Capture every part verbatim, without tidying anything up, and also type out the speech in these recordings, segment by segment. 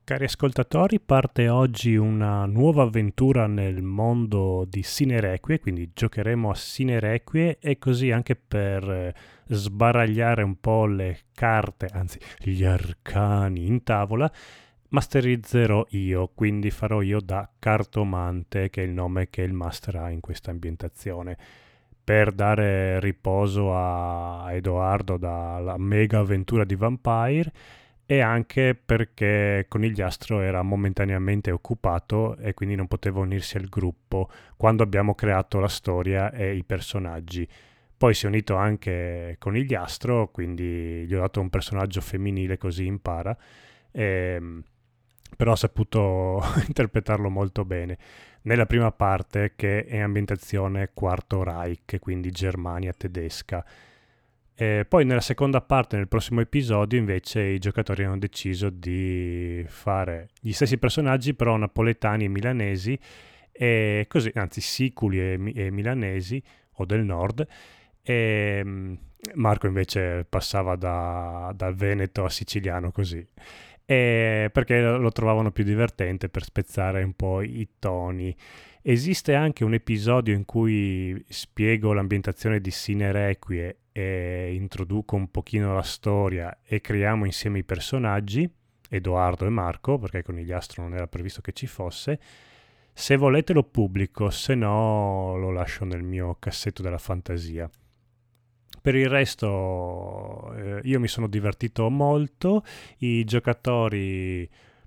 Cari ascoltatori, parte oggi una nuova avventura nel mondo di Sinerequie, quindi giocheremo a Sinerequie e così anche per eh, sbaragliare un po' le carte, anzi gli arcani in tavola, masterizzerò io, quindi farò io da cartomante, che è il nome che il master ha in questa ambientazione, per dare riposo a Edoardo dalla mega avventura di Vampire e anche perché Conigliastro era momentaneamente occupato e quindi non poteva unirsi al gruppo quando abbiamo creato la storia e i personaggi. Poi si è unito anche Conigliastro, quindi gli ho dato un personaggio femminile così impara, e, però ha saputo interpretarlo molto bene. Nella prima parte, che è ambientazione Quarto Reich, quindi Germania tedesca. E poi nella seconda parte, nel prossimo episodio, invece i giocatori hanno deciso di fare gli stessi personaggi, però napoletani e milanesi, e così, anzi siculi e, e milanesi, o del nord, e mm, Marco invece passava da, dal Veneto a siciliano così. E perché lo trovavano più divertente per spezzare un po' i toni. Esiste anche un episodio in cui spiego l'ambientazione di Sinerequie e introduco un pochino la storia e creiamo insieme i personaggi, Edoardo e Marco, perché Conigliastro non era previsto che ci fosse. Se volete lo pubblico, se no lo lascio nel mio cassetto della fantasia. Per il resto eh, io mi sono divertito molto, i giocatori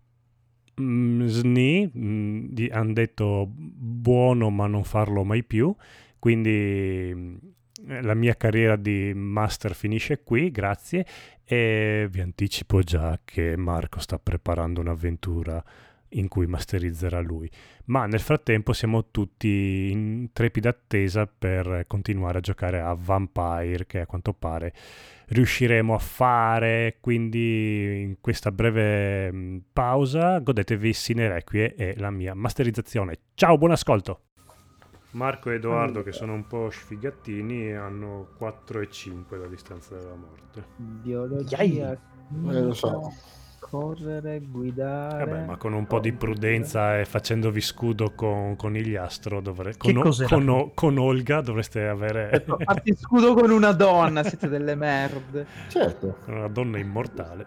mm, sni mm, hanno detto buono ma non farlo mai più, quindi mm, la mia carriera di master finisce qui, grazie, e vi anticipo già che Marco sta preparando un'avventura in cui masterizzerà lui. Ma nel frattempo siamo tutti in trepida attesa per continuare a giocare a Vampire, che a quanto pare riusciremo a fare. Quindi in questa breve mh, pausa godetevi Sinerequie e la mia masterizzazione. Ciao, buon ascolto! Marco e Edoardo, che sono un po' sfigattini, hanno quattro e cinque la distanza dalla morte. Biologia, Eh, lo so. correre, guidare. Vabbè, ma con un po' di prudenza e facendovi scudo con Conigliastro, dovre... Che con, cos'era? con, O- con Olga dovreste avere Fatti scudo con una donna, siete delle merde. Certo. una donna immortale.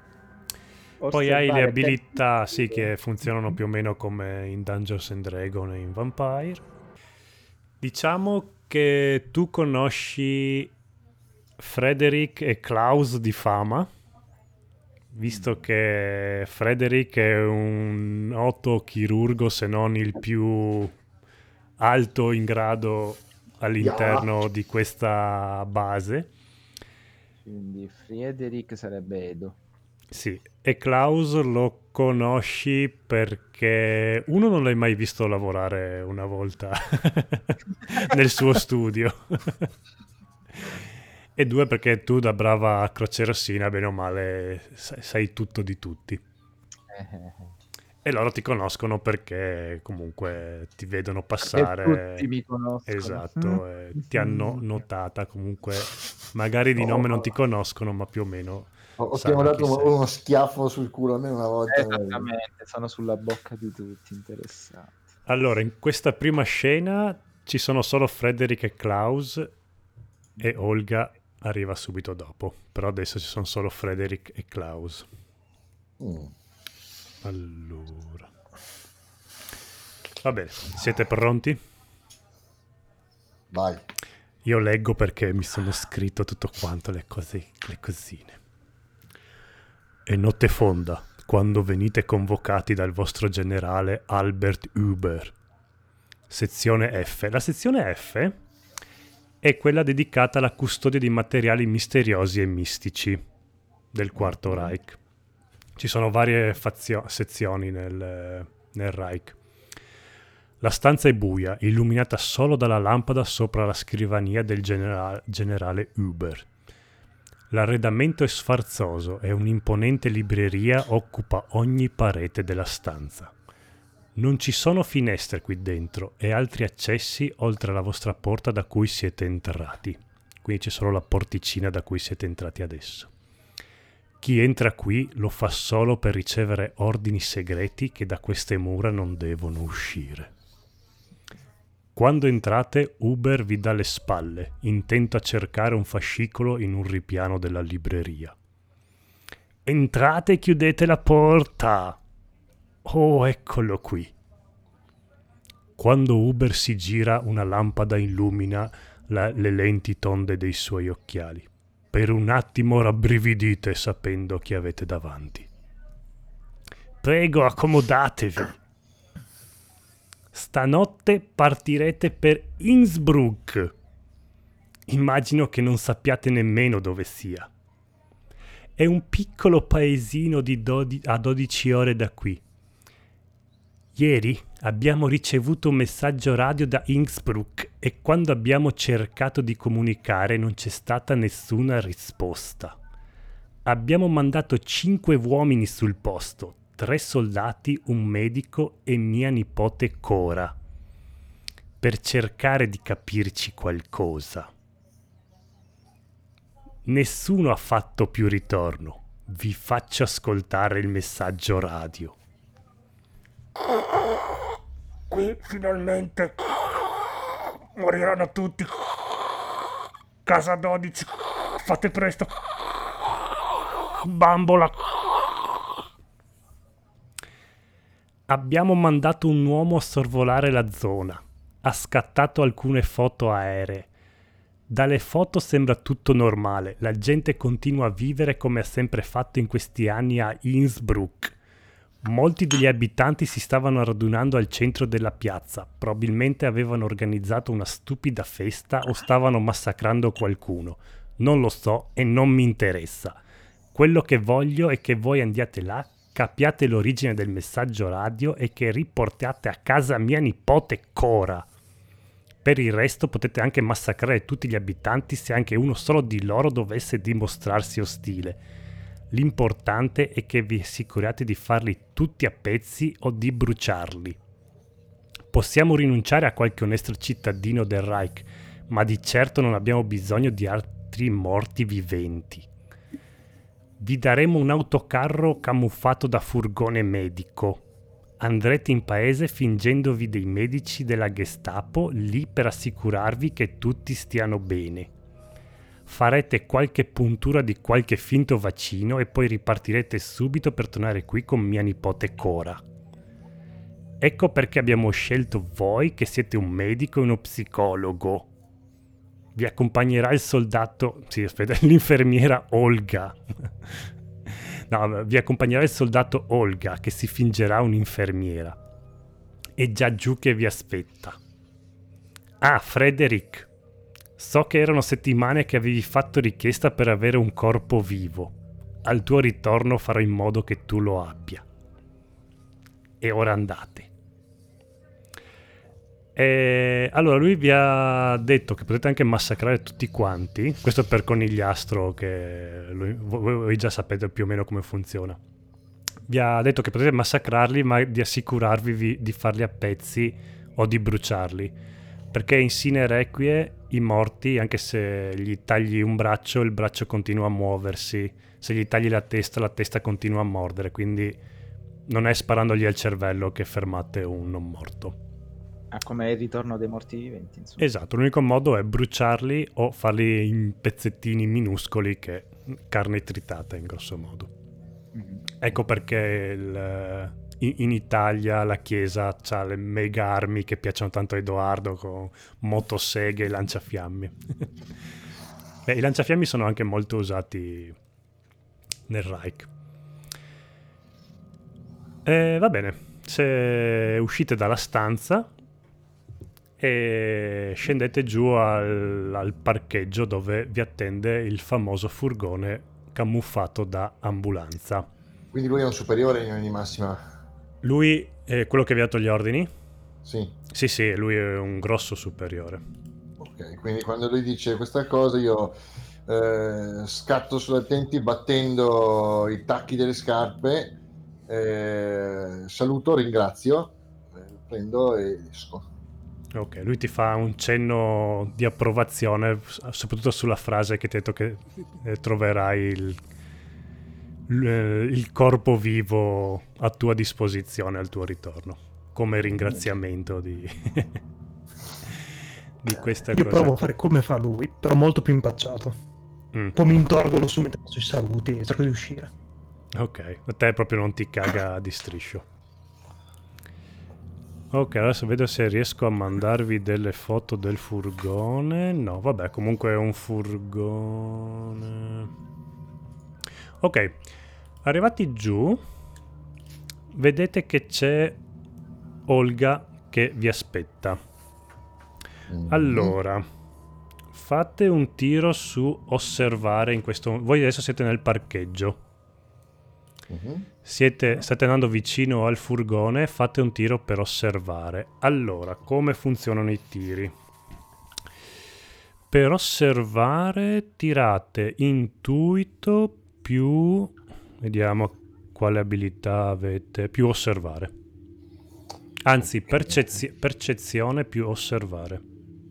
Poi Osservare hai le per- abilità, sì, che funzionano più o meno come in Dungeons and Dragons e in Vampire. Diciamo che tu conosci Frederick e Klaus di fama, visto che Frederick è un noto chirurgo, se non il più alto in grado all'interno di questa base. Quindi Friedrich sarebbe Edo. Sì, e Klaus lo conosci perché uno non l'hai mai visto lavorare una volta nel suo studio e due perché tu da brava crocerossina bene o male sai, sai tutto di tutti e loro ti conoscono perché comunque ti vedono passare. tutti mi conoscono. Esatto, eh, ti hanno notata comunque, magari di nome non ti conoscono ma più o meno Ho sanno dato chi uno, sei. uno schiaffo sul culo almeno una volta. Esattamente, sono sulla bocca di tutti, interessati. Allora, in questa prima scena ci sono solo Frederick e Klaus e Olga arriva subito dopo, però adesso ci sono solo Frederick e Klaus. Mm. Allora, va bene, siete pronti? Vai. Io leggo perché mi sono scritto tutto quanto, le cose, le cosine. È notte fonda quando venite convocati dal vostro generale Albert Huber. Sezione F. La sezione F è quella dedicata alla custodia di materiali misteriosi e mistici del Quarto Reich. Ci sono varie fazio- sezioni nel, nel Reich. La stanza è buia, illuminata solo dalla lampada sopra la scrivania del genera- generale Huber. L'arredamento è sfarzoso e un'imponente libreria occupa ogni parete della stanza. Non ci sono finestre qui dentro e altri accessi oltre alla vostra porta da cui siete entrati. Quindi c'è solo la porticina da cui siete entrati adesso. Chi entra qui lo fa solo per ricevere ordini segreti che da queste mura non devono uscire. Quando entrate, Uber vi dà le spalle, intento a cercare un fascicolo in un ripiano della libreria. Entrate e chiudete la porta! Oh, eccolo qui. Quando Uber si gira, una lampada illumina la, le lenti tonde dei suoi occhiali. Per un attimo rabbrividite sapendo chi avete davanti. Prego, accomodatevi. Stanotte partirete per Innsbruck. Immagino che non sappiate nemmeno dove sia. È un piccolo paesino di dodi- a dodici ore da qui. Ieri abbiamo ricevuto un messaggio radio da Innsbruck e quando abbiamo cercato di comunicare non c'è stata nessuna risposta. Abbiamo mandato cinque uomini sul posto, tre soldati, un medico e mia nipote Cora, per cercare di capirci qualcosa. Nessuno ha fatto più ritorno. Vi faccio ascoltare il messaggio radio. Qui finalmente moriranno tutti. Casa dodici, fate presto. Bambola. Abbiamo mandato un uomo a sorvolare la zona. Ha scattato alcune foto aeree. Dalle foto sembra tutto normale. La gente continua a vivere come ha sempre fatto in questi anni a Innsbruck. Molti degli abitanti si stavano radunando al centro della piazza. Probabilmente avevano organizzato una stupida festa o stavano massacrando qualcuno. Non lo so e non mi interessa. Quello che voglio è che voi andiate là, capiate l'origine del messaggio radio e che riportate a casa mia nipote Cora. Per il resto potete anche massacrare tutti gli abitanti se anche uno solo di loro dovesse dimostrarsi ostile. L'importante è che vi assicuriate di farli tutti a pezzi o di bruciarli. Possiamo rinunciare a qualche onesto cittadino del Reich, ma di certo non abbiamo bisogno di altri morti viventi. Vi daremo un autocarro camuffato da furgone medico. Andrete in paese fingendovi dei medici della Gestapo lì per assicurarvi che tutti stiano bene. Farete qualche puntura di qualche finto vaccino e poi ripartirete subito per tornare qui con mia nipote Cora. Ecco perché abbiamo scelto voi che siete un medico e uno psicologo. Vi accompagnerà il soldato... Sì, aspetta, l'infermiera Olga. No, vi accompagnerà il soldato Olga che si fingerà un'infermiera. È già giù che vi aspetta. Ah, Frederick. So che erano settimane che avevi fatto richiesta per avere un corpo vivo. Al tuo ritorno farò in modo che tu lo abbia. E ora andate. E allora lui vi ha detto che potete anche massacrare tutti quanti. Questo per Conigliastro, che lui, voi, voi già sapete più o meno come funziona. Vi ha detto che potete massacrarli, ma di assicurarvi vi, di farli a pezzi o di bruciarli. Perché in Sine Requie i morti, anche se gli tagli un braccio, il braccio continua a muoversi. Se gli tagli la testa, la testa continua a mordere. Quindi non è sparandogli al cervello che fermate un non morto. Ah, come il ritorno dei morti viventi, insomma. Esatto, l'unico modo è bruciarli o farli in pezzettini minuscoli, che carne tritata in grosso modo. Mm-hmm. Ecco perché il, in, in Italia la Chiesa ha le mega armi che piacciono tanto a Edoardo, con motoseghe e lanciafiamme. Beh, i lanciafiamme sono anche molto usati nel Reich. E va bene, se uscite dalla stanza e scendete giù al, al parcheggio dove vi attende il famoso furgone camuffato da ambulanza. Quindi lui è un superiore in linea di massima? Lui è quello che vi ha dato gli ordini? Sì. Sì, sì, lui è un grosso superiore. Ok, quindi quando lui dice questa cosa io eh, scatto sulle attenti battendo i tacchi delle scarpe, eh, saluto, ringrazio, eh, prendo e esco. Ok, lui ti fa un cenno di approvazione, soprattutto sulla frase che ti ha detto che eh, troverai il, l- il corpo vivo a tua disposizione al tuo ritorno, come ringraziamento di, di questa Io cosa provo a qua. fare come fa lui, però molto più impacciato. Mm, Poi mi intorgono su mentre faccio i saluti e cerco di uscire. ok, a te proprio non ti caga di striscio. Ok, adesso vedo se riesco a mandarvi delle foto del furgone. No, vabbè, comunque è un furgone. Ok, arrivati giù, vedete che c'è Olga che vi aspetta. Mm. Allora, fate un tiro su osservare in questo... Voi adesso siete nel parcheggio. Mhm. Siete, state andando vicino al furgone, fate un tiro per osservare. Allora, come funzionano i tiri? Per osservare tirate intuito più... Vediamo quale abilità avete. Più osservare. Anzi, percezio- percezione più osservare.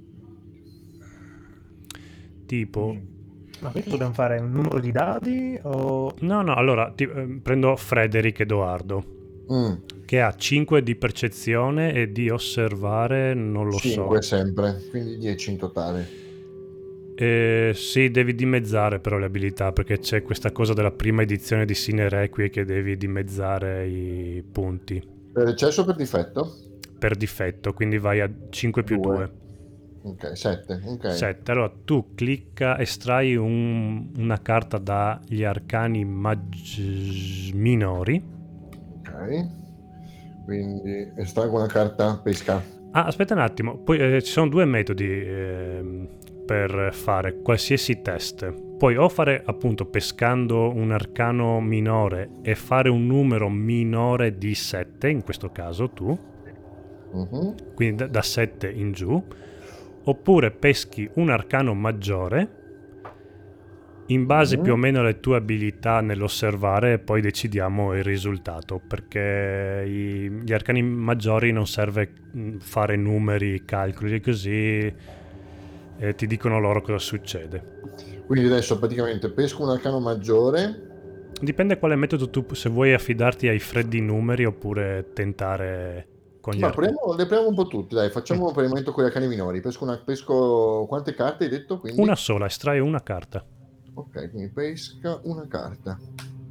Tipo... Ma questo dobbiamo fare un numero di dadi o... No, no, allora ti- eh, prendo Frederick Edoardo. Mm. Che ha cinque di percezione e di osservare non lo cinque so. sempre, quindi dieci in totale. Eh, sì, devi dimezzare però le abilità, perché c'è questa cosa della prima edizione di Sine Requie che devi dimezzare i punti Per eccesso o per difetto? per difetto, quindi vai a cinque più Due. due. Ok, sette. Ok. sette. Allora tu clicca, estrai un- una carta dagli arcani mag- minori. Ok. Quindi estraggo una carta pesca. Ah, aspetta un attimo, poi eh, ci sono due metodi ehm, per fare qualsiasi test. Puoi o fare appunto pescando un arcano minore e fare un numero minore di sette, in questo caso tu, Mhm. quindi da, da sette in giù, oppure peschi un arcano maggiore in base Mhm. più o meno alle tue abilità nell'osservare e poi decidiamo il risultato, perché i- gli arcani maggiori non serve mh, fare numeri, calcoli così e ti dicono loro cosa succede. Quindi adesso praticamente pesco un arcano maggiore. Dipende quale metodo tu, se vuoi affidarti ai freddi numeri oppure tentare con gli Ma arcani. proviamo, le proviamo un po' tutti, dai, facciamo per il momento con gli arcani minori. Pesco, una, pesco quante carte hai detto? Quindi? Una sola, estrai una carta. Ok, quindi pesca una carta.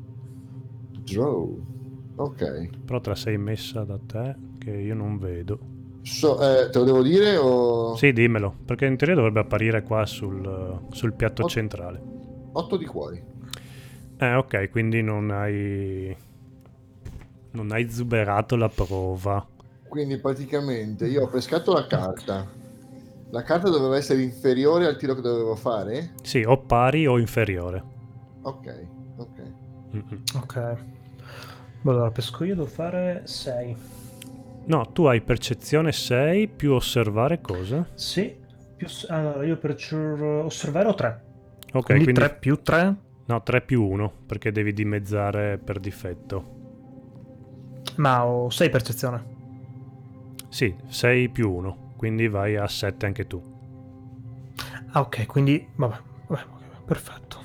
Draw. Ok. Però te la sei messa da te che io non vedo. So, eh, te lo devo dire o... Sì, dimmelo, perché in teoria dovrebbe apparire qua sul, sul piatto Ot- centrale. otto di cuori. Eh, ok, quindi non hai... non hai zuberato la prova. Quindi praticamente io ho pescato la carta. La carta doveva essere inferiore al tiro che dovevo fare? Sì, o pari o inferiore. Ok, ok. Mm-mm. Ok. Allora, pesco io, devo fare sei. No, tu hai percezione sei più osservare cosa? Sì. Più... Allora, io per osservare ho tre. Ok, quindi, quindi... tre più tre? No, tre più uno, perché devi dimezzare per difetto. Ma ho sei percezione. Sì, sei più uno, quindi vai a sette anche tu. Ah, ok, quindi... Vabbè, vabbè, vabbè, perfetto.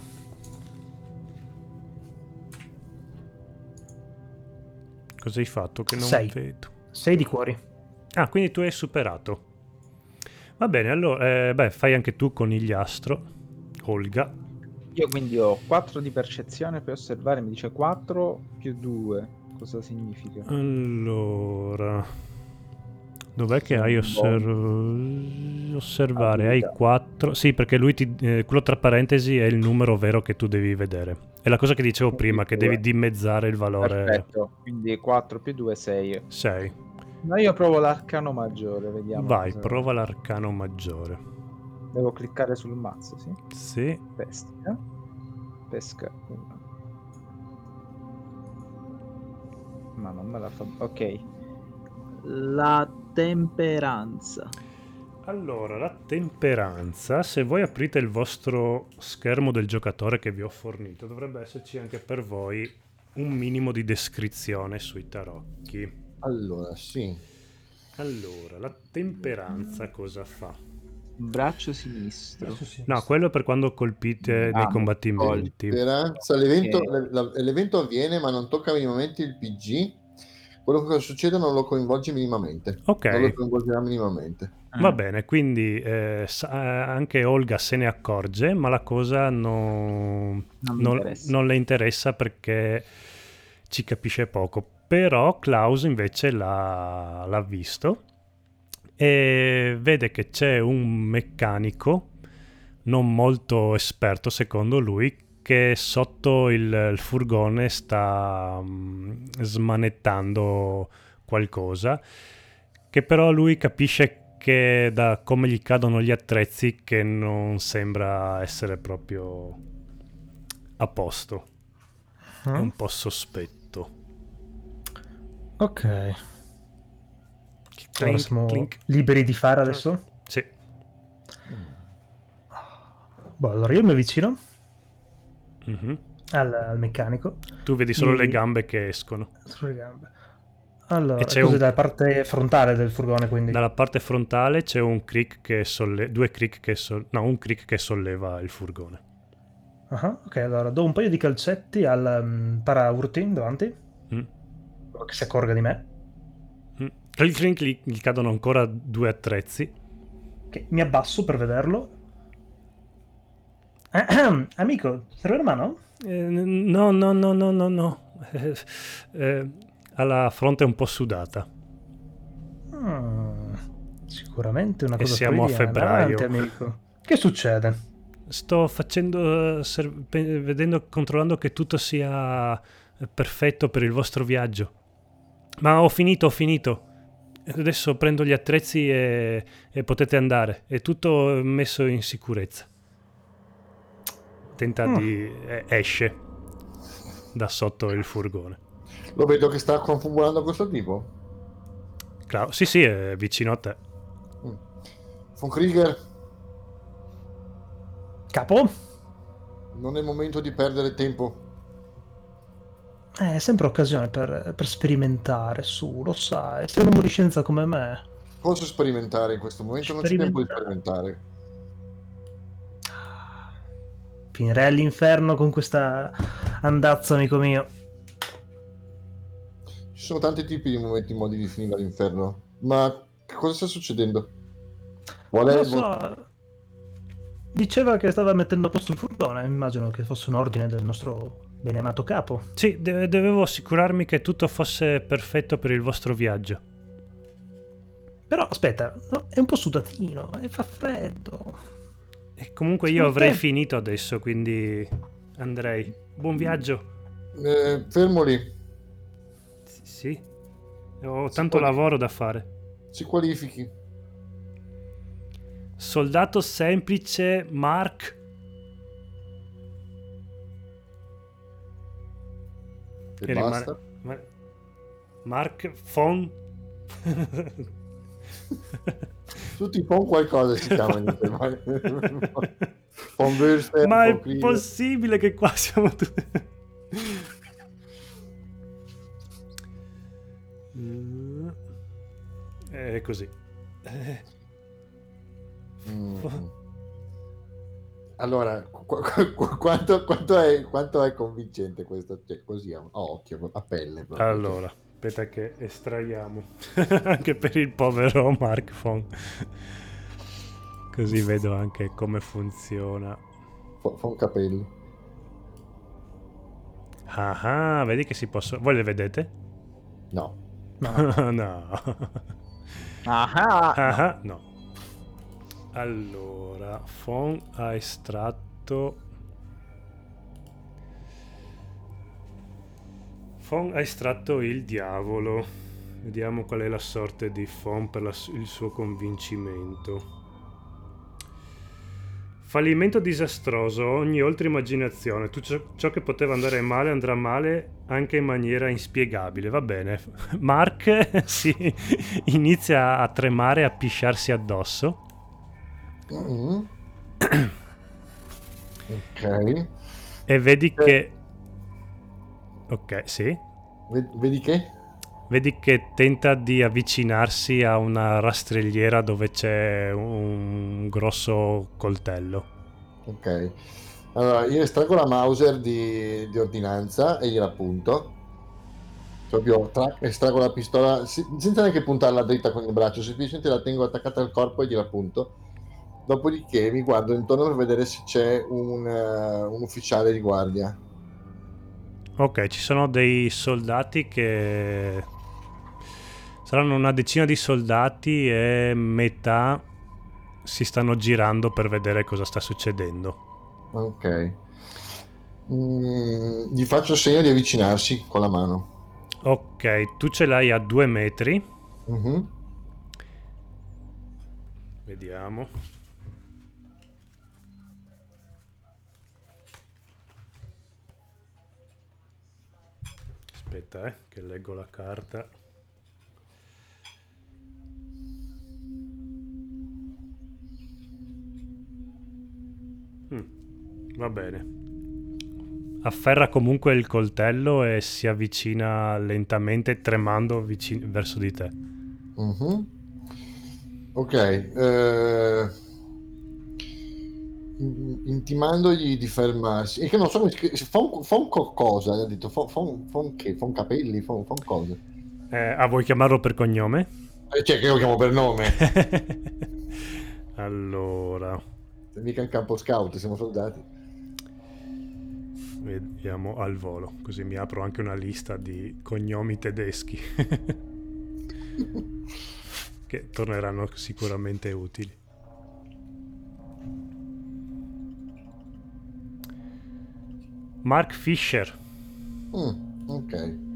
Cosa hai fatto che non sei. vedo? sei di cuori. Ah, quindi tu hai superato. Va bene, allora, eh, beh, fai anche tu conigliastro, Olga. Io quindi ho quattro di percezione per osservare, mi dice quattro più due. Cosa significa? Allora, dov'è che Sì, hai un osser- osservare? Hai Abilità. quattro. Sì, perché lui ti, eh, quello tra parentesi è il numero vero che tu devi vedere. È la cosa che dicevo Quindi prima, che due. devi dimezzare il valore Perfetto, quindi quattro più due, sei. sei. No, io provo l'arcano maggiore, vediamo. Vai, cosa- prova l'arcano maggiore. Devo cliccare sul mazzo, sì? Sì. Pesca. Pesca uno. Ma non me la fa... Ok. La temperanza. Allora, la temperanza, se voi aprite il vostro schermo del giocatore che vi ho fornito, dovrebbe esserci anche per voi un minimo di descrizione sui tarocchi. Allora, sì. Allora, la temperanza cosa fa? Braccio sinistro. Adesso sì. No, quello per quando colpite Ah, nei combattimenti. Speranza, l'evento, Ok. le- la- l'evento avviene ma non tocca minimamente il P G. Quello che succede non lo coinvolge minimamente. Ok. Non lo coinvolgerà minimamente. Va Ah. bene, quindi eh, sa- anche Olga se ne accorge, ma la cosa non, Non mi non- interessa. non le interessa perché ci capisce poco. Però Klaus invece l'ha, l'ha visto e vede che c'è un meccanico non molto esperto secondo lui che sotto il, il furgone sta mm, smanettando qualcosa, che però lui capisce che da come gli cadono gli attrezzi che non sembra essere proprio a posto. È Mm? un po' sospetto. Ok. Allora Clink, siamo clink. liberi di fare adesso? Sì. Boh, allora io mi avvicino Mhm. al, al meccanico. Tu vedi solo Mi- le gambe che escono. Sulle gambe. Allora, E c'è cos'è un- dalla parte frontale del furgone, quindi? Dalla parte frontale c'è un crick che solle- due crick che sol- no, un crick che solleva il furgone. Ah, ok, allora do un paio di calcetti al um, para-urtin davanti, Mm. quello che si accorga di me, Mm. Clink, clink, gli, gli cadono ancora due attrezzi. che mi abbasso per vederlo. Ahem, amico, serve una mano? Eh, no, no, no, no, no, no. Eh, eh, ha la fronte un po' sudata. Mm, sicuramente una E cosa siamo a freudiana. febbraio. Avanti, amico. Che succede? Sto facendo, eh, ser- pe- vedendo, controllando che tutto sia eh, perfetto per il vostro viaggio. Ma ho finito, ho finito. Adesso prendo gli attrezzi e, e potete andare. È tutto messo in sicurezza. Tenta Mm. di... eh, esce da sotto il furgone. Lo vedo che sta confabulando questo tipo. Clau- sì, sì, è vicino a te. Mm. Von Krieger, Capo? non è il momento di perdere tempo. Eh, È sempre occasione per, per sperimentare, su, lo sai. Sei un uomo di scienza come me. Posso sperimentare in questo momento? Non c'è tempo di sperimentare. Finirei all'inferno con questa andazza, amico mio. Ci sono tanti tipi di momenti, modi di finire all'inferno. Ma che cosa sta succedendo? Vuole... Non lo so. Diceva che stava mettendo a posto il furgone. Immagino che fosse un ordine del nostro beneamato capo. Sì, de- dovevo assicurarmi che tutto fosse perfetto per il vostro viaggio. Però aspetta, no, è un po' sudatino e fa freddo. E comunque io Secondo avrei te- finito adesso, quindi andrei. Buon viaggio. Eh, fermo lì. Sì, sì. Ho Si tanto può- lavoro da fare. Si qualifichi. Soldato semplice, Mark. E Che basta. rimane- Ma- Mark von. Tutti con qualcosa si chiamano. Von Würster, Ma è von Krieger. possibile che qua siamo tutti... Mm. È così. Eh, Mm. Allora, qu- qu- quanto, quanto, è, quanto è convincente questo? Cioè, così a a occhio, a pelle. proprio. Allora, aspetta che estraiamo anche per il povero Mark von. Così vedo anche come funziona. Fa, fa un capello. Ah, ah, vedi che si possono... Voi le vedete? No. No. Ah, Ah, ah, no. Allora, Fon ha estratto... Fon ha estratto il diavolo. Vediamo qual è la sorte di Fon per la su- il suo convincimento. Fallimento disastroso, ogni oltre immaginazione. Tutto ciò, ciò che poteva andare male andrà male anche in maniera inspiegabile. Va bene. Mark si inizia a tremare e a pisciarsi addosso. Mm. Ok. E vedi che... Ok, sì. Ve- Vedi che? vedi che tenta di avvicinarsi a una rastrelliera dove c'è un grosso coltello. Ok. Allora, io estraggo la Mauser di, di ordinanza e gliela punto. Proprio trac, estraggo la pistola si- senza neanche puntarla dritta con il braccio, semplicemente la tengo attaccata al corpo e gliela punto. Dopodiché mi guardo intorno per vedere se c'è un, eh, un ufficiale di guardia. Ok, ci sono dei soldati che saranno una decina di soldati e metà si stanno girando per vedere cosa sta succedendo. Ok. Mm, gli faccio segno di avvicinarsi con la mano. Ok, tu ce l'hai a due metri. Mhm. Vediamo. Aspetta, eh, che leggo la carta. Mm, va bene. Afferra comunque il coltello e si avvicina lentamente, tremando vicino verso di te. Mhm. Ok. eh, in- intimandogli di fermarsi. E che non so come si chiama- fa un, fa un qualcosa, ha detto, fa, fa un, fa un che? Fa un capelli, fa un, fa un cosa. Eh, ah, vuoi chiamarlo per cognome? Eh, cioè, che lo chiamo per nome. Allora, Mica in campo scout, siamo soldati. vediamo al volo, così mi apro anche una lista di cognomi tedeschi che torneranno sicuramente utili. Mark Fisher, Mm, ok.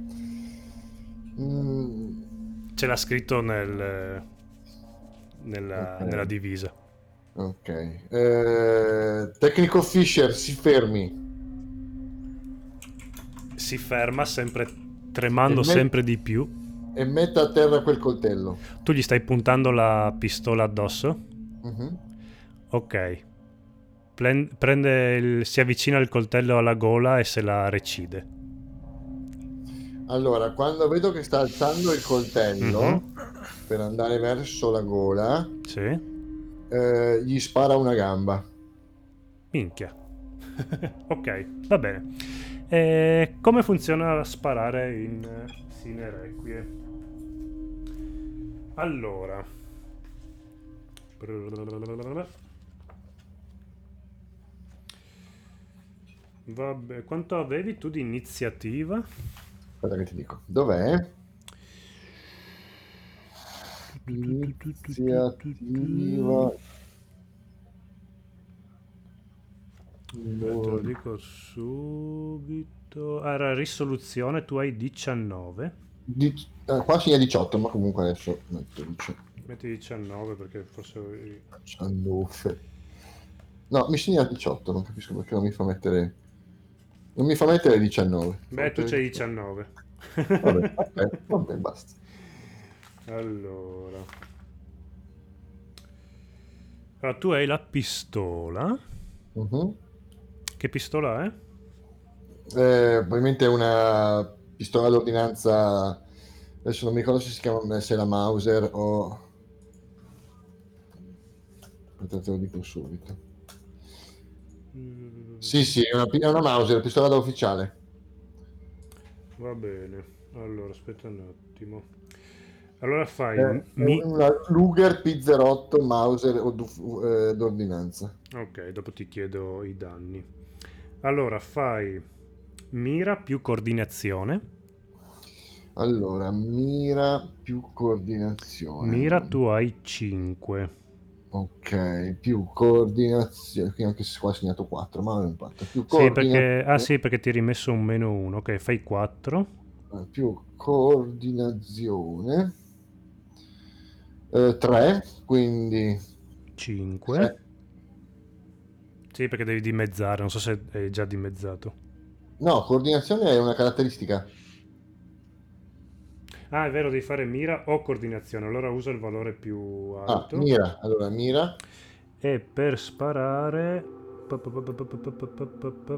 Mm, ce l'ha scritto nel, nella, ok. nella divisa. Ok. Eh, tecnico Fisher, si fermi. Si ferma, sempre E, tremando met- sempre di più. e metta a terra quel coltello. Tu gli stai puntando la pistola addosso? Mhm. Ok. Plen- prende il- si avvicina il coltello alla gola e se la recide. Allora, quando vedo che sta alzando il coltello Mhm. per andare verso la gola, Sì. eh, gli spara una gamba. Minchia. Ok, va bene. E come funziona sparare in eh, Sine Requie? Allora. Vabbè, quanto avevi tu di iniziativa? Aspetta che ti dico. Dov'è? Iniziativa. Eh, te lo dico subito. Ah, era risoluzione, tu hai diciannove. Di- eh, qua segna diciotto, ma comunque adesso metto Metti diciannove perché forse... diciannove. No, mi segna diciotto, non capisco perché non mi fa mettere. Non mi fa mettere diciannove. Fa Beh, tu mettere c'hai diciotto. diciannove. Vabbè, ok, vabbè, basta. Allora. Allora, tu hai la pistola. Mhm. Che pistola è? Eh, probabilmente è una pistola d'ordinanza. Adesso non mi ricordo se si chiama se è la Mauser o. Aspetta, te lo dico subito. Sì, sì, è una, pi- è una Mauser, pistola da ufficiale. Va bene. Allora, aspetta un attimo. Allora fai... È è Mi... una Luger P zero otto Mauser o d'uff- eh, d'ordinanza. Ok, dopo ti chiedo i danni. Allora, fai mira più coordinazione. Allora, mira più coordinazione. Mira tu hai cinque. Ok, più coordinazione. Qui anche se qua ho segnato quattro, ma non importa. Più Sì, perché... Ah coordinazione. sì, perché ti hai rimesso un meno uno. Ok, fai quattro. Più coordinazione. tre, quindi cinque. se- Sì, perché devi dimezzare. Non so se è già dimezzato. no, coordinazione è una caratteristica. Ah, è vero, devi fare mira o coordinazione. Allora usa il valore più Ah, alto. mira, allora mira. E per sparare...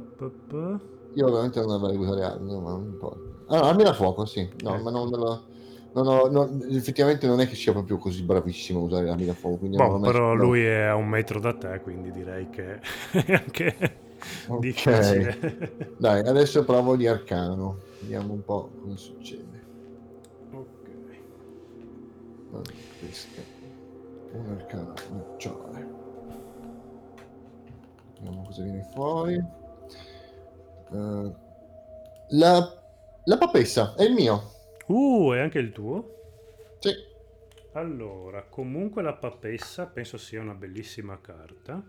Io ovviamente non avrei usare armi, ma non importa. Ah, armi da fuoco, sì. No, Ecco. ma non me lo. non ho, non, effettivamente non è che sia proprio così bravissimo a usare le armi da fuoco. Quindi non Boh, ho mai però fatto- lui è a un metro da te, quindi direi che è anche Ok. difficile. Dai, adesso provo di arcano. Vediamo un po' cosa succede. Ok. Allora, questo. Un arcano maggiore. Vediamo cosa viene fuori. Eh, la, la papessa è il mio. Uh, è anche il tuo? Sì. Allora, comunque la papessa penso sia una bellissima carta.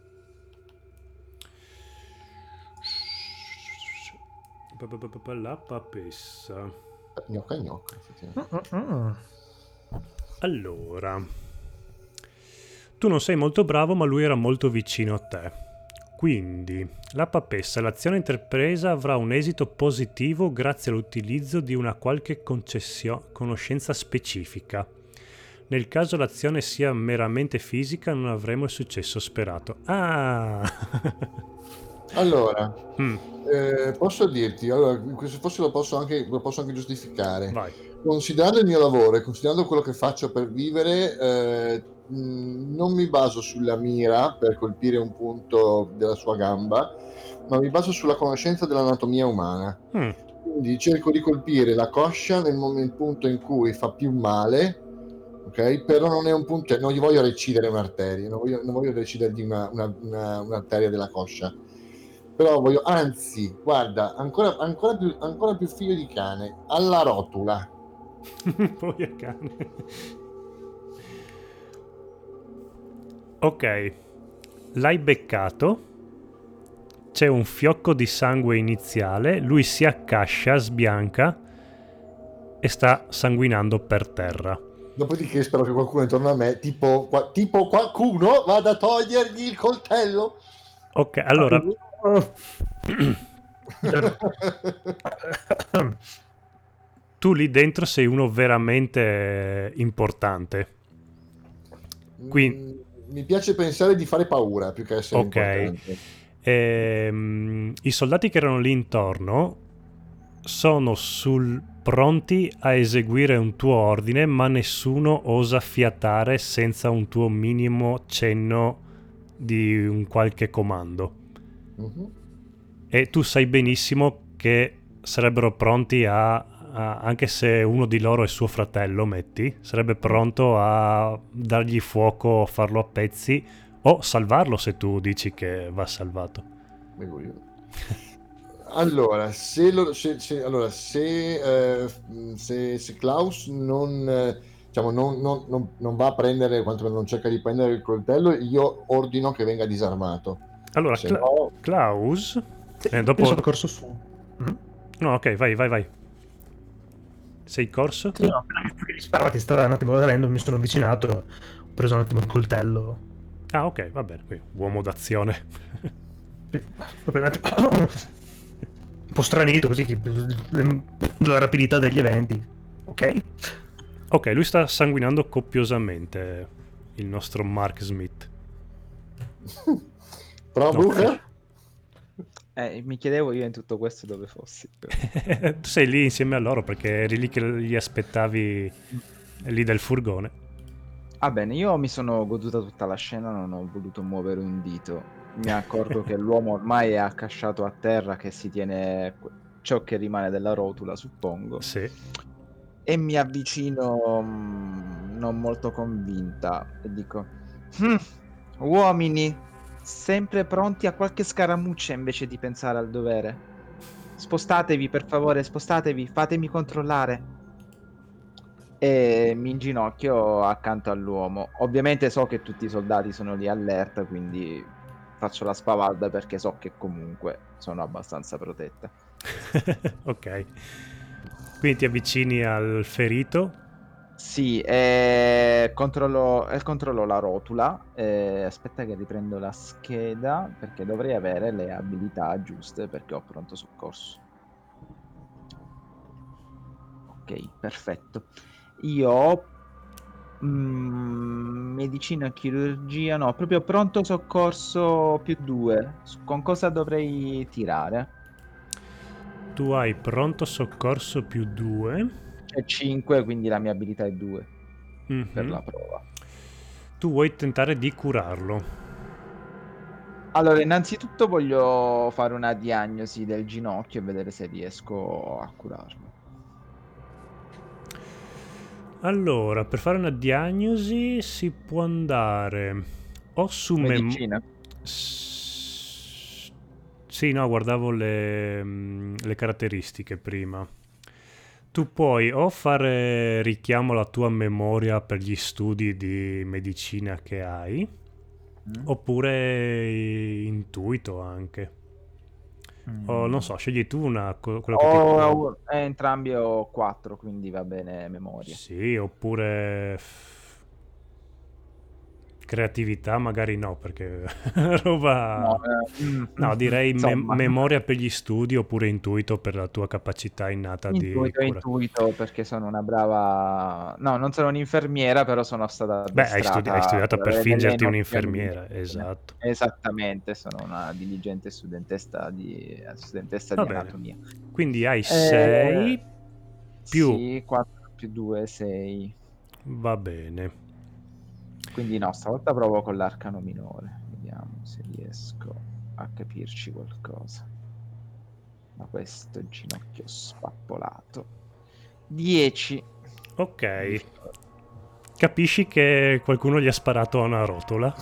La papessa. Gnocca gnocca, effettivamente. Mm-mm. Allora, tu non sei molto bravo, ma lui era molto vicino a te. Quindi, la papessa, l'azione intrapresa avrà un esito positivo grazie all'utilizzo di una qualche concessio- conoscenza specifica. Nel caso l'azione sia meramente fisica, non avremo il successo sperato. Ah! Allora, Mm, eh, posso dirti, allora, questo forse lo posso anche, lo posso anche giustificare. vai. Considerando il mio lavoro e considerando quello che faccio per vivere, eh, mh, non mi baso sulla mira per colpire un punto della sua gamba, ma mi baso sulla conoscenza dell'anatomia umana. Mm, Quindi cerco di colpire la coscia nel momento punto in cui fa più male, ok? Però non è un punto, cioè non gli voglio recidere un'arteria, non voglio, non voglio recidergli una, una, una, un'arteria della coscia. Però voglio, anzi, guarda, ancora, ancora, più, ancora più figlio di cane, alla rotula. poi a cane. Ok, l'hai beccato. C'è un fiocco di sangue iniziale. Lui si accascia, sbianca e sta sanguinando per terra. Dopodiché spero che qualcuno intorno a me, tipo, qua, tipo qualcuno, vada a togliergli il coltello. Ok, allora. Oh. Tu lì dentro sei uno veramente importante. Quindi, Mm, mi piace pensare di fare paura più che essere ok. importante. Ehm, I soldati che erano lì intorno sono sul pronti a eseguire un tuo ordine, ma nessuno osa fiatare senza un tuo minimo cenno di un qualche comando. Mhm. E tu sai benissimo che sarebbero pronti a, a anche se uno di loro è suo fratello, metti, sarebbe pronto a dargli fuoco, farlo a pezzi o salvarlo se tu dici che va salvato. Vengo io. Allora, se, lo, se, se, allora, se, eh, se, se Klaus non, eh, diciamo, non, non, non, non va a prendere, quantomeno non cerca di prendere il coltello, io ordino che venga disarmato. Allora, Se Cla- no- Klaus... Sì, eh, dopo... io sono corso su. Mhm. No, ok, vai, vai, vai. Sei corso? Sì, no, appena che sparava che stava un attimo venendo, mi sono avvicinato, ho preso un attimo il coltello. Ah, ok, va bene. Qui, uomo d'azione. Sì, proprio un attimo- un po' stranito così, che- la rapidità degli eventi. Ok? Ok, lui sta sanguinando copiosamente, il nostro Mark Smith. Però No. Booker? Eh, mi chiedevo io in tutto questo dove fossi. però. Tu sei lì insieme a loro perché eri lì che li aspettavi lì del furgone. Va bene, io mi sono goduta tutta la scena, non ho voluto muovere un dito. Mi accorgo che l'uomo ormai è accasciato a terra, che si tiene que- ciò che rimane della rotula, suppongo. Sì. E mi avvicino mm, non molto convinta e dico: "Hm, uomini, sempre pronti a qualche scaramuccia invece di pensare al dovere. Spostatevi, per favore, spostatevi, fatemi controllare." E mi inginocchio accanto all'uomo. Ovviamente so che tutti i soldati sono lì allerta, quindi faccio la spavalda perché so che comunque sono abbastanza protetta. Ok. Quindi ti avvicini al ferito. Sì, eh, controllo, eh, controllo la rotula. eh, aspetta che riprendo la scheda perché dovrei avere le abilità giuste perché ho pronto soccorso. Ok, perfetto. Io ho mm, medicina e chirurgia, no, proprio pronto soccorso più due. Su- Con cosa dovrei tirare? Tu hai pronto soccorso più due. ginocchio è cinque, quindi la mia abilità è due Mhm. per la prova. Tu vuoi tentare di curarlo. Allora, innanzitutto voglio fare una diagnosi del ginocchio e vedere se riesco a curarlo. Allora, per fare una diagnosi si può andare o su mem- Medicina? S- Sì, no, guardavo le, mm, le caratteristiche prima. Tu puoi o fare richiamo alla tua memoria per gli studi di medicina che hai, Mm. oppure intuito anche. O non so, scegli tu una, co- quello che ti... Ho, eh, entrambi ho quattro, quindi va bene memoria. Sì, oppure f- creatività magari no, perché roba... No, eh, mm, No, mm, direi mem- insomma. memoria per gli studi oppure intuito per la tua capacità innata di Intuito, cura. intuito, perché sono una brava... No, non sono un'infermiera, però sono stata Beh, hai, studi- hai addestrata studiato per avere delle fingerti nozioni di un'infermiera, medicina. esatto. Esattamente, sono una diligente studentessa di, studentessa Va di bene. anatomia. Quindi hai Eh, sei più... Sì, quattro più due, sei. Va bene. Quindi no, stavolta provo con l'arcano minore. Vediamo se riesco a capirci qualcosa. Ma questo ginocchio spappolato. dieci. Ok. Capisci che qualcuno gli ha sparato a una rotola?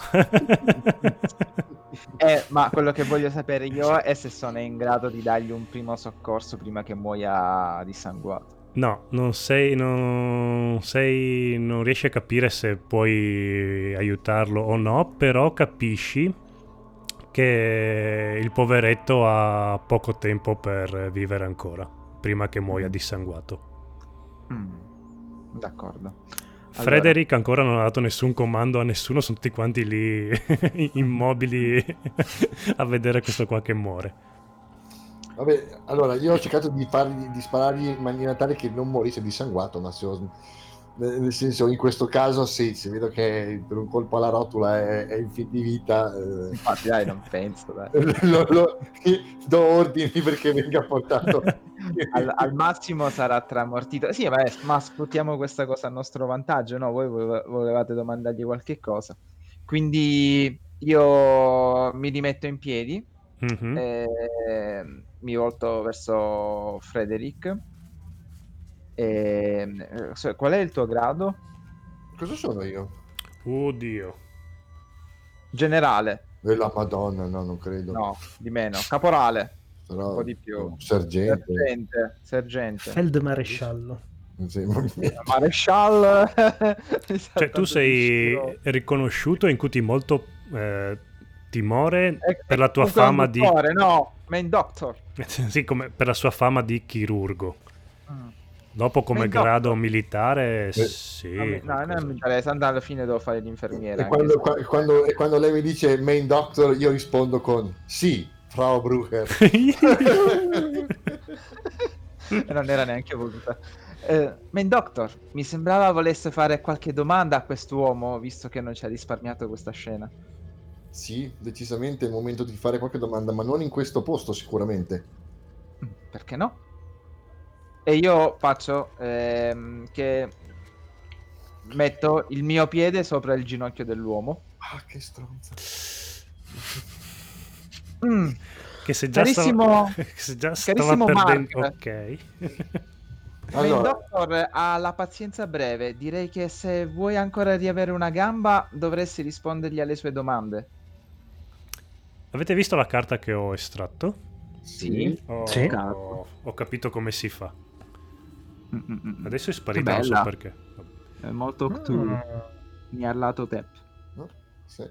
Eh, ma quello che voglio sapere io è se sono in grado di dargli un primo soccorso prima che muoia dissanguato. No, non sei, non sei, non riesci a capire se puoi aiutarlo o no, però capisci che il poveretto ha poco tempo per vivere ancora, prima che muoia Mm. dissanguato. Mm, d'accordo. Frederick ancora non ha dato nessun comando a nessuno, sono tutti quanti lì immobili a vedere questo qua che muore. Vabbè, allora io ho cercato di fargli di sparargli in maniera tale che non morisse dissanguato, ma se ho- nel senso, in questo caso sì, se vedo che per un colpo alla rotola è, è in fin di vita, eh, Infatti, dai, non penso. Dai. lo- lo- do ordini perché venga portato. al, al massimo sarà tramortito. Sì, vabbè, ma sfruttiamo questa cosa a nostro vantaggio, no? Voi vole- volevate domandargli qualche cosa. Quindi io mi rimetto in piedi, Mhm. eh, mi volto verso Frederick. E, eh, qual è il tuo grado? Cosa sono io? Oddio. Generale? Della Madonna, no, non credo. No, di meno. Caporale? Sarò Un po' di più. un sergente. Sergente. Sergente. Feldmaresciallo. Sì, ma- Maresciallo. Cioè tu sei riconosciuto e incuti molto eh, timore per la tua fama di... No, main doctor. Sì, come per la sua fama di chirurgo. Mm. Dopo come Main grado doctor. militare, sì. No, mi- no, qualcosa. non mi interessa, andare alla fine devo fare l'infermiera. E anche quando, se- qua- quando- e quando lei mi dice main doctor, io rispondo con sì, Frau Brucher. non era neanche voluta. Eh, main doctor, mi sembrava volesse fare qualche domanda a quest'uomo, visto che non ci ha risparmiato questa scena. Sì, decisamente è il momento di fare qualche domanda, ma non in questo posto sicuramente. Mm, Perché no? E io faccio ehm, che metto il mio piede sopra il ginocchio dell'uomo. Ah, che stronza. Mm. Che se già Carissimo- stava, che se già stava carissimo perdendo... Mark. Ok. Main Allora, Doctor ha la pazienza breve. Direi che se vuoi ancora riavere una gamba, dovresti rispondergli alle sue domande. Avete visto la carta che ho estratto? Sì. Ho, Sì. ho, ho capito come si fa. Mm-mm-mm. Adesso è Che sparita, non so bella. perché. È molto Cthulhu. Mm, Mi ha lato Pep. no? Sì.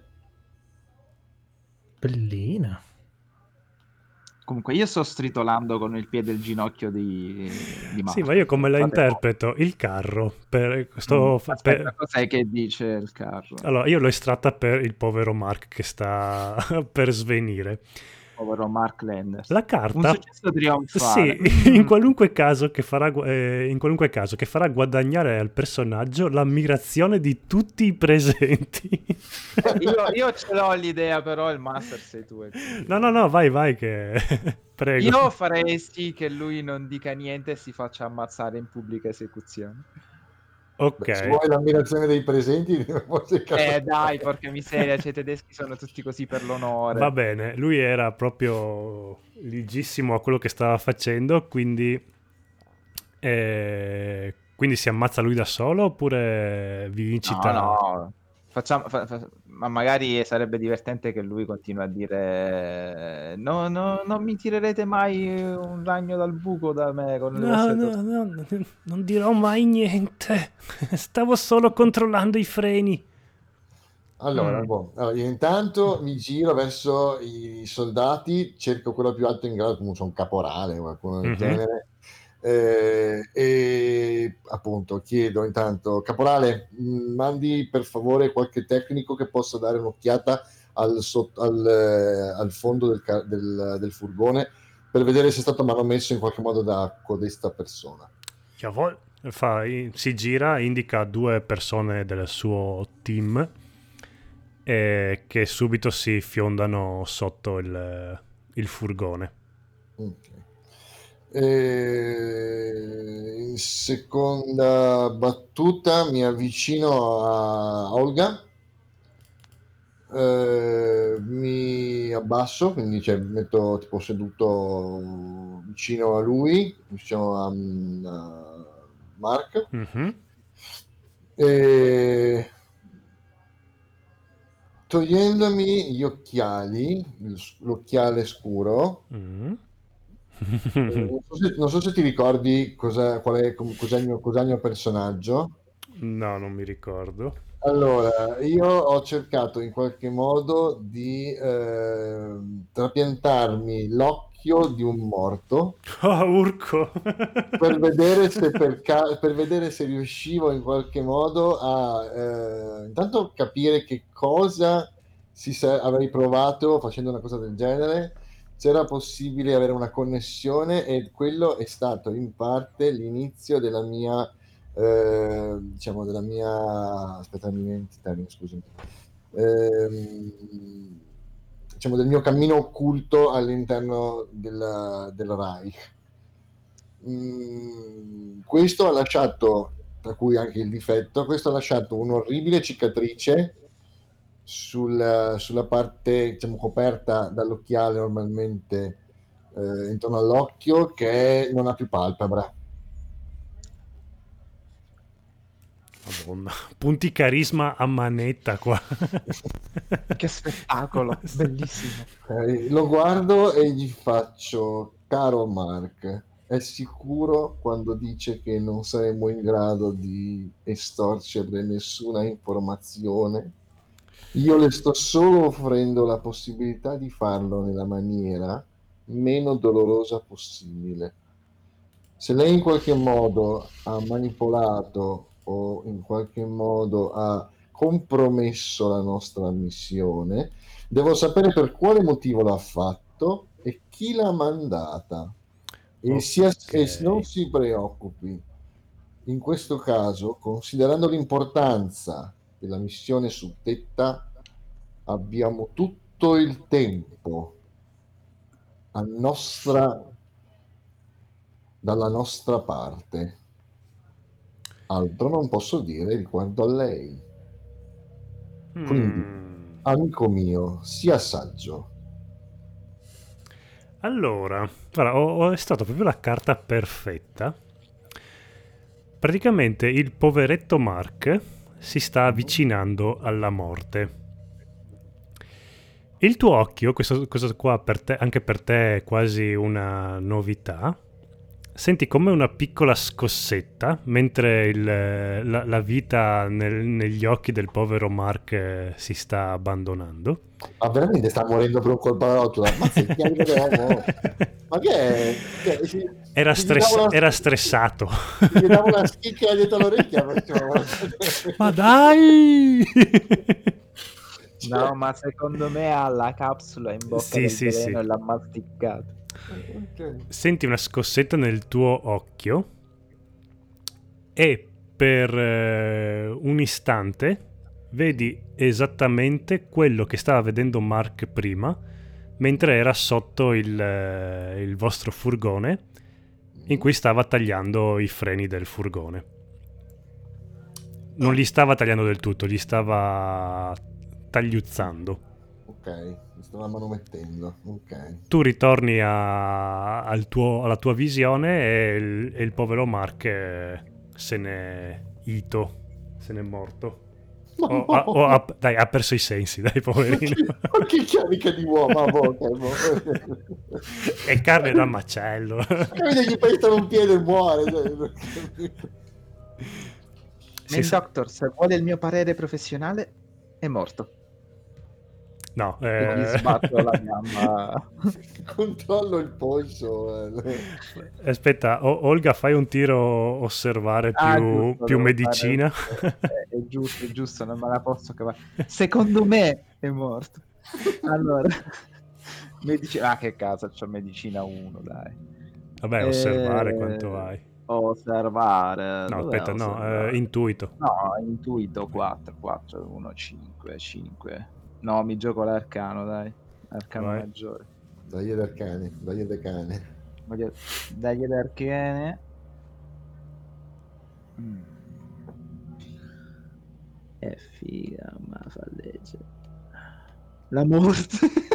bellina. Comunque io sto stritolando con il piede il ginocchio di, di Mark. Sì, ma io come la Fate interpreto? Il carro. Per, poco. sto, Mm, fa- Aspetta, per- cos'è che dice il carro? Allora, io l'ho estratta per il povero Mark che sta per svenire. povero Mark Landers. La Un carta, successo trionfale. sì, in qualunque caso che farà, gu- eh, in qualunque caso che farà guadagnare al personaggio l'ammirazione di tutti i presenti. Io, io ce l'ho l'idea, però il master sei tu. e quindi- No, no, no, vai, vai, che prego. Io farei sì che lui non dica niente e si faccia ammazzare in pubblica esecuzione. Ok. Se vuoi l'ammirazione dei presenti, forse Eh dai, porca miseria, cioè, i tedeschi sono tutti così per l'onore. Va bene, lui era proprio ligissimo a quello che stava facendo, quindi, eh, quindi si ammazza lui da solo oppure vi No, incita? no, facciamo, fa- fa- ma magari sarebbe divertente che lui continua a dire no, no, non mi tirerete mai un ragno dal buco da me con le No, vostre no, toste." no, non dirò mai niente. Stavo solo controllando i freni. Allora, Mm. boh, allora, io intanto mi giro verso i soldati, cerco quello più alto in grado, comunque un caporale o qualcuno del Mhm. genere, eh, e appunto chiedo intanto, caporale, mh, mandi per favore qualche tecnico che possa dare un'occhiata al, sot- al, eh, al fondo del, ca- del- del furgone per vedere se è stato manomesso in qualche modo da codesta persona. Chiavol- fa- si gira, indica due persone del suo team eh, che subito si fiondano sotto il, il furgone. Ok. E in seconda battuta mi avvicino a Olga, eh, mi abbasso, quindi cioè, mi metto tipo seduto vicino a lui, vicino a, a Mark, Mhm. e togliendomi gli occhiali, il- l'occhiale scuro. Mm. Non so se, non so se ti ricordi cosa, qual è, com- cos'è il mio, cos'è il mio personaggio. No, non mi ricordo. Allora, io ho cercato in qualche modo di eh, trapiantarmi l'occhio di un morto Oh, urco! per vedere se, per, ca- per vedere se riuscivo in qualche modo a eh, intanto capire che cosa si sa- avrei provato facendo una cosa del genere, c'era possibile avere una connessione e quello è stato in parte l'inizio della mia eh, diciamo della mia aspetta mi viene il termine, scusami. Ehm, diciamo del mio cammino occulto all'interno del, del Reich. Mm, questo ha lasciato, tra cui anche il difetto, questo ha lasciato un'orribile cicatrice sul- sulla parte, diciamo, coperta dall'occhiale normalmente eh, intorno all'occhio, che non ha più palpebra. Madonna, punti carisma a manetta qua. Che spettacolo, bellissimo. Eh, lo guardo e gli faccio, caro Mark, è sicuro quando dice che non saremo in grado di estorcere nessuna informazione? Io le sto solo offrendo la possibilità di farlo nella maniera meno dolorosa possibile. Se lei in qualche modo ha manipolato o in qualche modo ha compromesso la nostra missione, devo sapere per quale motivo l'ha fatto e chi l'ha mandata. E, sia, e Ok. non si preoccupi. In questo caso, considerando l'importanza della missione suddetta, abbiamo tutto il tempo a nostra, dalla nostra parte. Altro non posso dire riguardo a lei. Quindi, Mm. amico mio, sia saggio. Allora, guarda, ho, ho- è stata proprio la carta perfetta. Praticamente il poveretto Mark si sta avvicinando alla morte. Il tuo occhio, questo, questo qua per te, anche per te è quasi una novità. Senti come una piccola scossetta mentre il, la, la vita nel- negli occhi del povero Mark eh, si sta abbandonando. Ma veramente sta morendo per un colpo alla rotula? Ma sei chiaro d'uomo? Ma che è? Cioè, si- Era, si gli stress- dava una- era stressato. Gli davo una schicca dietro l'orecchia. perché- Ma dai! No, ma secondo me ha la capsula in bocca Sì, del sì, veleno sì. e l'ha masticato. Ok. Senti una scossetta nel tuo occhio e per eh, un istante vedi esattamente quello che stava vedendo Mark prima mentre era sotto il, eh, il vostro furgone in cui stava tagliando i freni del furgone. Non li stava tagliando del tutto, li stava tagliuzzando. Ok, mi stavo manomettendo. Ok. Tu ritorni a- al tuo- alla tua visione e il, e il povero Mark eh, se n'è ito, se n'è morto. Ma O- no! ha- o ha- dai, ha perso i sensi, dai, Ma poverino. che, ma che carica di uomo a bocca! È carne da macello. Capite, gli pestano un piede e muore. Sì, Main sì. Doctor, se vuole il mio parere professionale, è morto. No, E gli eh... sbatto la gamba. Controllo il polso. eh. Aspetta, O- Olga, fai un tiro osservare Ah, più, giusto, più devo medicina. fare- È, è giusto, è giusto, non me la posso cavare. Secondo me è morto. Allora, medicina... Ah, che cazzo, c'ho medicina uno, dai. Vabbè, osservare Eh, quanto hai. Osservare. No, Dov'è aspetta, no, osservare? eh, intuito. No, intuito quattro, quattro, uno, cinque, cinque. No, mi gioco l'arcano, dai. Arcano Vai. maggiore. Dai del cane, dai del cane. Voglio... Dagli l'arcane. Mm. È figa, ma fa leggere. La morte.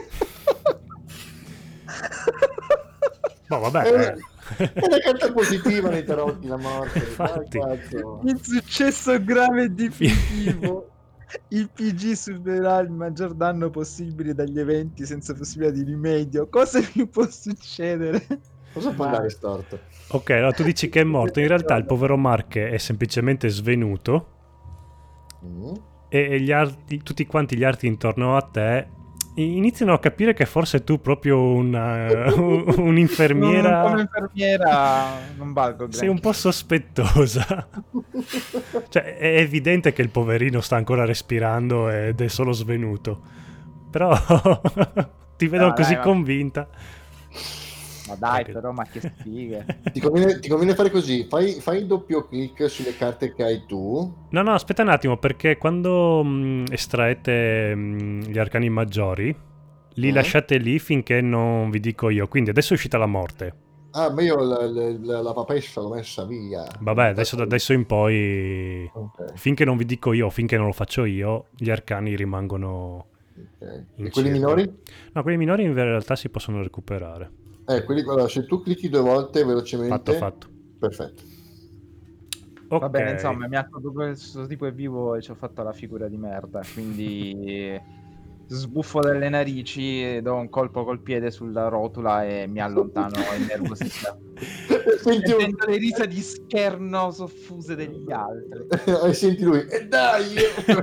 Boh, vabbè. È una, eh. è una carta positiva nei tarotti, la morte. Infatti. Dai, cazzo. Il successo grave e definitivo. Il P G subirà il maggior danno possibile dagli eventi senza possibilità di rimedio. Cosa più può succedere? Cosa può Ma- andare storto? Ok, allora tu dici che è morto. In realtà il povero Mark è semplicemente svenuto Mm. e e gli altri, tutti quanti gli altri intorno a te iniziano a capire che forse tu proprio una, un- un'infermiera Non- come infermiera non valgo sei un granché. po' sospettosa. Cioè è evidente che il poverino sta ancora respirando ed è solo svenuto. Però ti vedo No, così dai, ma- convinta. Ma dai, Ok. però, ma che sfighe. Ti conviene, ti conviene fare così, fai, fai il doppio clic sulle carte che hai tu. No, no, aspetta un attimo, perché quando mh, estraete mh, gli arcani maggiori, li Eh? lasciate lì finché non vi dico io. Quindi adesso è uscita la morte. Ah, ma io la, la, la papessa l'ho messa via. Vabbè, adesso, da adesso in poi, Ok, finché non vi dico io, finché non lo faccio io, gli arcani rimangono ok. in E quelli circolo. minori? No, quelli minori in realtà si possono recuperare. Eh, quelli, allora, se tu clicchi due volte velocemente... Fatto, fatto. Perfetto. Ok. Va bene, insomma, mi ha accorto che questo tipo è vivo e ci ho fatto la figura di merda. Quindi sbuffo delle narici, do un colpo col piede sulla rotula e mi allontano innervosita. Senti, un- Sento le risa di scherno soffuse degli altri. e senti lui, e dai!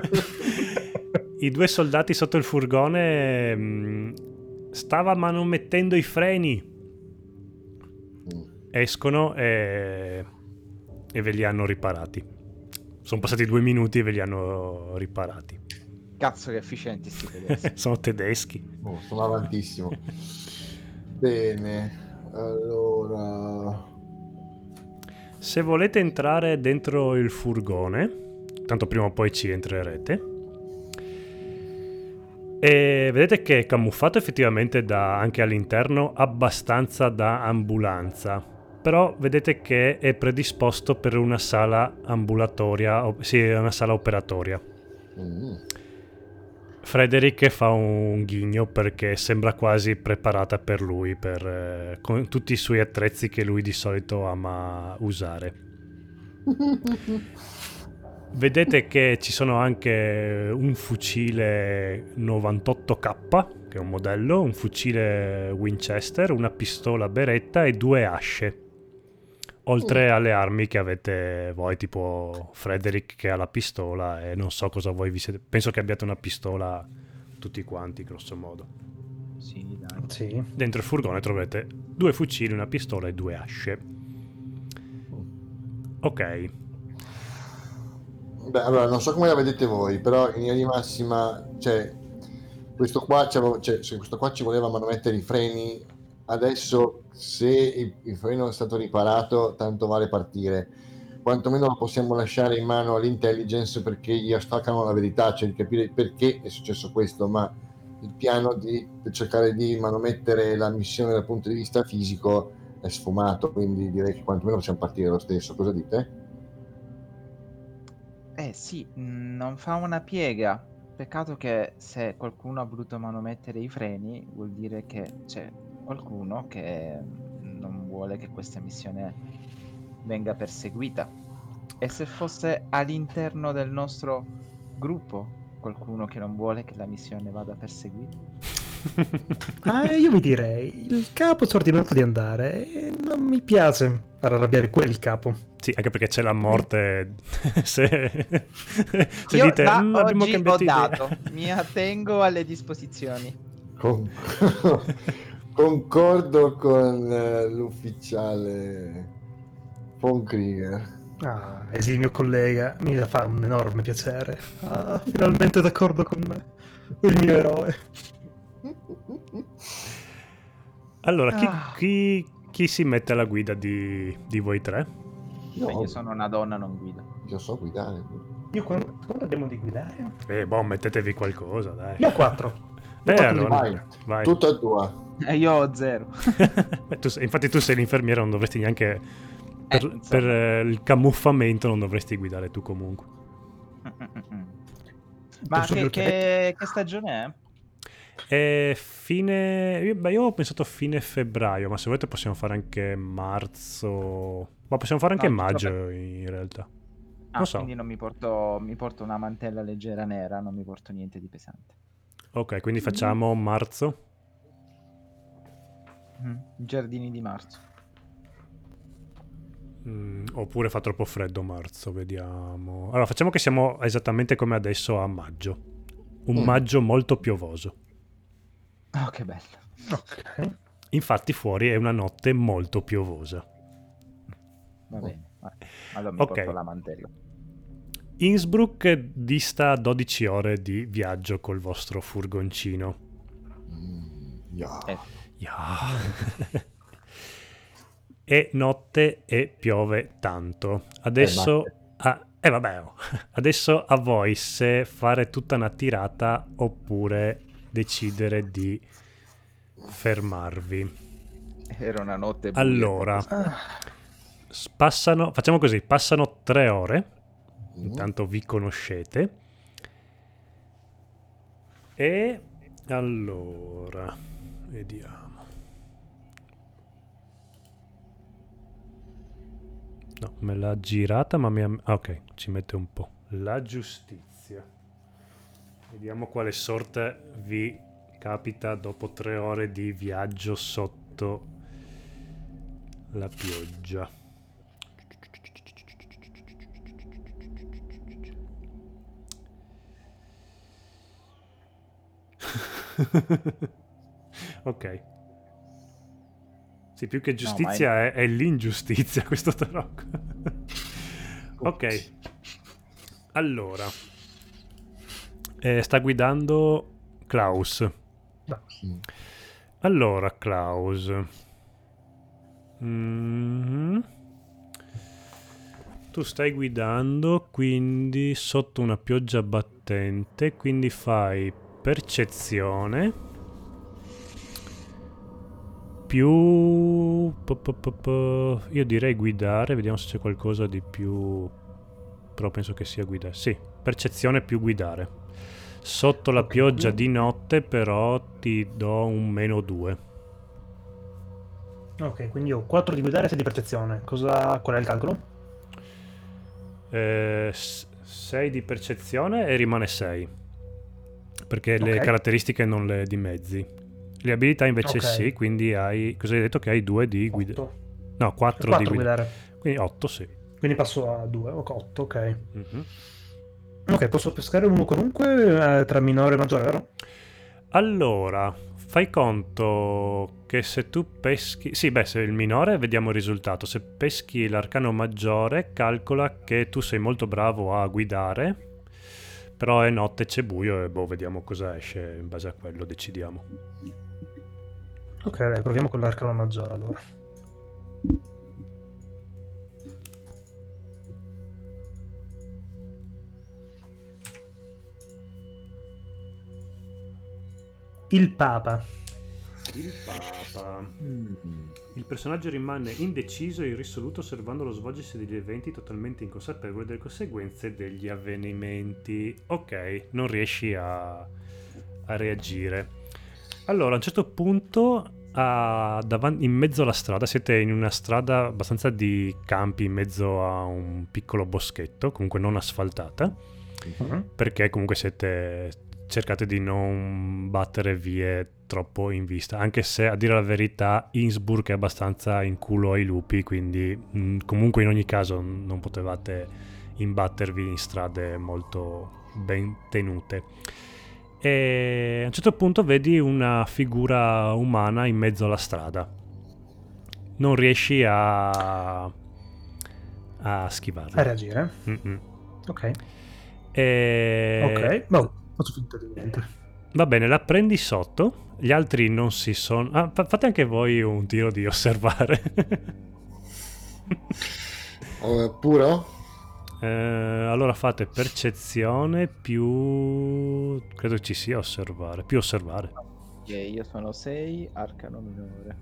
I due soldati sotto il furgone mh, stava manomettendo i freni. Escono e, e ve li hanno riparati. Sono passati due minuti e ve li hanno riparati. Cazzo che efficienti sti tedeschi. Sono tedeschi. Oh, sono avantissimo. Bene, allora... Se volete entrare dentro il furgone, tanto prima o poi ci entrerete, e vedete che è camuffato effettivamente da, anche all'interno abbastanza da ambulanza, però vedete che è predisposto per una sala ambulatoria, o- sì, una sala operatoria. Mm. Frederick fa un ghigno perché sembra quasi preparata per lui, per, eh, con tutti i suoi attrezzi che lui di solito ama usare. Vedete che ci sono anche un fucile novantotto K, che è un modello, un fucile Winchester, una pistola Beretta e due asce. Oltre alle armi che avete voi, tipo Frederick che ha la pistola e non so cosa voi vi siete... Penso che abbiate una pistola tutti quanti, grosso modo. Sì, dai. Sì. Dentro il furgone troverete due fucili, una pistola e due asce. Ok. Beh, allora, non so come la vedete voi, però in linea di massima, cioè, questo qua, cioè, cioè, se questo qua ci voleva manomettere i freni, adesso se il, il freno è stato riparato, tanto vale partire. Quantomeno lo possiamo lasciare in mano all'intelligence, perché gli ostacolano la verità, cioè di capire perché è successo questo, ma il piano di per cercare di manomettere la missione dal punto di vista fisico è sfumato, quindi direi che quantomeno possiamo partire lo stesso. Cosa dite? Eh sì, mh, non fa una piega. Peccato che se qualcuno ha voluto manomettere i freni, vuol dire che c'è qualcuno che mh, non vuole che questa missione venga perseguita. E se fosse all'interno del nostro gruppo qualcuno che non vuole che la missione vada perseguita? Ah, io vi direi, il capo si è ordinato di andare e non mi piace far arrabbiare quel capo. Sì, anche perché c'è la morte. se se Io dite, da "Mm, abbiamo oggi ho cambiato idea." dato, mi attengo alle disposizioni. Con- Concordo con eh, l'ufficiale von Krieger. Ah, esimio collega, mi fa un enorme piacere. Ah, finalmente d'accordo con me, il mio eroe. Allora, chi, Ah. chi- chi si mette alla guida di, di voi tre? Io, Beh, io sono una donna, non guido. io so guidare. Io quando, quando abbiamo di guidare? Eh, boh, mettetevi qualcosa, dai. Io ho quattro. Eh, quattro allora, Vai, vai. tutta tua. E io ho zero. Tu sei- infatti tu sei l'infermiera, non dovresti neanche... Per, Eh, insomma. per, eh, il camuffamento non dovresti guidare tu comunque. Ma Posso che, giocare? che, che stagione è? È fine... io- Beh, io ho pensato fine febbraio, ma se volete possiamo fare anche marzo... Ma possiamo fare anche No, dico maggio per- in realtà. Ah, Non so. quindi non mi porto, mi porto una mantella leggera nera, non mi porto niente di pesante. Ok, quindi facciamo marzo. Mm, Giardini di marzo. Mm, oppure fa troppo freddo marzo, vediamo. Allora, facciamo che siamo esattamente come adesso a maggio. Un Mm. maggio molto piovoso. Oh, che bello. Ok. Infatti fuori è una notte molto piovosa. Va bene. vai. Allora mi Ok. porto la mantella. Innsbruck dista dodici ore di viaggio col vostro furgoncino. Mm, yeah. Eh, Yeah. È notte e piove tanto. Adesso... Eh, ah, eh vabbè, oh. Adesso a voi se fare tutta una tirata oppure decidere di fermarvi. era una notte buia. Allora, proprio. s- passano, facciamo così, passano tre ore, Mm. intanto vi conoscete. E allora, vediamo. No, me l'ha girata, ma mi ha... ah, ok, ci mette un po'. La giustizia. Vediamo quale sorte vi capita dopo tre ore di viaggio sotto la pioggia. Ok. Sì, più che giustizia ma è, è l'ingiustizia questo tarocco. Ok. Allora. Eh, sta guidando Klaus. No. Mm. Allora, Klaus. Mm. Tu stai guidando, quindi sotto una pioggia battente, quindi fai percezione più... po- po- po- po- io direi guidare, vediamo se c'è qualcosa di più... però penso che sia guidare. Sì, percezione più guidare. Sotto la Ok, pioggia quindi- di notte però ti do un meno due. Ok, quindi ho quattro di guidare e sei di percezione. Cosa... Qual è il calcolo? sei di percezione e rimane sei. Perché le Ok. caratteristiche non le dimezzi. Le abilità invece Ok. sì, quindi hai... cosa hai detto? Che hai due di guida? Otto. No, quattro di quattro guida. guidare. Quindi otto sì. Quindi passo a due. Ok, otto, ok. Mhm. Ok, posso pescare uno qualunque eh, tra minore e maggiore, vero? Allora, fai conto che se tu peschi... Sì, beh, se il minore vediamo il risultato. Se peschi l'arcano maggiore, calcola che tu sei molto bravo a guidare, Però è notte, c'è buio e boh, vediamo cosa esce, in base a quello decidiamo. Ok, dai, proviamo con l'arcano maggiore allora. Il Papa. Il Papa. Mm. Il personaggio rimane indeciso e irrisoluto osservando lo svolgersi degli eventi, totalmente inconsapevole delle conseguenze degli avvenimenti. Ok, non riesci a, a reagire. Allora, a un certo punto, a, davan- in mezzo alla strada, siete in una strada abbastanza di campi, in mezzo a un piccolo boschetto, comunque non asfaltata, Mhm. perché comunque siete... cercate di non battere vie troppo in vista, anche se a dire la verità Innsbruck è abbastanza in culo ai lupi, quindi mh, comunque in ogni caso non potevate imbattervi in strade molto ben tenute. E a un certo punto vedi una figura umana in mezzo alla strada. Non riesci a a schivarla. A reagire. Mm-mm. Ok. E... Ok. Boh, faccio finta di niente. Va bene, la prendi sotto. Gli altri non si sono... Ah, fa- fate anche voi un tiro di osservare. Oh, puro? Eh, allora fate percezione più... credo ci sia osservare. Più osservare. Ok, io sono sei, arcano minore.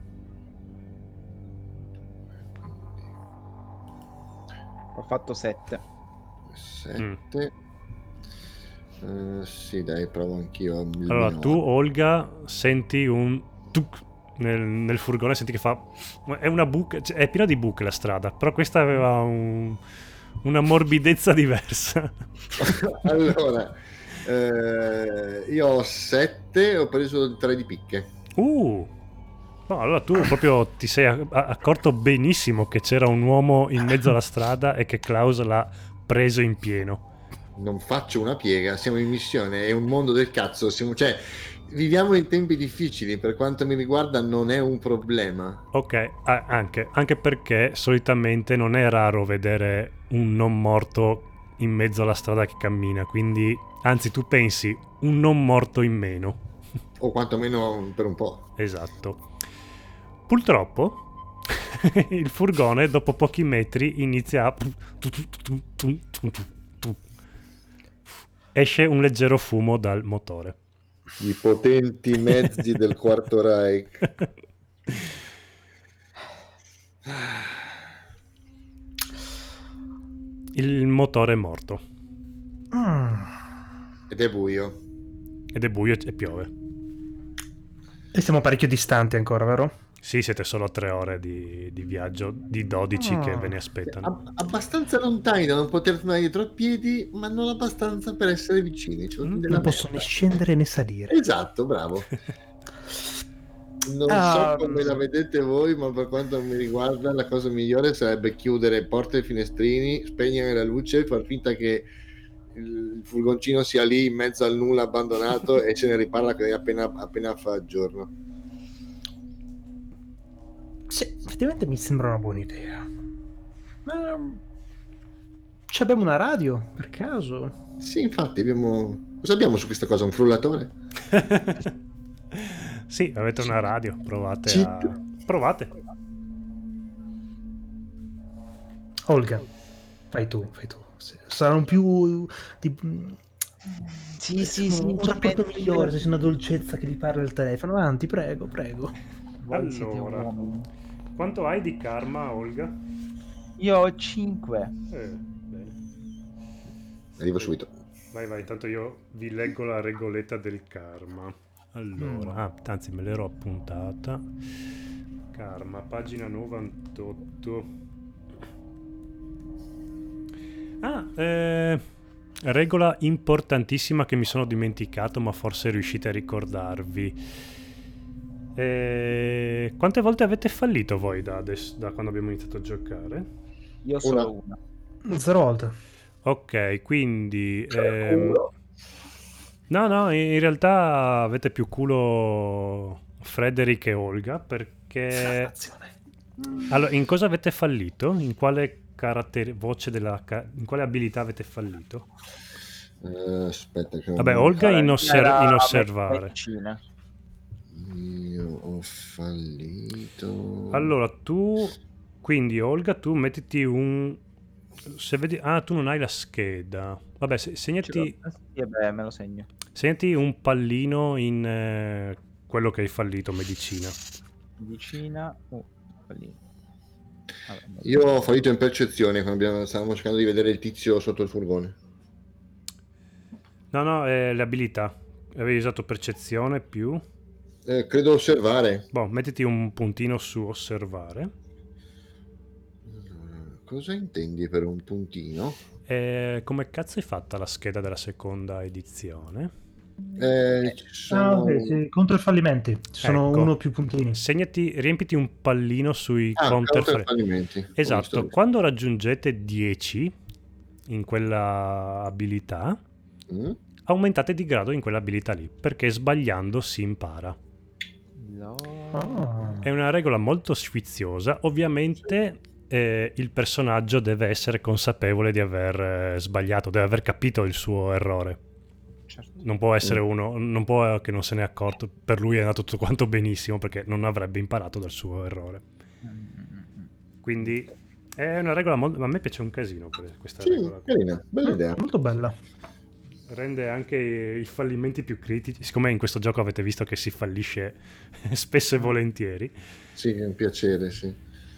Ho fatto sette. sette. Eh, sì, dai, provo anch'io. il Allora minore. tu, Olga, senti un... tuc nel, nel furgone, senti che fa... È una buca... cioè, è piena di buche la strada, però questa aveva un... una morbidezza diversa. Allora, eh, io ho sette, ho preso tre di picche. Uh! No, allora tu proprio ti sei a- accorto benissimo che c'era un uomo in mezzo alla strada e che Klaus l'ha preso in pieno. Non faccio una piega, siamo in missione, è un mondo del cazzo, siamo, cioè, viviamo in tempi difficili, per quanto mi riguarda non è un problema. Ok, a- anche, anche perché solitamente non è raro vedere un non morto in mezzo alla strada che cammina, quindi anzi tu pensi un non morto in meno. O quantomeno per un po'. Esatto. Purtroppo il furgone dopo pochi metri inizia a... esce un leggero fumo dal motore. I potenti mezzi del Quarto Reich. Il motore è morto Mm. Ed è buio. ed è buio e piove. E siamo parecchio distanti ancora, vero? Sì, siete solo a tre ore di, di viaggio di dodici che ve ne aspettano. Ab- abbastanza lontani da non poter tornare dietro a piedi, ma non abbastanza per essere vicini. Cioè, Mm, della Non posso merda. né scendere né salire. Esatto, bravo. Non Ah, so come la vedete voi, ma per quanto mi riguarda la cosa migliore sarebbe chiudere porte e finestrini, spegnere la luce, far finta che il furgoncino sia lì in mezzo al nulla abbandonato e ce ne riparla che appena, appena fa giorno. Sì, effettivamente mi sembra una buona idea. Ma... ci abbiamo una radio, per caso? Sì, infatti abbiamo... Cosa abbiamo su questa cosa? Un frullatore? Sì, avete una radio, provate Cheat. a... provate. Olga, fai tu, fai tu. Sì, saranno più... di... Sì, sì, sì. un ci rapporto metti- migliore se c'è una dolcezza che gli parla al telefono. Avanti, prego, prego. Voi siete Allora, uomini. quanto hai di karma, Olga? Io ho cinque. Eh, bene. Arrivo subito. Vai, vai, intanto io vi leggo la regoletta del karma. Allora, ah, anzi me l'ero appuntata. Karma, pagina novantotto. Ah, eh, regola importantissima che mi sono dimenticato, ma forse riuscite a ricordarvi. Eh, quante volte avete fallito voi da, adesso, da quando abbiamo iniziato a giocare? Io solo una. Zero volte. Ok, quindi... ehm, no, no, in in realtà avete più culo Frederick e Olga, perché... Azione. Allora, in cosa avete fallito? In quale carattere, voce della... ca- in quale abilità avete fallito? Eh, aspetta che Vabbè, non- Olga in, osser- Era in osservare. medicina. Io ho fallito. Allora, tu... Quindi, Olga, tu mettiti un... Se vedi... Ah, tu non hai la scheda. Vabbè, se- Ce l'ho. segnati, Eh sì, beh, me lo segno. segnati un pallino in eh, quello che hai fallito, medicina. Medicina. Uh, lì. Vabbè, vabbè. Io ho fallito in percezione quando abbiamo- stavamo cercando di vedere il tizio sotto il furgone. No, no, eh, le abilità. Avevi usato percezione più... Eh, credo osservare. Boh, mettiti un puntino su osservare. Allora, cosa intendi per un puntino? E come cazzo hai fatta la scheda della seconda edizione? Eh, ci Ah, sono... ok, sì, contro i fallimenti. Ci sono Ecco. uno più puntini. Segnati, riempiti un pallino sui Ah, counter counter falli- fallimenti. Ho Esatto, visto. quando raggiungete dieci in quella abilità, Mm? aumentate di grado in quella abilità lì, perché sbagliando si impara. No. Ah. È una regola molto sfiziosa, ovviamente eh, il personaggio deve essere consapevole di aver eh, sbagliato, deve aver capito il suo errore. Certo. Non può essere uno, non può che non se ne è accorto, per lui è andato tutto quanto benissimo perché non avrebbe imparato dal suo errore. Quindi è una regola molto... ma a me piace un casino que- questa Sì, regola qua. carina, bella idea. Molto bella. Rende anche i fallimenti più critici, siccome in questo gioco avete visto che si fallisce spesso e volentieri. Sì, è un piacere, sì.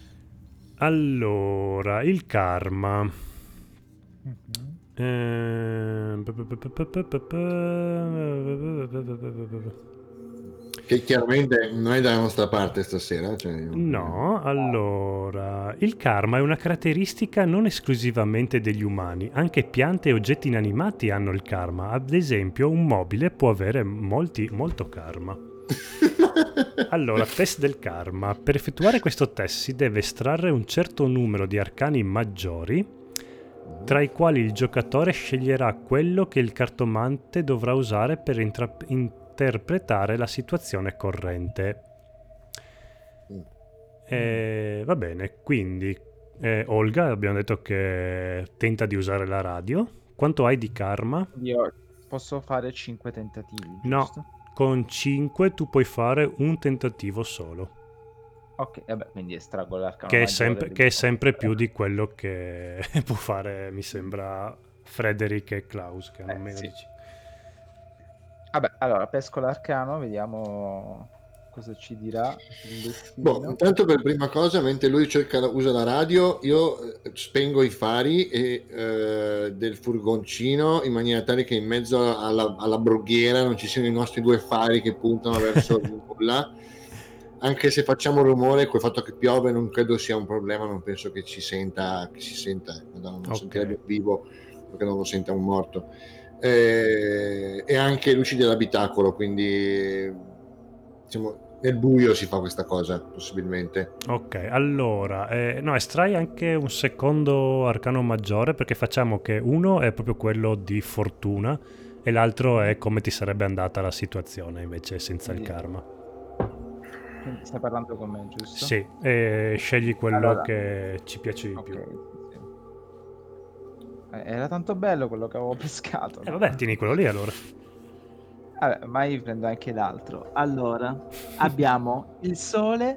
Allora, il karma. Mhm. Ehm, Che chiaramente non è dalla nostra parte stasera. Cioè... No, allora, il karma è una caratteristica non esclusivamente degli umani, anche piante e oggetti inanimati hanno il karma. Ad esempio, un mobile può avere molti, molto karma. Allora, test del karma. Per effettuare questo test si deve estrarre un certo numero di arcani maggiori, tra i quali il giocatore sceglierà quello che il cartomante dovrà usare per intra- interpretare la situazione corrente. Eh, va bene, quindi eh, Olga, abbiamo detto che tenta di usare la radio. Quanto hai di karma? Io posso fare cinque tentativi, No, giusto? con cinque tu puoi fare un tentativo solo, Ok, vabbè, quindi estraggo l'arcano che è, maggiore sempre, del- che è sempre più di quello che può fare, mi sembra, Frederick e Klaus, che hanno Eh, meno sì. di cinque. Vabbè, allora pesco l'arcano, vediamo cosa ci dirà il destino. Boh, intanto per prima cosa, mentre lui cerca, usa la radio, io eh, spengo i fari e, eh, del furgoncino in maniera tale che in mezzo alla, alla brughiera non ci siano i nostri due fari che puntano verso il nulla. Anche se facciamo rumore, col fatto che piove non credo sia un problema, non penso che ci senta, che si senta, non Ok. sentirebbe un vivo perché non lo senta un morto. Eh, e anche luci dell'abitacolo, quindi diciamo nel buio si fa questa cosa possibilmente. Ok, allora, eh, no, estrai anche un secondo arcano maggiore, perché facciamo che uno è proprio quello di fortuna e l'altro è come ti sarebbe andata la situazione invece senza il Sì. karma. Quindi stai parlando con me, giusto? Sì, e scegli quello Allora. che ci piace di Ok, più. sì, sì. Eh, Era tanto bello quello che avevo pescato. E vabbè, tieni quello lì allora. Vabbè, ma io prendo anche l'altro. Allora, abbiamo il sole,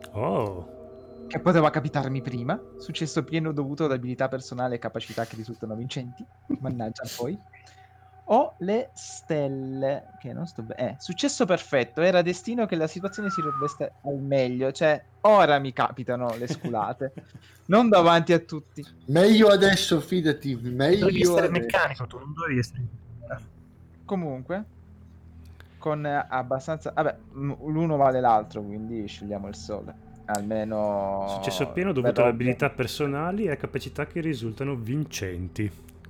Oh, che poteva capitarmi prima. Successo pieno dovuto ad abilità personali e capacità che risultano vincenti. Mannaggia poi. O le stelle, che non sto bene. Eh, successo perfetto. Era destino che la situazione si risolvesse al meglio. Cioè, ora mi capitano le sculate. Non davanti a tutti. Meglio adesso, fidati, Dovevi meglio essere adesso. meccanico, tu non dovevi essere. Comunque, con eh, abbastanza... Vabbè, m- l'uno vale l'altro, quindi scegliamo il sole. Almeno... successo pieno dovuto verrò ad abilità bene. personali e capacità che risultano vincenti.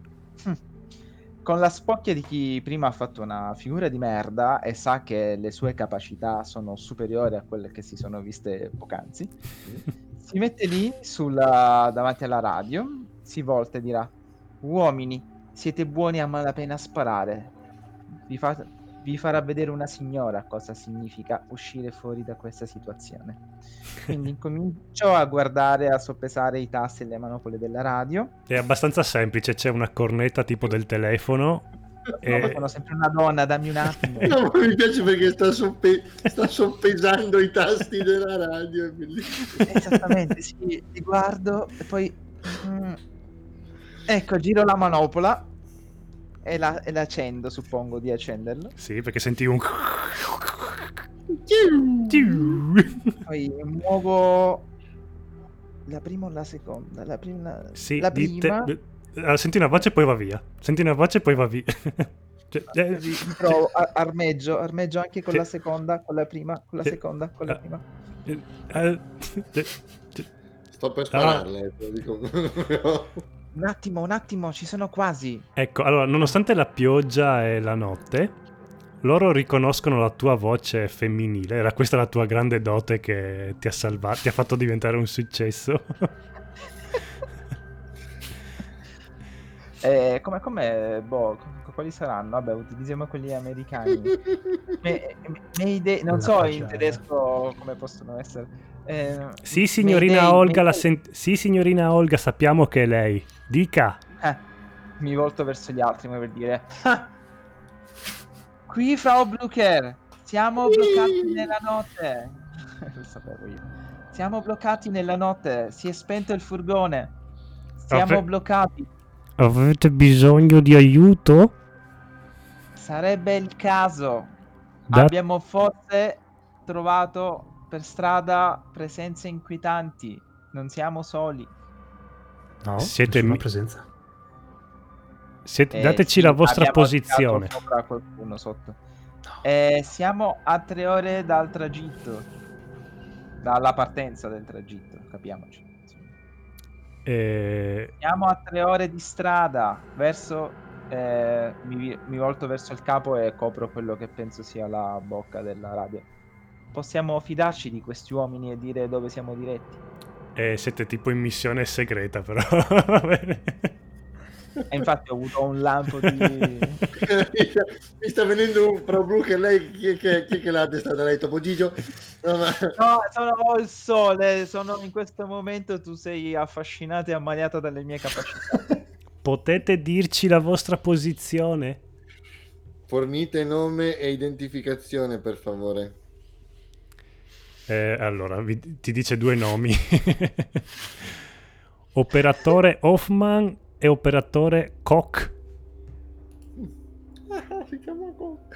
Con la spocchia di chi prima ha fatto una figura di merda e sa che le sue capacità sono superiori a quelle che si sono viste poc'anzi, si mette lì sulla, davanti alla radio, si volta e dirà: uomini, siete buoni a malapena sparare. Vi, fa- vi farà vedere una signora cosa significa uscire fuori da questa situazione. Quindi comincio a guardare, a soppesare i tasti e le manopole della radio. È abbastanza semplice, c'è una cornetta tipo del telefono Eh, sono sempre una donna, dammi un attimo. No, ma mi piace perché sta, soppe- sta soppesando i tasti della radio, è bellissimo. Esattamente, sì, ti guardo e poi mm, ecco, giro la manopola e la, e la accendo, suppongo di accenderlo. sì, perché senti un... Poi muovo la prima o la seconda? La prima, Sì, la dite- prima. allora, senti una voce e poi va via. Senti una voce e poi va via. Cioè, eh, Mi provo, a- armeggio, armeggio anche con Sì. la seconda, con la prima, con la Sì. seconda, con la Ah. prima. eh, eh, eh, Sto per spararle, te lo dico. Un attimo, un attimo, ci sono quasi. Ecco, allora, nonostante la pioggia e la notte, loro riconoscono la tua voce femminile. Era questa la tua grande dote che ti ha salvato, ti ha fatto diventare un successo. Eh, come, come, boh, quali saranno? Vabbè, utilizziamo quelli americani. Me- me- Mayday, non Una so faccia, in eh. tedesco come possono essere. Eh, Sì, signorina Mayday, Olga, la Mayday. sent- sì, signorina Olga, sappiamo che è lei. Dica. Eh, mi volto verso gli altri come per dire: "Ah, qui Frau Blucher, siamo bloccati nella notte." Lo sapevo io. Siamo bloccati nella notte, si è spento il furgone. Siamo Ave- bloccati. Avete bisogno di aiuto? Sarebbe il caso. Da- Abbiamo forse trovato per strada presenze inquietanti. Non siamo soli. No, Siete nessuna mi- presenza. Siete- Eh, dateci sì, la vostra abbiamo tirato posizione. sopra qualcuno sotto. Eh, siamo a tre ore dal tragitto. Dalla partenza del tragitto, capiamoci. Eh, Siamo a tre ore di strada. Verso. eh, mi, mi volto verso il capo e copro quello che penso sia la bocca della radio. Possiamo fidarci di questi uomini e dire dove siamo diretti? eh, siete tipo in missione segreta, però. Va bene. E infatti ho avuto un lampo di. Mi sta venendo un Pro Blu che lei chi è che, chi è che l'ha testata lei Topo Gigio? No, ma... No, sono il sole. Sono in questo momento. Tu sei affascinata e ammaliata dalle mie capacità. Potete dirci la vostra posizione? Fornite nome e identificazione, per favore. Eh, allora, vi- ti dice due nomi. Operatore Hoffman e operatore Koch. Si chiama Coco.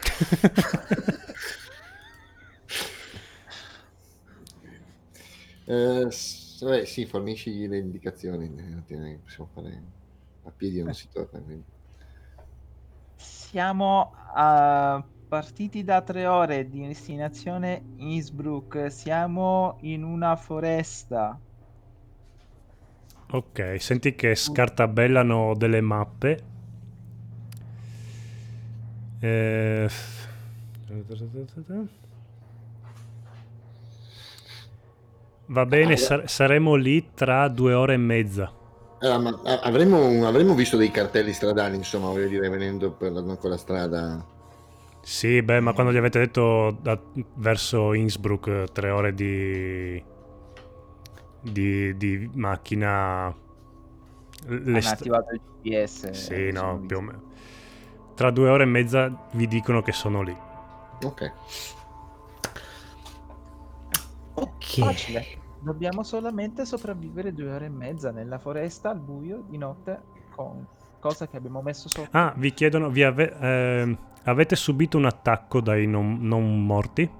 Eh, s- beh, sì, fornisci le indicazioni, eh, possiamo fare a piedi non si torna, quindi. Siamo a partiti da tre ore di destinazione Innsbruck. Siamo in una foresta. Ok, senti che scartabellano delle mappe. Eh... Va bene, sar- saremo lì tra due ore e mezza. Allora, ma a- avremmo, avremmo visto dei cartelli stradali, insomma, voglio dire, venendo per la, quella strada. Sì, beh, ma quando gli avete detto da- verso Innsbruck tre ore di, di, di macchina... le Hanno st- attivato il G P S. Sì, eh, no, sono più o visto. meno. Tra due ore e mezza vi dicono che sono lì. Ok. Ok. Facile. Dobbiamo solamente sopravvivere due ore e mezza nella foresta al buio di notte con cosa che abbiamo messo sotto. Ah, vi chiedono, vi ave- ehm, avete subito un attacco dai non, non morti?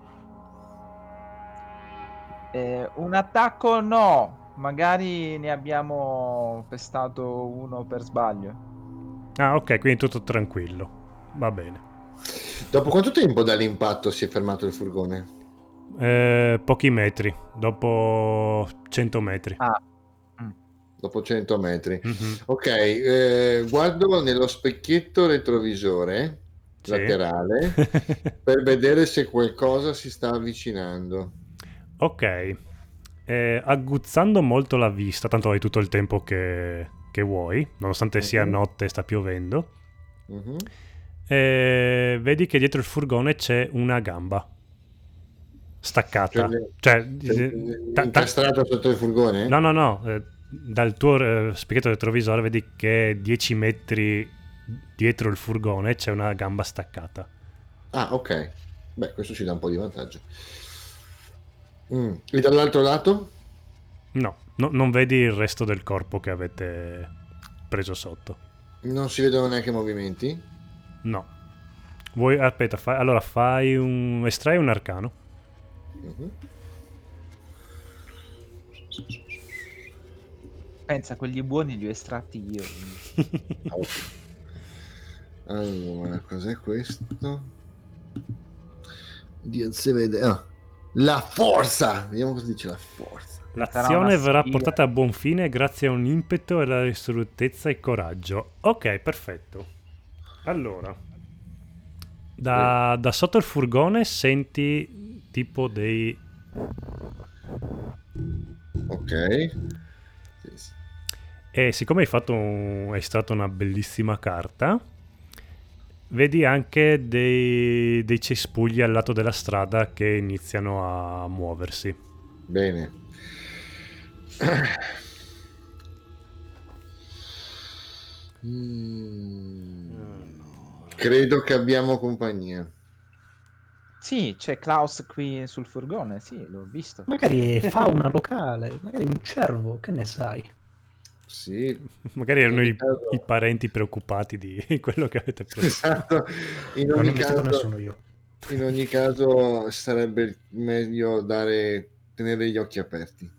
Eh, un attacco no, magari ne abbiamo pestato uno per sbaglio. Ah, ok, quindi tutto tranquillo. Va bene. Dopo quanto tempo dall'impatto si è fermato il furgone? Eh, pochi metri, dopo cento metri. Ah, Dopo cento metri. Mhm. Ok, eh, guardo nello specchietto retrovisore Sì. laterale per vedere se qualcosa si sta avvicinando. Ok, eh, aguzzando molto la vista, tanto hai tutto il tempo che, che vuoi, nonostante sia Mhm. notte e sta piovendo, Mhm. eh, vedi che dietro il furgone c'è una gamba staccata. Cioè, Cioè, Cioè, eh, ta- ta- incastrato sotto il furgone? no, no, no, eh, dal tuo eh, specchietto retrovisore vedi che è dieci metri dietro il furgone c'è una gamba staccata. Ah, ok. Beh, questo ci dà un po' di vantaggio. Mm. E dall'altro lato? No, no, non vedi il resto del corpo che avete preso sotto. Non si vedono neanche movimenti? No. Vuoi, aspetta, fai, allora fai un... estrai un arcano. Mhm. Pensa, quelli buoni li ho estratti io. quindi. Allora, cos'è questo? Dio si vede. Ah, la forza! Vediamo cosa dice la forza. L'azione una verrà sfida. portata a buon fine grazie a un impeto e alla risolutezza e coraggio. Ok, perfetto. Allora, da, da sotto il furgone senti tipo dei... Ok. Sì, sì. E siccome hai fatto un... hai estratto una bellissima carta, vedi anche dei, dei cespugli al lato della strada che iniziano a muoversi. Bene. Mm. Credo che abbiamo compagnia. Sì, c'è Klaus qui sul furgone, sì, l'ho visto. Magari è fauna locale, magari un cervo, che ne sai? Sì. Magari erano In i, caso- i parenti preoccupati di quello che avete preso. Esatto. In Non ho ogni investito caso, nessuno io. in ogni caso sarebbe meglio dare, tenere gli occhi aperti.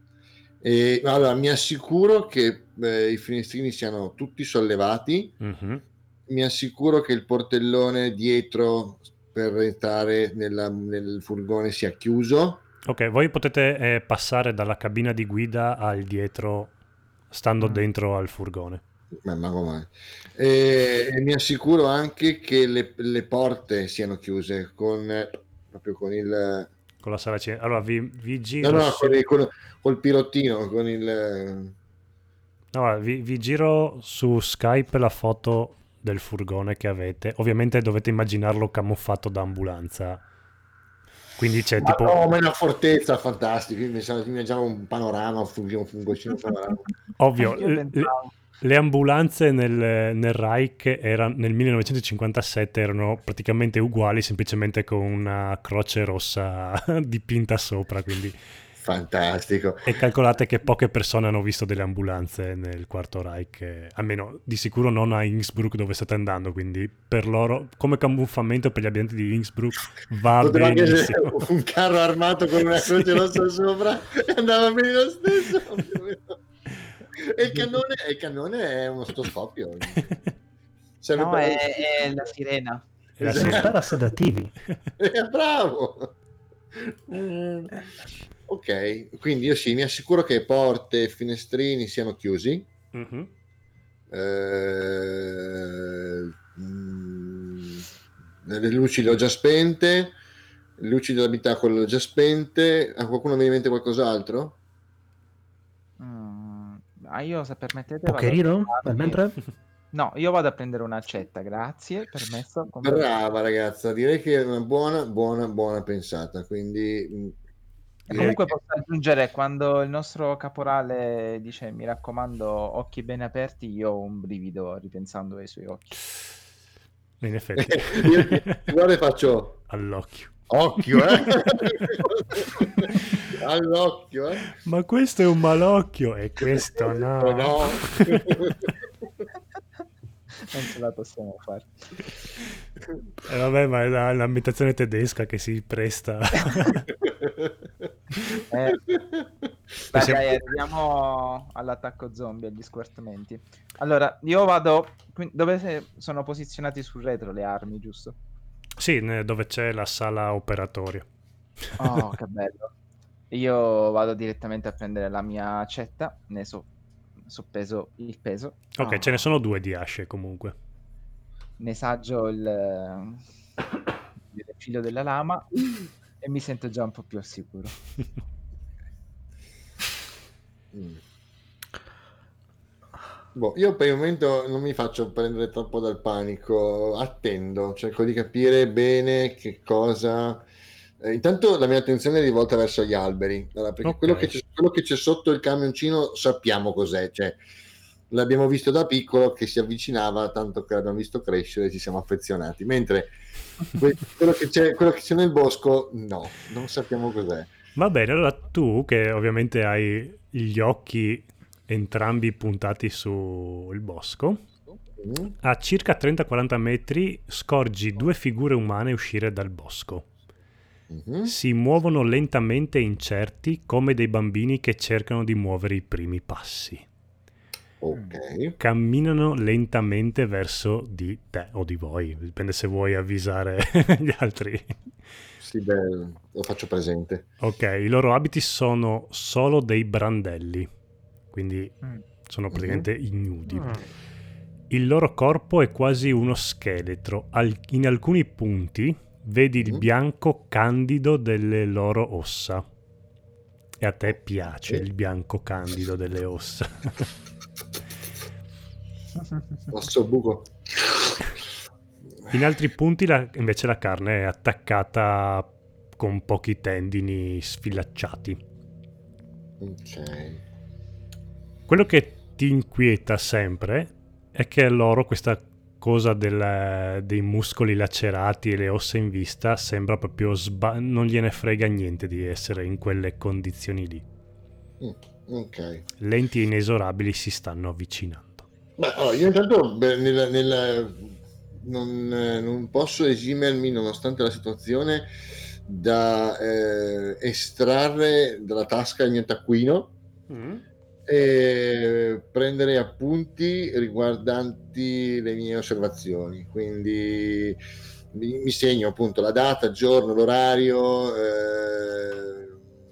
E allora mi assicuro che eh, i finestrini siano tutti sollevati. Mhm. Mi assicuro che il portellone dietro per entrare nella- nel furgone sia chiuso. Ok, voi potete eh, passare dalla cabina di guida al dietro, stando Mm. dentro al furgone. Ma, ma come? E, e mi assicuro anche che le, le porte siano chiuse con proprio con il Con la saracina. Allora vi, vi no, giro no, su... con il- con- col pirottino, con il Allora, vi, vi giro su Skype la foto del furgone che avete. Ovviamente dovete immaginarlo camuffato da ambulanza. Quindi c'è ma tipo... no, ma è una fortezza fantastica. Io mi immaginavo un panorama, un fungino, un fungocino panorama. Ovvio, Io le, pensavo... le ambulanze nel, nel Reich era, nel millenovecentocinquantasette erano praticamente uguali, semplicemente con una croce rossa dipinta sopra, quindi... Fantastico. E calcolate che poche persone hanno visto delle ambulanze nel Quarto Reich, eh, almeno di sicuro non a Innsbruck dove state andando, quindi per loro, come camuffamento per gli abitanti di Innsbruck, va Poteva anche essere benissimo. un carro armato con una croce Sì. rossa sopra e andava bene lo stesso. E il cannone, e il cannone è uno stoscopio. Serve No, per- è, è la sirena. E la Esatto. sirena. Spara sedativi. Eh, bravo. Mm. Ok, quindi io sì, mi assicuro che porte e finestrini siano chiusi. Mhm. Eh, mm, le luci le ho già spente, le luci dell'abitacolo le ho già spente. A qualcuno viene in mente qualcos'altro? Mm, ah, io, se permettete, vado a Pokerino? trovarmi- Nel mentre? No, io vado a prendere un'accetta, grazie, permesso. Come- Brava ragazza, direi che è una buona, buona, buona pensata. Quindi mm, E direi comunque che- posso aggiungere, quando il nostro caporale dice mi raccomando occhi ben aperti, io ho un brivido ripensando ai suoi occhi. In effetti. io ti guarda e faccio All'occhio. occhio, eh? All'occhio, eh? Ma questo è un malocchio e questo no. Oh, no. Non ce la possiamo fare. Eh, vabbè, ma è la- l'ambientazione tedesca che si presta. Eh, Dai, Possiamo- dai, arriviamo all'attacco zombie, agli squartamenti. Allora, io vado... qui- Dove se- sono posizionati sul retro le armi, giusto? Sì, ne- dove c'è la sala operatoria. Oh, che bello. Io vado direttamente a prendere la mia accetta, ne so, so peso il peso. Ok, Ah, ce ne sono due di asce comunque. Ne saggio il, il filo della lama e mi sento già un po' più al sicuro. Mm. Boh, io per il momento non mi faccio prendere troppo dal panico, attendo, cerco di capire bene che cosa. Eh, intanto la mia attenzione è rivolta verso gli alberi, allora, perché Ok. quello, che c'è, quello che c'è sotto il camioncino sappiamo cos'è, cioè l'abbiamo visto da piccolo che si avvicinava, tanto che l'abbiamo visto crescere e ci siamo affezionati, mentre que- quello che c'è, quello che c'è nel bosco no, non sappiamo cos'è. Va bene, allora tu che ovviamente hai gli occhi entrambi puntati sul bosco, Mm. a circa trenta quaranta metri scorgi due figure umane uscire dal bosco. Mhm. Si muovono lentamente e incerti come dei bambini che cercano di muovere i primi passi. Ok. Camminano lentamente verso di te o di voi, dipende se vuoi avvisare gli altri. Sì, beh, lo faccio presente. Ok, i loro abiti sono solo dei brandelli, quindi Mm. sono Mhm. praticamente ignudi. Il loro corpo è quasi uno scheletro. Al- in alcuni punti vedi il Mhm. bianco candido delle loro ossa. E a te piace Ok. il bianco candido delle ossa. Osso buco. In altri punti la- invece la carne è attaccata con pochi tendini sfilacciati. Ok. Quello che ti inquieta sempre è che loro questa cosa del- dei muscoli lacerati e le ossa in vista sembra proprio sba- non gliene frega niente di essere in quelle condizioni lì. Mm, ok. Lenti e inesorabili si stanno avvicinando. Beh, allora, io intanto beh, nel- nel- non, eh, non posso esimermi, nonostante la situazione, da eh, estrarre dalla tasca il mio taccuino e prendere appunti riguardanti le mie osservazioni. Quindi mi, mi segno appunto la data, il giorno, l'orario, eh,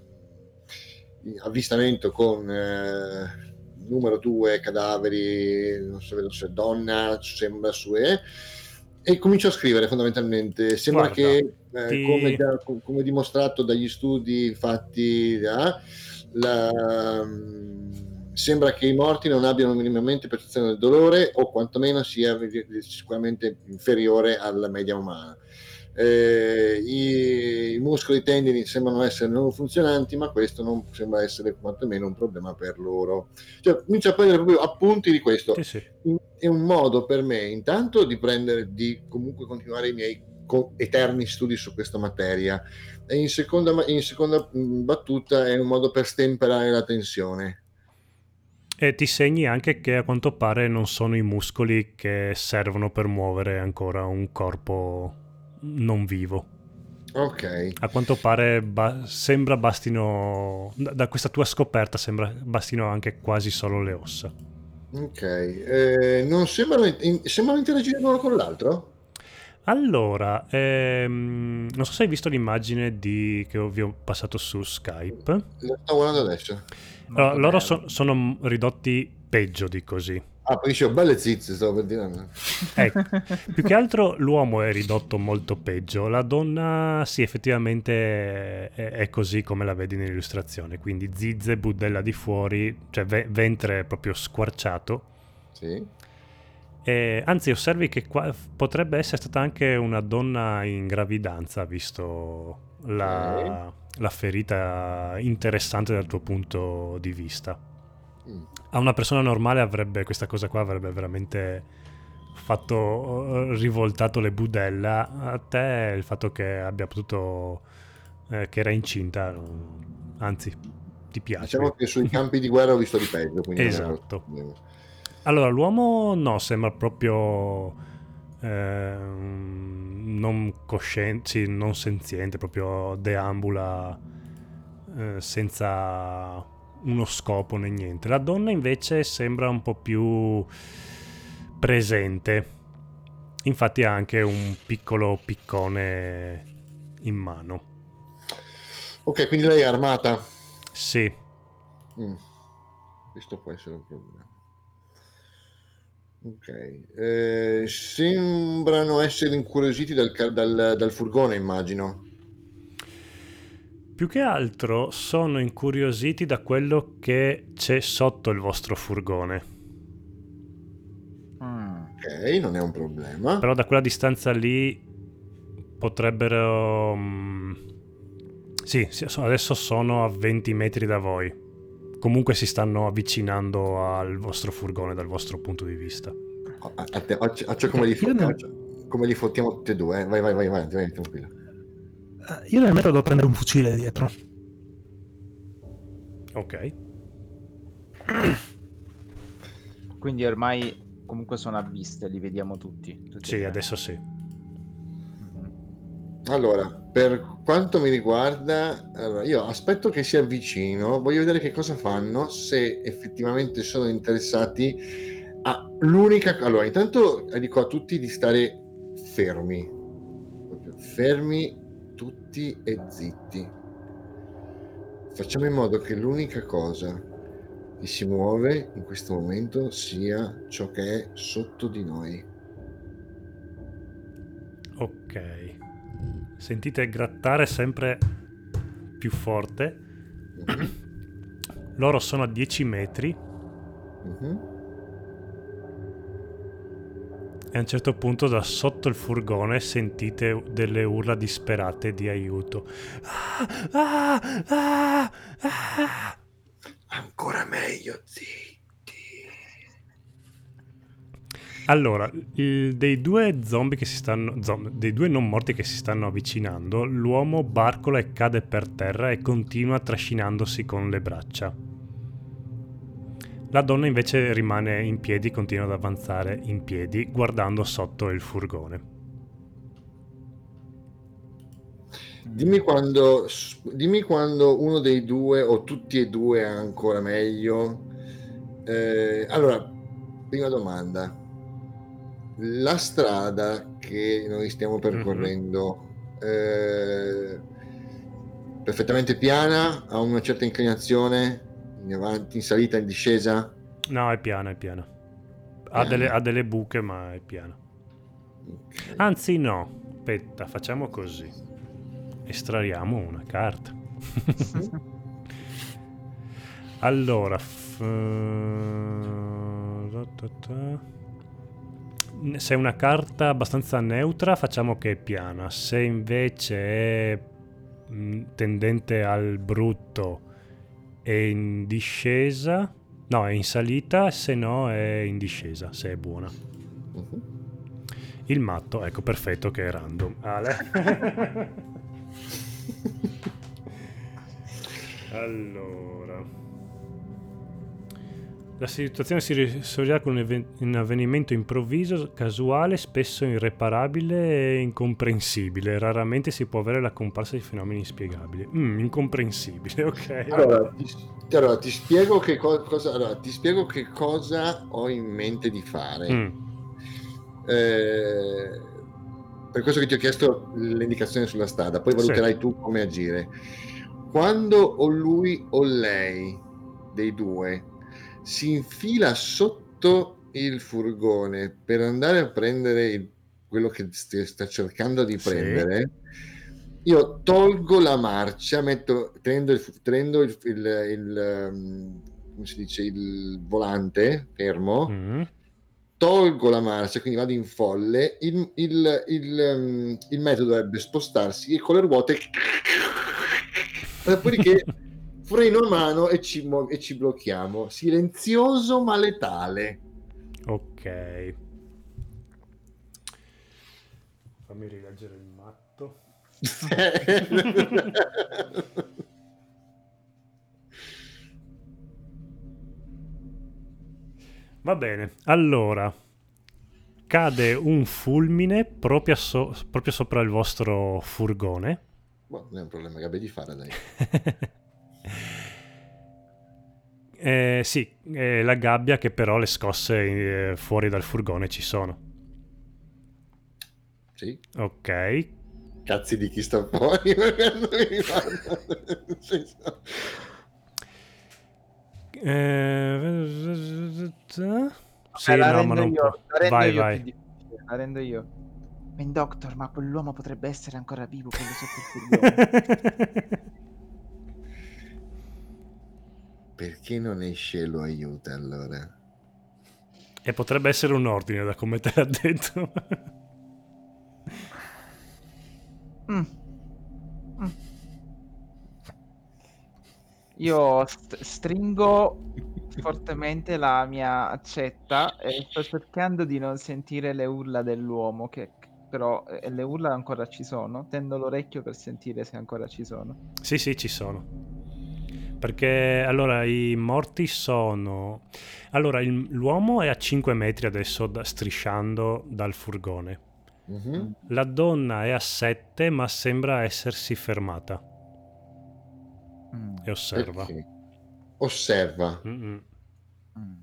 avvistamento con eh, numero due, cadaveri, non so, vedo se è donna, sembra su e e comincio a scrivere fondamentalmente. Sembra Guarda, che, eh, ti- come, già- come dimostrato dagli studi fatti da, la, mm, sembra che i morti non abbiano minimamente percezione del dolore o quantomeno sia sicuramente inferiore alla media umana. Eh, i, i muscoli e i tendini sembrano essere non funzionanti, ma questo non sembra essere quantomeno un problema per loro. Cioè, comincio a prendere proprio appunti di questo. sì, sì. È un modo per me intanto di prendere, di comunque continuare i miei co- eterni studi su questa materia, e in seconda, ma- in seconda mh, battuta è un modo per stemperare la tensione. E ti segni anche che a quanto pare non sono i muscoli che servono per muovere ancora un corpo non vivo. Ok. A quanto pare ba- sembra bastino, da, da questa tua scoperta sembra bastino anche quasi solo le ossa. Ok, eh, non sembrano, in- sembrano interagire l'uno con l'altro? Allora, ehm, non so se hai visto l'immagine di, che vi ho passato su Skype. Lo sto guardando adesso. Allora, Molto loro bello. so- sono ridotti peggio di così. Ah, poi dicevo, belle zizze, stavo per dire. Ecco, più che altro l'uomo è ridotto molto peggio, la donna sì, effettivamente è, è così come la vedi nell'illustrazione, quindi zizze, budella di fuori, cioè ve- ventre proprio squarciato. Sì. E, anzi, osservi che qua potrebbe essere stata anche una donna in gravidanza, visto la, la ferita interessante dal tuo punto di vista. Mm. A una persona normale avrebbe questa cosa qua avrebbe veramente fatto, rivoltato le budella. A te il fatto che abbia potuto, eh, che era incinta, anzi, ti piace. Diciamo che sui campi di guerra ho visto di peggio, quindi non è Esatto. proprio- Allora, l'uomo no, sembra proprio eh, non cosciente, sì, non senziente, proprio deambula eh, senza uno scopo né niente. La donna invece sembra un po' più presente. Infatti ha anche un piccolo piccone in mano. Ok, quindi lei è armata. Sì, Mm. Questo può essere un problema. Ok, eh, sembrano essere incuriositi dal, ca- dal- dal furgone, immagino. più che altro sono incuriositi da quello che c'è sotto il vostro furgone. Mm. Ok, non è un problema. Però da quella distanza lì potrebbero... mm, sì, sì, so- adesso sono a venti metri da voi. comunque si stanno avvicinando al vostro furgone dal vostro punto di vista. A, a te, occhio, occhio come, li Io non- fottiamo, come li fottiamo tutti e due. eh. Vai, vai, vai, vai, vai, tranquillo. Eh, Io nel metro devo prendere un fucile dietro. Ok. Quindi ormai comunque sono a vista, li vediamo tutti. tutti e Sì, tre. adesso sì. Mhm. Allora, per quanto mi riguarda, allora, io aspetto che si avvicino, voglio vedere che cosa fanno, se effettivamente sono interessati a l'unica... Allora, intanto dico a tutti di stare fermi, proprio fermi tutti e zitti. Facciamo in modo che l'unica cosa che si muove in questo momento sia ciò che è sotto di noi. Ok. Sentite grattare sempre più forte. Mhm, Loro sono a dieci metri mhm. e a un certo punto da sotto il furgone sentite delle urla disperate di aiuto. Ah, ah, ah, ah. Ancora meglio, zitti. Allora, il- dei due zombie che si stanno zom- dei due non morti che si stanno avvicinando, l'uomo barcola e cade per terra e continua trascinandosi con le braccia. La donna invece rimane in piedi, continua ad avanzare in piedi, guardando sotto il furgone. Dimmi quando, dimmi quando uno dei due o tutti e due è ancora meglio. Eh, allora, prima domanda. La strada che noi stiamo percorrendo eh, perfettamente piana, ha una certa inclinazione in avanti, in salita, in discesa? No, è piana, è piana. Ha Piana. delle, ha delle buche, ma è piana. Ok. Anzi, no. Aspetta, facciamo così. Estraiamo una carta. Allora, f- se è una carta abbastanza neutra, facciamo che è piana. Se invece è mh, tendente al brutto e in discesa, no, è in salita, se no è in discesa, se è buona. Mhm. Il matto, ecco, perfetto che è random. Ale. Allora, la situazione si risolverà con un, even- un avvenimento improvviso, casuale, spesso irreparabile e incomprensibile. Raramente si può avere la comparsa di fenomeni inspiegabili. Mm, incomprensibile, ok. Allora, ti, allora, ti spiego che co- cosa, allora, ti spiego che cosa ho in mente di fare. Mm, Eh, per questo che ti ho chiesto le indicazioni sulla strada, poi sì. valuterai tu come agire. Quando o lui o lei dei due si infila sotto il furgone per andare a prendere il- quello che st- sta cercando di Sì. prendere, io tolgo la marcia, metto, tenendo il, tenendo il, il, il, um, come si dice, il volante fermo, Mm. tolgo la marcia, quindi vado in folle, il, il, il, um, il mezzo dovrebbe spostarsi e con le ruote dopodiché freno a mano e ci, mo- e ci blocchiamo, silenzioso ma letale. Ok. Fammi rileggere il matto. Va bene, allora cade un fulmine proprio, so- proprio sopra il vostro furgone. Boh, non è un problema che abbia di fare, dai. Eh, sì, è la gabbia che però le scosse eh, fuori dal furgone ci sono. Sì? Ok. Cazzi di chi sta fuori? Non mi riguarda. Nel senso- Eh, sì, la no, rendo ma non io, può. la rendo Vai, io vai. più difficile, la rendo io. In Doctor, ma quell'uomo potrebbe essere ancora vivo, quello sotto il furgone. Perché non esce e lo aiuta allora? E potrebbe essere un ordine, da come te l'ha detto. Mm. Mm. Io st- stringo fortemente la mia accetta e sto cercando di non sentire le urla dell'uomo, che però eh, le urla ancora ci sono. Tendo l'orecchio per sentire se ancora ci sono. Sì, sì, ci sono. Perché allora i morti sono... Allora il- l'uomo è a cinque metri adesso da- strisciando dal furgone. Mhm. La donna è a sette ma sembra essersi fermata Mm, e osserva. Ok. Osserva. Mm-mm. mm.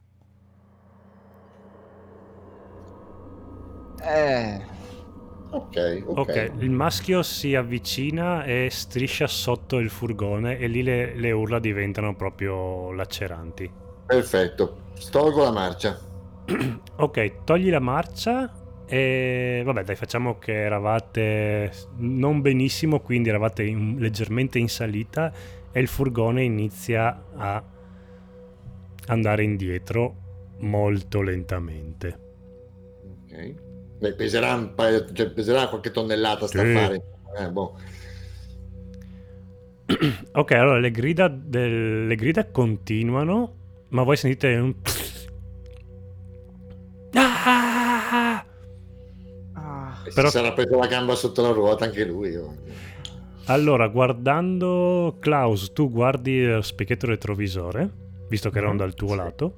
Eh, Ok, ok. Ok, il maschio si avvicina e striscia sotto il furgone e lì le, le urla diventano proprio laceranti. Perfetto. Stolgo la marcia. Ok, togli la marcia e vabbè dai, facciamo che eravate non benissimo, quindi eravate in- leggermente in salita e il furgone inizia a andare indietro molto lentamente. Ok. Beh, peserà, un paio- cioè, peserà qualche tonnellata sta Sì. affare. Eh, boh. Ok, allora le grida, del- le grida continuano, ma voi sentite un... Ah! ah, E Però- si sarà preso la gamba sotto la ruota anche lui. oh. Allora, guardando Klaus, tu guardi lo specchietto retrovisore, visto che erano Mhm. dal tuo Sì. lato,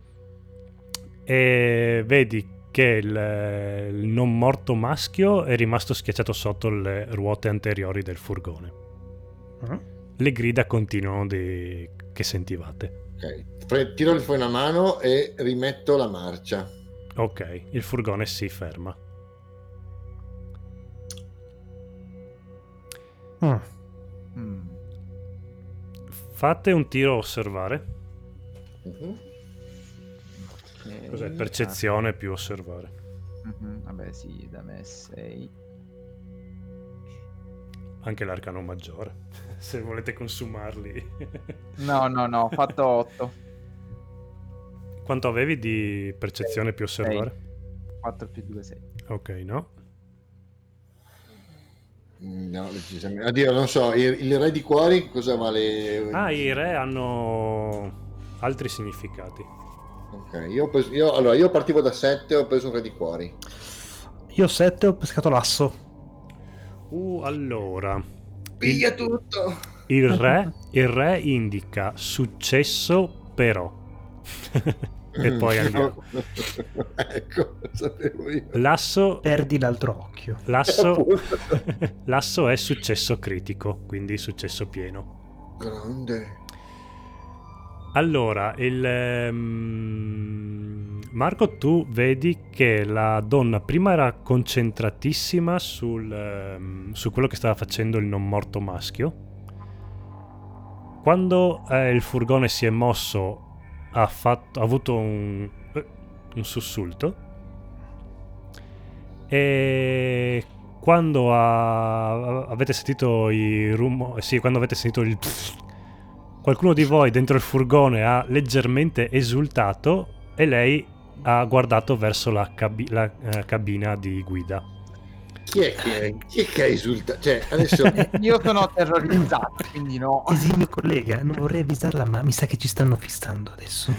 e vedi che il, il non morto maschio è rimasto schiacciato sotto le ruote anteriori del furgone. Mhm. Le grida continuano di... che sentivate. Ok. Pre- tiro fuori una mano e rimetto la marcia. Ok, il furgone si ferma. Mm. mm. Fate un tiro a osservare. Mhm. Ok. Cos'è? Percezione più osservare. Ah, mhm, vabbè, sì, da me sei. Anche l'arcano maggiore, se volete consumarli. No, no, no, ho fatto otto. Quanto avevi di percezione più osservare? quattro più due, sei. Ok, no? Mm, No, decisamente. Oddio, non so, il, il re di cuori cosa vale? Ah, i re hanno altri significati. Ok, io, ho preso- io- allora, io partivo da sette, ho preso un re di cuori. Io sette ho pescato l'asso. Uh, allora... Piglia Il, tutto! il re, il re indica successo però. E poi andiamo. Ecco, lo sapevo io. L'asso, Perdi l'altro occhio. l'asso, Appunto. l'asso è successo critico, quindi successo pieno. Grande. Allora, il, ehm, Marco, tu vedi che la donna prima era concentratissima sul, ehm, su quello che stava facendo il non morto maschio. Quando eh, il furgone si è mosso, ha, fatto, ha avuto un, eh, un sussulto. E quando ha- avete sentito i rumori, sì, quando avete sentito il qualcuno di voi dentro il furgone ha leggermente esultato e lei ha guardato verso la, cabi- la eh, cabina di guida. Chi è che, chi è che esulta? Cioè, adesso... Io sono terrorizzato, quindi no. Esimio collega, non vorrei avvisarla, ma mi sa che ci stanno fissando adesso.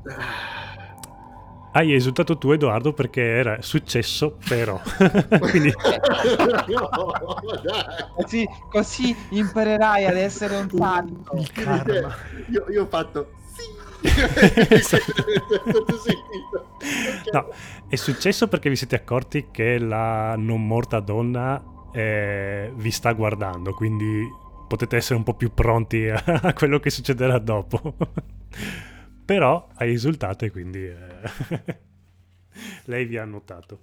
Hai esultato tu, Edoardo, perché era successo però. Quindi No, dai. Così, così imparerai ad essere un santo. Il karma. Io, io ho fatto sì. Esatto. Tutto sentito. Ok. no, è successo perché vi siete accorti che la non morta donna eh, vi sta guardando, quindi potete essere un po' più pronti a, a quello che succederà dopo. Però hai esultato e quindi eh, lei vi ha notato.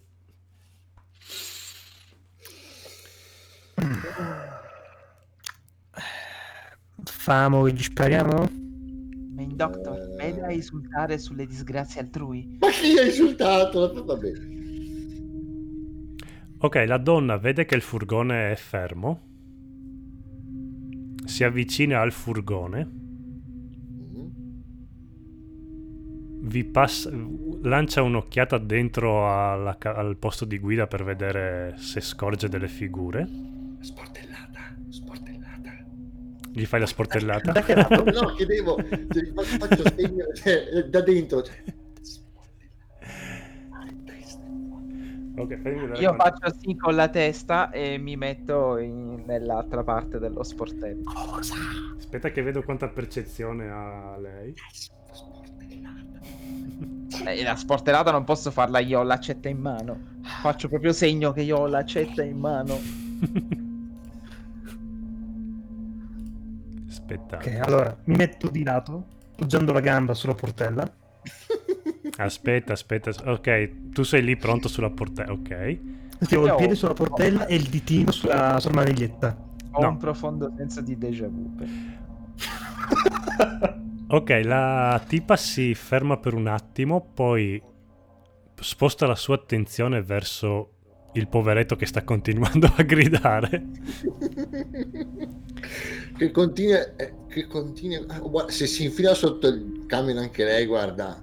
Famo che gli spariamo? Main Doctor, vedi a esultare sulle disgrazie altrui. Ma chi ha insultato? Va bene. Ok, la donna vede che il furgone è fermo, si avvicina al furgone, vi passa, lancia un'occhiata dentro alla ca- al posto di guida per vedere se scorge delle figure. Sportellata, sportellata. Gli fai la sportellata? Da che lato? No, chiedevo, cioè, faccio, faccio segno, cioè, da dentro. Cioè. Ok, fammi vedere Io quanto- faccio sì con la testa e mi metto in- nell'altra parte dello sportello. Aspetta che vedo quanta percezione ha lei. Eh, la sportellata non posso farla io, ho l'accetta in mano. Faccio proprio segno che io ho l'accetta in mano. Aspetta. Ok, allora mi metto di lato, appoggiando la gamba sulla portella. Aspetta, aspetta. Ok, tu sei lì pronto sulla portella. Ok. Mettevo il Io piede ho- sulla portella e il ditino sulla, sulla maniglietta. Ho No. un profondo senso di déjà vu. Ok, la tipa si ferma per un attimo, poi sposta la sua attenzione verso il poveretto che sta continuando a gridare. Che continua, eh, che continua, ah, guarda, se si infila sotto il camion anche lei, guarda.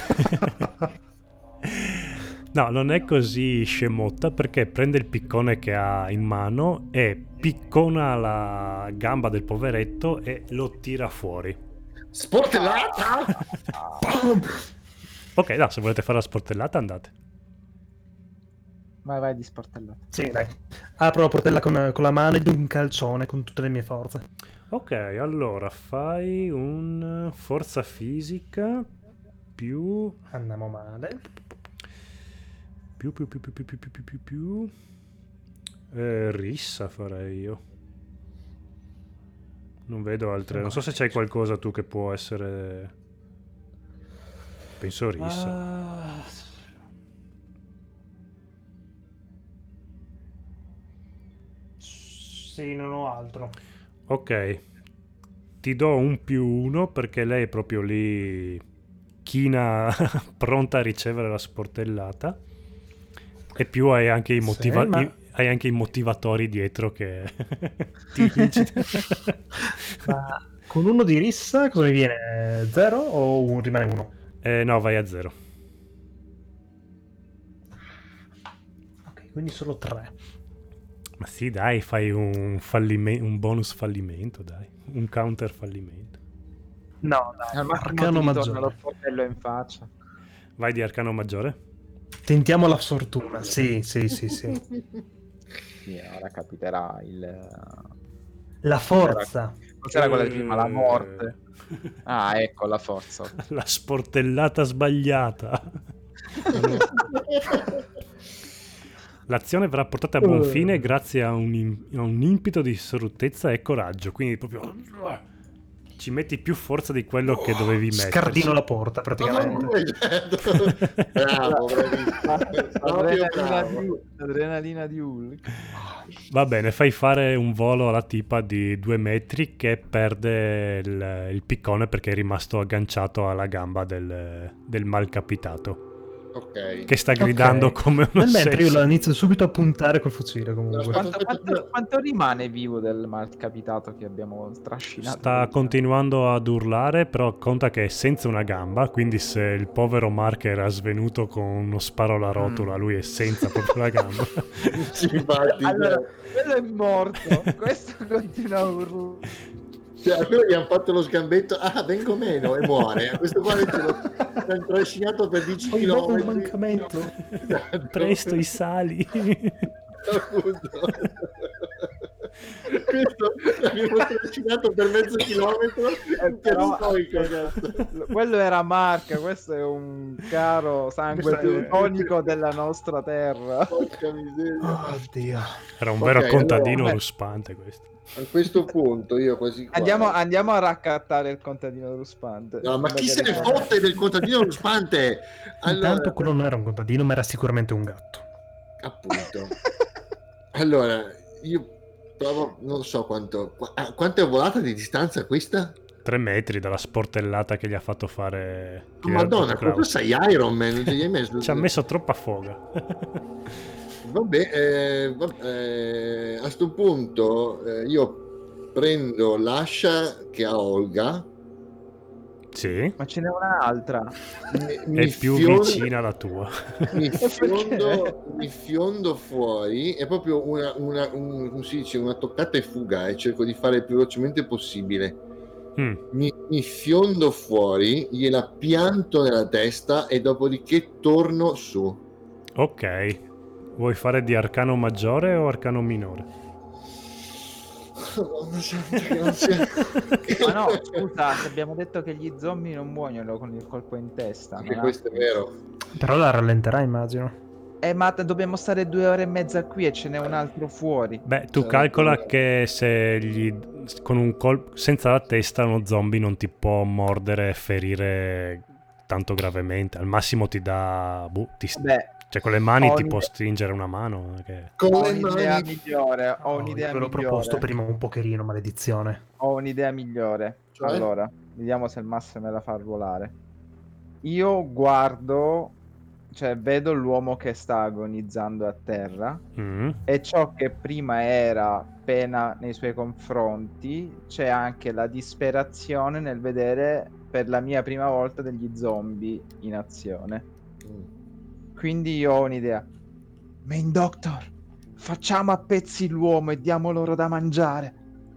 No, non è così scemotta perché prende il piccone che ha in mano e piccona la gamba del poveretto e lo tira fuori. Sportellata! Ok, no, se volete fare la sportellata andate. Vai, vai di sportellata. Sì, dai. Apro la portella con, con la mano e do un calcione con tutte le mie forze. Ok, allora fai un forza fisica più Andiamo male. più più più più più più più più più più eh, rissa farei io. Non vedo altre. Non so se c'hai qualcosa tu che può essere. Penso rissa. Ah, sì, non ho altro. Ok, ti do un più uno perché lei è proprio lì china pronta a ricevere la sportellata e più hai anche i, Sì, motiva- ma- i- hai anche i motivatori dietro che ti incitano. Ma con uno di rissa cosa mi viene? Zero o un, rimane uno? Eh, no, vai a zero. Ok, quindi solo tre. Ma sì, dai, fai un, fallime- un bonus fallimento, dai. Un counter fallimento. No, dai, Al massimo arcano ti ritorna lo maggiore. sportello in faccia. Vai di arcano maggiore. Tentiamo la fortuna. Sì, sì, sì, sì. Sì, ora capiterà il... La forza. Cos'era quella di prima? La Eh, morte. Ah, ecco, la forza. La sportellata sbagliata. L'azione verrà portata a buon fine grazie a un, im- a un impito di sruttezza e coraggio. Quindi proprio ci metti più forza di quello che dovevi mettere. Scardino la porta praticamente. Bravo, bravissimo. Proprio Adrenalina bravo. di, adrenalina di Hulk. Va bene, fai fare un volo alla tipa di due metri che perde il, il piccone perché è rimasto agganciato alla gamba del, del malcapitato. Ok. Che sta gridando Ok. come uno Nel mentre io sesso. la inizio subito a puntare col fucile comunque. Aspetta, Quanto, aspetta, quanto- quanto rimane vivo del malcapitato che abbiamo strascinato? Sta continuando ad urlare, però conta che è senza una gamba, quindi se il povero Mark era svenuto con uno sparo alla rotola, Mm. lui è senza proprio la gamba. Sì, infatti, Allora, cioè, quello è morto. Questo continua a urlare. cioè, a quello gli hanno fatto lo sgambetto, ah, vengo meno e muore. A questo qua invece lo hanno trascinato per dieci Poi dopo un chilometri. mancamento. Esatto. Presto i sali. Appunto. Questo l'abbiamo trascinato per mezzo chilometro Eh, però, stoico, cazzo. quello era Mark, questo è un caro sangue Questo è- teutonico della nostra terra. Porca miseria. Oddio. Era un Ok, vero contadino allora, ruspante questo. A questo punto io quasi quasi... Andiamo, andiamo a raccattare il contadino ruspante. No, ma chi se ne Magari- fotte del contadino ruspante? Allora, Intanto quello non era un contadino, ma era sicuramente un gatto. appunto. Allora, io provo, non so quanto... qu- ah, quanto è volata di distanza questa? Tre metri dalla sportellata che gli ha fatto fare... che gli ha Madonna, dato proprio Klaus. sei Iron Man, non ci hai messo... Ci ha messo troppa foga. Vabbè, eh, va- eh, a sto punto eh, io prendo l'ascia che ha Olga Sì, Ma ce n'è un'altra. Mi, è mi più fiondo- vicina alla tua. mi Perché? fiondo, mi fiondo fuori, è proprio una, una, un, come si dice, una toccata e fuga, e cerco di fare il più velocemente possibile. Mm, Mi, mi fiondo fuori, gliela pianto nella testa e dopodiché torno su. ok. Vuoi fare di arcano maggiore o arcano minore? Madonna santa, che non sia- Ma no, scusa, se abbiamo detto che gli zombie non muoiono con il colpo in testa. Anche non ha questo è senso. vero. Però la rallenterà, immagino. Eh, ma t- dobbiamo stare due ore e mezza qui e ce n'è un altro fuori. Beh, tu C'è calcola ragione. che se gli con un colpo senza la testa uno zombie non ti può mordere e ferire tanto gravemente. Al massimo ti dà boh, ti- Vabbè, cioè con le mani ho ti può un'idea- stringere una mano che- Con ho le un'idea mani. migliore. Ho Oh, io un'idea ve l'ho proposto migliore. prima un pocherino, maledizione. Ho un'idea migliore. Cioè? Allora, vediamo se il master me la fa arruolare. Io guardo, cioè vedo l'uomo che sta agonizzando a terra Mm. e ciò che prima era pena nei suoi confronti, c'è anche la disperazione nel vedere per la mia prima volta degli zombie in azione. Quindi io ho un'idea. Main Doctor, facciamo a pezzi l'uomo e diamo loro da mangiare.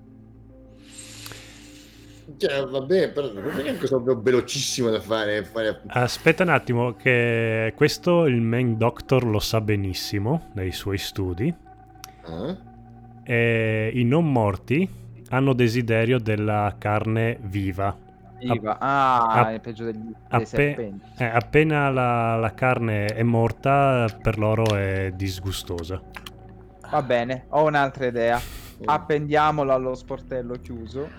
Cioè, vabbè, però non è una cosa proprio velocissima da fare. fare... Aspetta un attimo che questo il main doctor lo sa benissimo nei suoi studi. Ah? E i non morti hanno desiderio della carne viva. Viva. Ah, app- è peggio degli, dei Appe- serpenti. eh, appena la, la carne è morta, per loro è disgustosa. Va bene, ho un'altra idea. Mm. Appendiamolo allo sportello chiuso.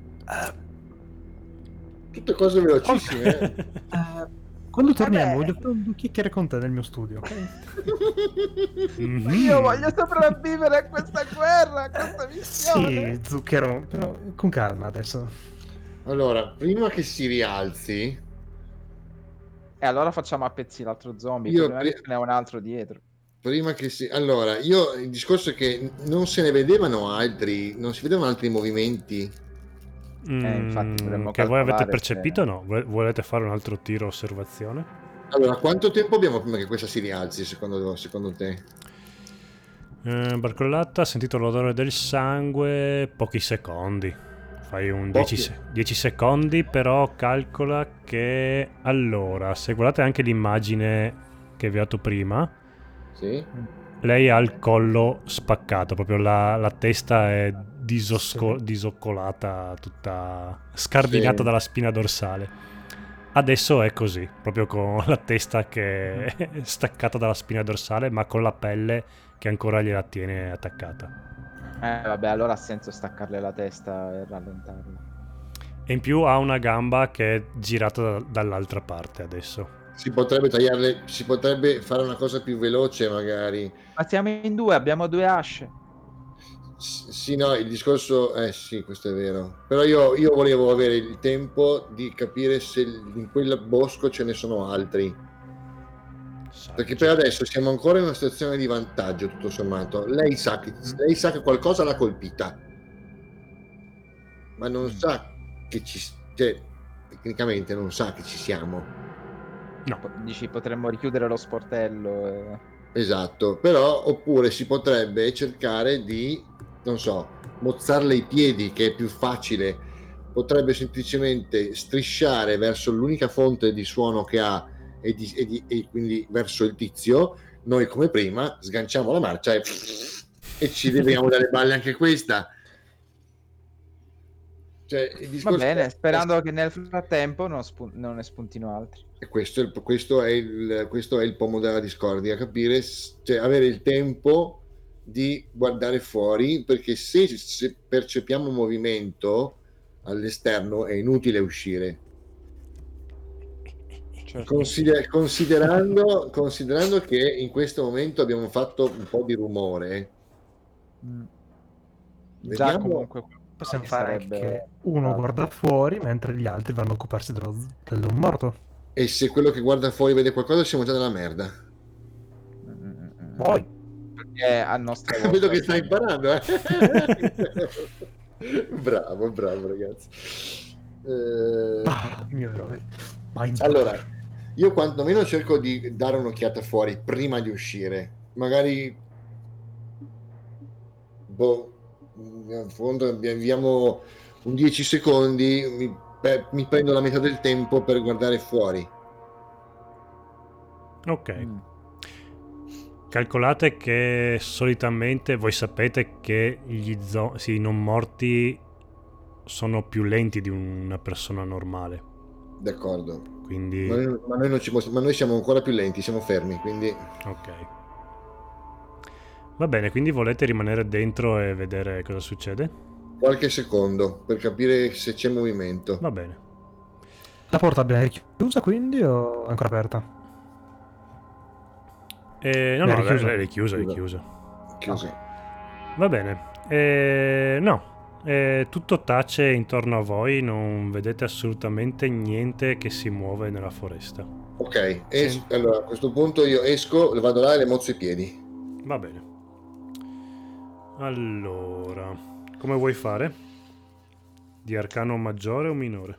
Tutte cose velocissime. eh. Eh, quando torniamo, Vabbè. voglio fare due chiacchiere con te nel mio studio, ok? Mhm. Io voglio sopravvivere a questa guerra, a questa missione. Sì, zucchero, però con calma adesso. Allora, prima che si rialzi, E allora facciamo a pezzi l'altro zombie. Io Il problema è pre- che ce n'è un altro dietro. prima che si... Allora, io il discorso è che non se ne vedevano altri, non si vedevano altri movimenti. Eh, infatti dovremmo Mm, che voi avete calcolare percepito se- no? Vo- Volete fare un altro tiro osservazione? Allora, quanto tempo abbiamo prima che questa si rialzi, secondo, secondo te? Eh, Barcollata ha sentito l'odore del sangue pochi secondi. Fai un Pochi? dieci secondi, però calcola che... Allora, se guardate anche l'immagine che vi ho dato prima, Sì? lei ha il collo spaccato, proprio la, la testa è disosco- disoccolata, tutta scardinata Sì. dalla spina dorsale. Adesso è così, proprio con la testa che è staccata dalla spina dorsale, ma con la pelle che ancora gliela tiene attaccata. Eh, vabbè, allora ha senso staccarle la testa e rallentarla. E in più ha una gamba che è girata da- dall'altra parte adesso. Si potrebbe tagliarle, si potrebbe fare una cosa più veloce magari. Ma siamo in due, abbiamo due asce. S- Sì, no, il discorso... Eh sì, questo è vero. Però io, io volevo avere il tempo di capire se in quel bosco ce ne sono altri. Perché per adesso siamo ancora in una situazione di vantaggio, tutto sommato. Lei sa che, lei sa che qualcosa l'ha colpita, ma non Mm. sa che ci... Cioè, tecnicamente non sa che ci siamo. No. Po- Dici, potremmo richiudere lo sportello. e- Esatto, però oppure si potrebbe cercare di, non so, mozzarle i piedi, che è più facile. Potrebbe semplicemente strisciare verso l'unica fonte di suono che ha e, di- e di- e quindi verso il tizio. Noi come prima sganciamo la marcia e, e ci leviamo dalle balle anche questa. Cioè, il Va discorso bene, è- sperando che nel frattempo non, spun- non ne spuntino altri. E questo è il, questo è il, questo è il pomo della discordia, capire, s- cioè avere il tempo di guardare fuori, perché se, se percepiamo movimento all'esterno è inutile uscire. Consider- considerando, considerando che in questo momento abbiamo fatto un po' di rumore, Mm. Già vediamo. comunque Possiamo ci fare sarebbe- che uno guarda fuori mentre gli altri vanno a occuparsi dello, del non morto. E se quello che guarda fuori vede qualcosa, siamo già nella merda. Mm, mm, mm. Poi, Perché a nostra volta Vedo che stai imparando, eh? Bravo, bravo ragazzi. Eh, Ah, il mio eroe. Mind allora, io quantomeno cerco di dare un'occhiata fuori prima di uscire. Magari, boh, in fondo abbiamo un dieci secondi, mi, pe- mi prendo la metà del tempo per guardare fuori. Ok. Mm. Calcolate che solitamente voi sapete che gli zo- sì, i non morti sono più lenti di una persona normale. D'accordo. Quindi, Ma noi, ma noi non ci mos- ma noi siamo ancora più lenti, siamo fermi, quindi ok. Va bene, quindi volete rimanere dentro e vedere cosa succede? qualche secondo per capire se c'è movimento. Va bene. La porta abbiamo chiusa quindi o è ancora aperta? Eh, no, L'hai no, lei richiusa? lei è chiusa, è Chiusa. chiusa. Chiuso. Va bene. Eh, no, Eh, tutto tace intorno a voi, non vedete assolutamente niente che si muove nella foresta. Ok, es- Sì. allora a questo punto io esco, vado là e le mozzo i piedi. Va bene. Allora, come vuoi fare? Di arcano maggiore o minore?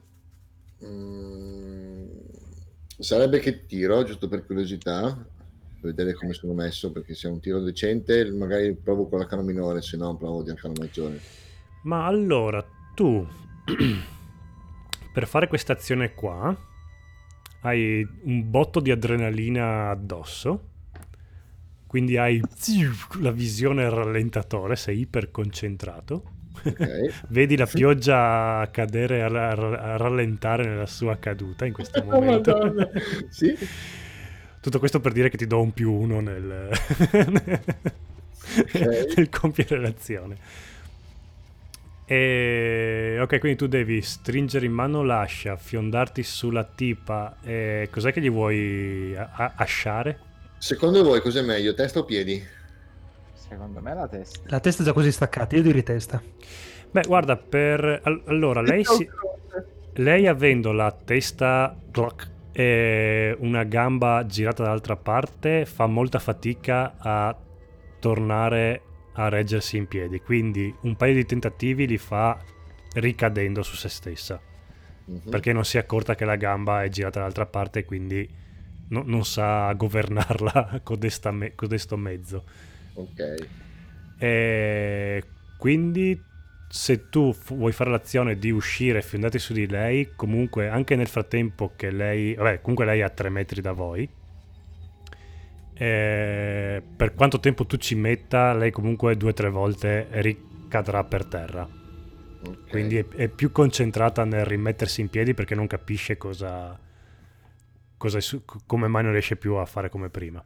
Mm, sarebbe che tiro, giusto per curiosità, per vedere come sono messo, perché se è un tiro decente magari provo con l'arcano minore, se no provo di arcano maggiore. Ma allora, tu, per fare questa azione qua, hai un botto di adrenalina addosso, quindi hai la visione al rallentatore, sei iper concentrato. Ok. Vedi la pioggia cadere a, a- a rallentare nella sua caduta in questo Oh, momento. Madonna. Sì. Tutto questo per dire che ti do un più uno nel, Ok. nel compiere l'azione. E ok, quindi tu devi stringere in mano l'ascia, fiondarti sulla tipa. E cos'è che gli vuoi a- a- asciare? Secondo voi cos'è meglio, testa o piedi? Secondo me la testa. La testa è già così staccata, io direi testa. Beh, guarda, per all- allora lei si. Lei avendo la testa clac, e una gamba girata dall'altra parte fa molta fatica a tornare a reggersi in piedi, quindi un paio di tentativi li fa ricadendo su se stessa, Mhm. perché non si è accorta che la gamba è girata dall'altra parte e quindi no- non sa governarla codesta me- codesto mezzo. Ok. E quindi se tu fu- vuoi fare l'azione di uscire e fiondarti su di lei, comunque anche nel frattempo che lei, vabbè, comunque lei è a tre metri da voi, e per quanto tempo tu ci metta, lei comunque due o tre volte ricadrà per terra. Ok. Quindi è, è più concentrata nel rimettersi in piedi perché non capisce cosa, cosa è su- come mai non riesce più a fare come prima.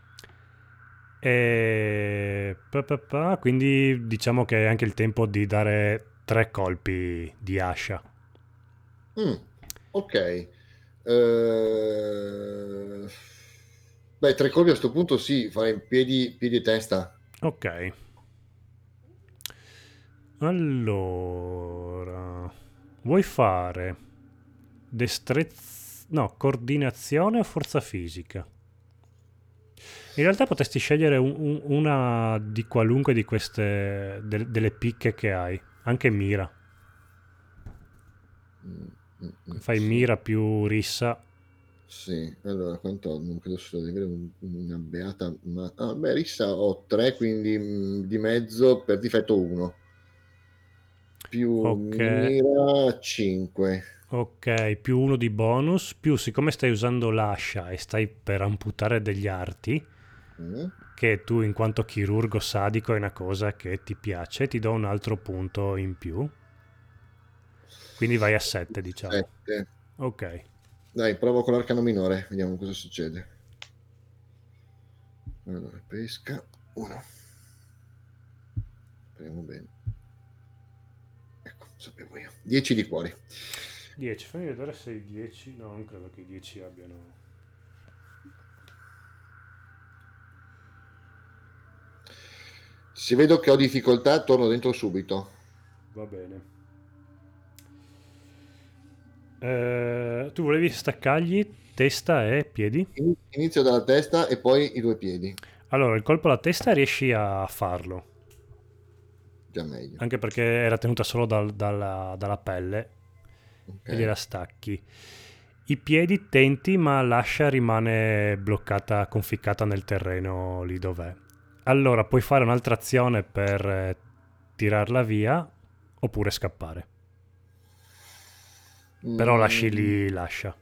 E pa, pa, pa, quindi diciamo che è anche il tempo di dare tre colpi di ascia. Mm, ok. Eh, Beh, tre colpi a questo punto sì, fare piedi, piedi e testa. Ok. Allora, vuoi fare destrezza, no, coordinazione o forza fisica? In realtà potresti scegliere un- un- una di qualunque di queste de- delle picche che hai, anche mira. Mm, mm, mm, Fai sì. mira più rissa. Sì, allora quanto ho? Non credo solo di avere un- una beata, ma ah, beh, rissa ho tre, quindi mm, di mezzo per difetto uno, più Ok. mira cinque. Ok, più uno di bonus, più siccome stai usando l'ascia e stai per amputare degli arti, Mm, che tu in quanto chirurgo sadico è una cosa che ti piace, ti do un altro punto in più. Quindi vai a sette, diciamo. sette. Ok. Dai, provo con l'arcano minore, vediamo cosa succede. Allora, pesca uno. Speriamo bene. Ecco, sapevo io. dieci di cuori. dieci, fammi vedere se i dieci... No, non credo che i dieci abbiano... Se vedo che ho difficoltà, torno dentro subito. Va bene. Eh, tu volevi staccargli testa e piedi? In- Inizio dalla testa e poi i due piedi. Allora, il colpo alla testa riesci a farlo, Già meglio. anche perché era tenuta solo dal- dalla, dalla pelle. Ok. e gliela stacchi. I piedi tenti, ma l'ascia rimane bloccata, conficcata nel terreno lì dov'è. Allora puoi fare un'altra azione per eh, tirarla via oppure scappare. Però lasci Mm, lì l'ascia.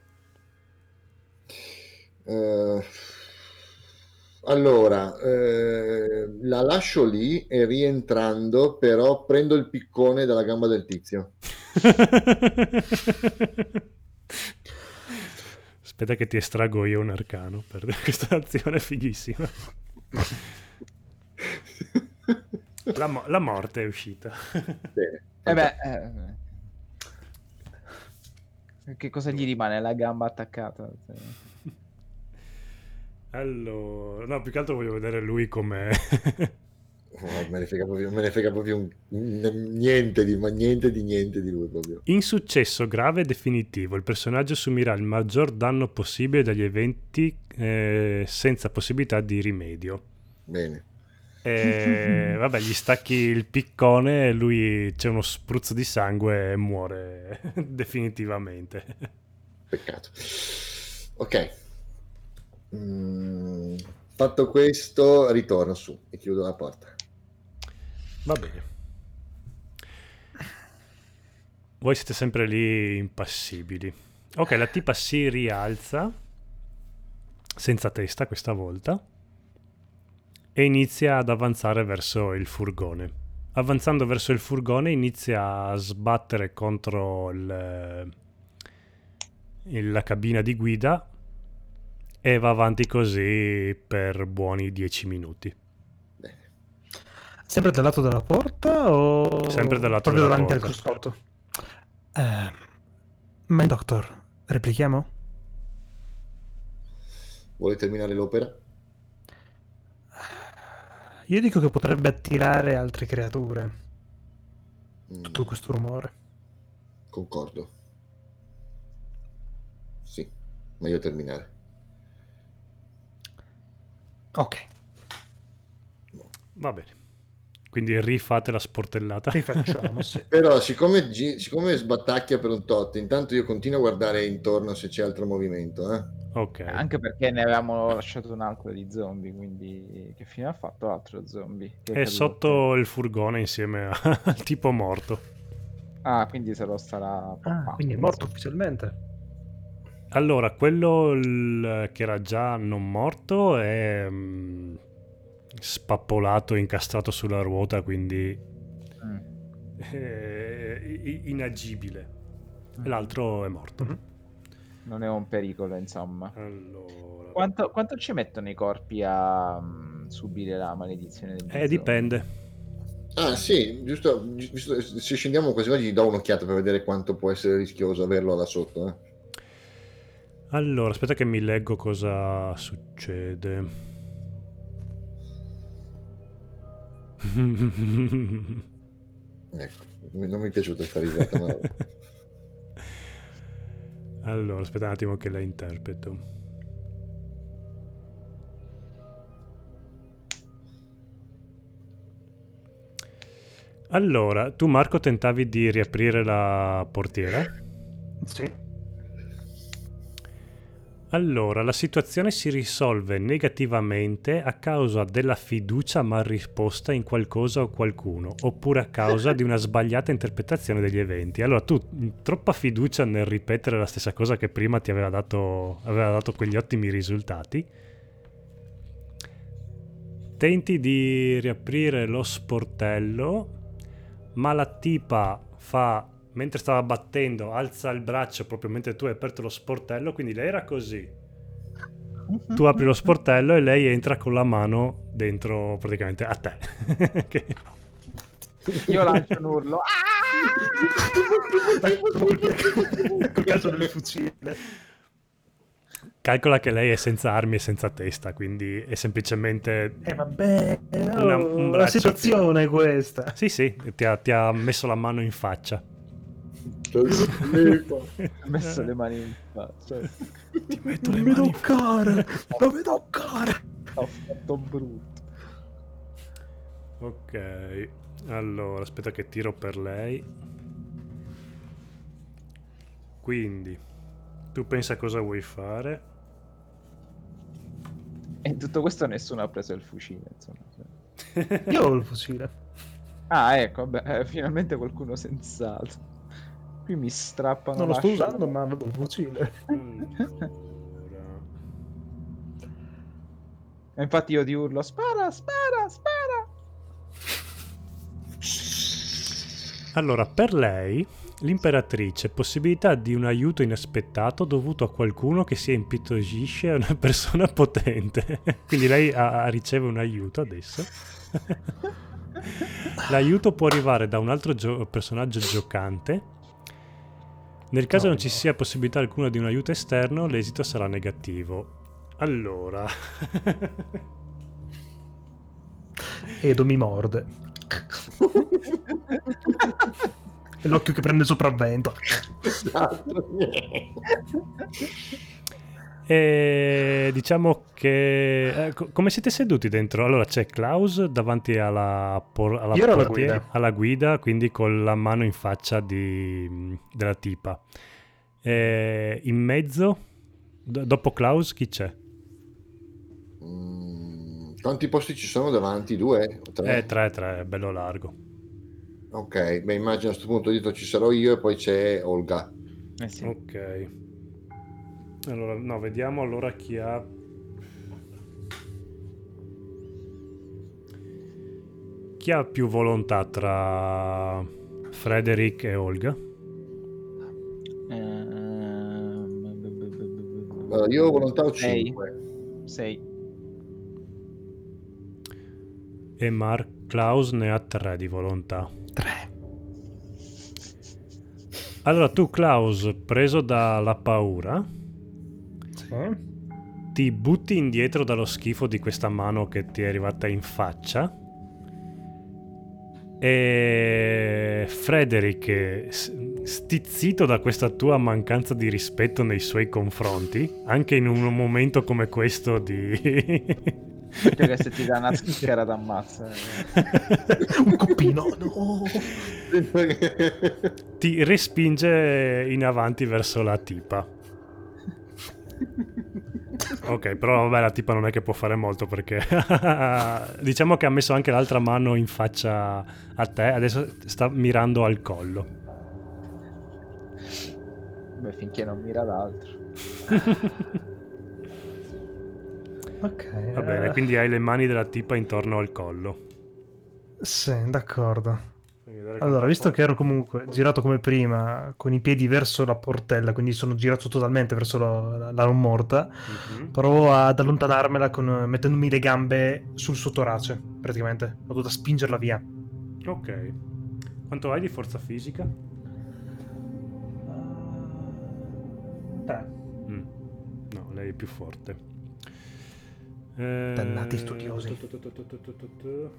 eh, allora, eh, la lascio lì e rientrando, però prendo il piccone dalla gamba del tizio. Aspetta che ti estraggo io un arcano per questa azione fighissima. La, mo- la morte è uscita. Bene, Eh beh, fantastico. eh, che cosa gli rimane? La gamba attaccata. Allora, no, più che altro voglio vedere lui come... Oh, me ne frega proprio, me ne frega proprio un- un- niente di, ma niente di niente di lui proprio. In successo grave e definitivo, il personaggio assumerà il maggior danno possibile dagli eventi eh, senza possibilità di rimedio. Bene. E, vabbè, gli stacchi il piccone e lui c'è uno spruzzo di sangue e muore definitivamente. Peccato. Ok. Mm, fatto questo, ritorno su e chiudo la porta. Va bene. Voi siete sempre lì impassibili. Ok, la tipa si rialza, senza testa questa volta, e inizia ad avanzare verso il furgone. Avanzando verso il furgone inizia a sbattere contro il, il- la cabina di guida e va avanti così per buoni dieci minuti. Bene. Sempre dal lato della porta o Sempre dal lato proprio della davanti al porta. cruscotto? Eh, ma Doctor, replichiamo? Vuole terminare l'opera? Io dico che potrebbe attirare altre creature. Mm, Tutto questo rumore. concordo. Sì, meglio terminare. Ok, Va bene. Quindi rifate la sportellata. rifacciamo, sì. Però siccome, gi- siccome sbattacchia per un tot, intanto io continuo a guardare intorno se c'è altro movimento. Eh? Ok. Anche perché ne avevamo lasciato un altro di zombie, quindi che fine ha fatto l'altro zombie? Che è È caduto a sotto il furgone insieme a- al tipo morto. terra? Ah, quindi se lo starà Ah, pompando, quindi è morto ufficialmente. Allora, quello il- che era già non morto è mm, spappolato, incastrato sulla ruota, quindi Mm. è i- inagibile. Mm. E l'altro è morto. Mhm. Non è un pericolo, insomma. Allora, Quanto, quanto ci mettono i corpi a mm, subire la maledizione degli eh, zombie? dipende. Ah sì, giusto, gi- visto- se scendiamo quasi oggi gli do un'occhiata per vedere quanto può essere rischioso averlo là sotto. Eh. Allora, aspetta che mi leggo cosa succede. Ecco, non mi è piaciuta questa risata. Ma... Allora, aspetta un attimo che la interpreto. Allora, tu Marco tentavi di riaprire la portiera? Sì. Allora, la situazione si risolve negativamente a causa della fiducia mal risposta in qualcosa o qualcuno, oppure a causa di una sbagliata interpretazione degli eventi. Allora, tu, troppa fiducia nel ripetere la stessa cosa che prima ti aveva dato, aveva dato quegli ottimi risultati. Tenti di riaprire lo sportello, ma la tipa fa... mentre stava battendo, alza il braccio proprio mentre tu hai aperto lo sportello, quindi lei era così. Tu apri lo sportello e lei entra con la mano dentro praticamente a te. Che- Io lancio un urlo. Col calcio del fucile. Calcola che lei è senza armi e senza testa, quindi è semplicemente... Eh vabbè, Una- oh, un la braccio situazione è questa. Sì, sì, ti ha, ti ha messo la mano in faccia. Ha messo le mani in faccia. Ti metto Non le mi mani in toccare, non mi toccare. Ho fatto brutto. Ok, allora aspetta che tiro per lei. quindi tu pensa cosa vuoi fare? E in tutto questo nessuno ha preso il fucile, insomma. Io ho il fucile. Ah, ecco, beh, eh, finalmente qualcuno sensato. Qui mi strappano Non lo sto l'ascia. usando, ma avevo il fucile. Allora. E infatti io ti urlo: spara, spara, spara. Allora, per lei, l'imperatrice, possibilità di un aiuto inaspettato dovuto a qualcuno che si impietosisce a una persona potente. Quindi lei ha, riceve un aiuto adesso. L'aiuto può arrivare da un altro gio- personaggio giocante. Nel caso No, non ci no. sia possibilità alcuna di un aiuto esterno, l'esito sarà negativo. Allora... Edo mi morde. E l'occhio che prende sopravvento. Esatto. E diciamo che... eh, co- come siete seduti dentro? Allora c'è Klaus davanti alla, por- alla Io ero alla portiera- guida. alla guida, quindi con la mano in faccia di- della tipa. E in mezzo, do- dopo Klaus, chi c'è? Mm, quanti posti ci sono davanti? Due o tre? Eh, tre, tre, bello largo. Ok, beh, immagino a questo punto dietro ci sarò io e poi c'è Olga. Eh sì. Ok. Allora, no, vediamo allora chi ha... Chi ha più volontà tra Frederick e Olga? Ehm, Allora, io ho volontà ho Sei. cinque. Sei. E Mark Klaus ne ha tre di volontà. Tre. Allora tu, Klaus, preso dalla paura, Sì. ti butti indietro dallo schifo di questa mano che ti è arrivata in faccia. E Frederick, s- stizzito da questa tua mancanza di rispetto nei suoi confronti, anche in un momento come questo di... Cioè che se ti dà una schicchera t'ammazza. Un coppino. No. ti respinge in avanti verso la tipa. Ok, però vabbè, la tipa non è che può fare molto perché diciamo che ha messo anche l'altra mano in faccia a te, adesso sta mirando al collo. Beh, finché non mira l'altro. Ok. Va bene, eh, quindi hai le mani della tipa intorno al collo. Sì, d'accordo. Quindi vedere Allora, quanto visto po- che ero comunque girato come prima, con i piedi verso la portella, quindi sono girato totalmente verso la, la non morta, Mhm. provo ad allontanarmela con, mettendomi le gambe sul suo torace, praticamente, in modo da spingerla via. Ok. Quanto hai di forza fisica? Tre. Mm. No, lei è più forte. Eh, Dannati studiosi. tu, tu, tu, tu, tu, tu, tu, tu.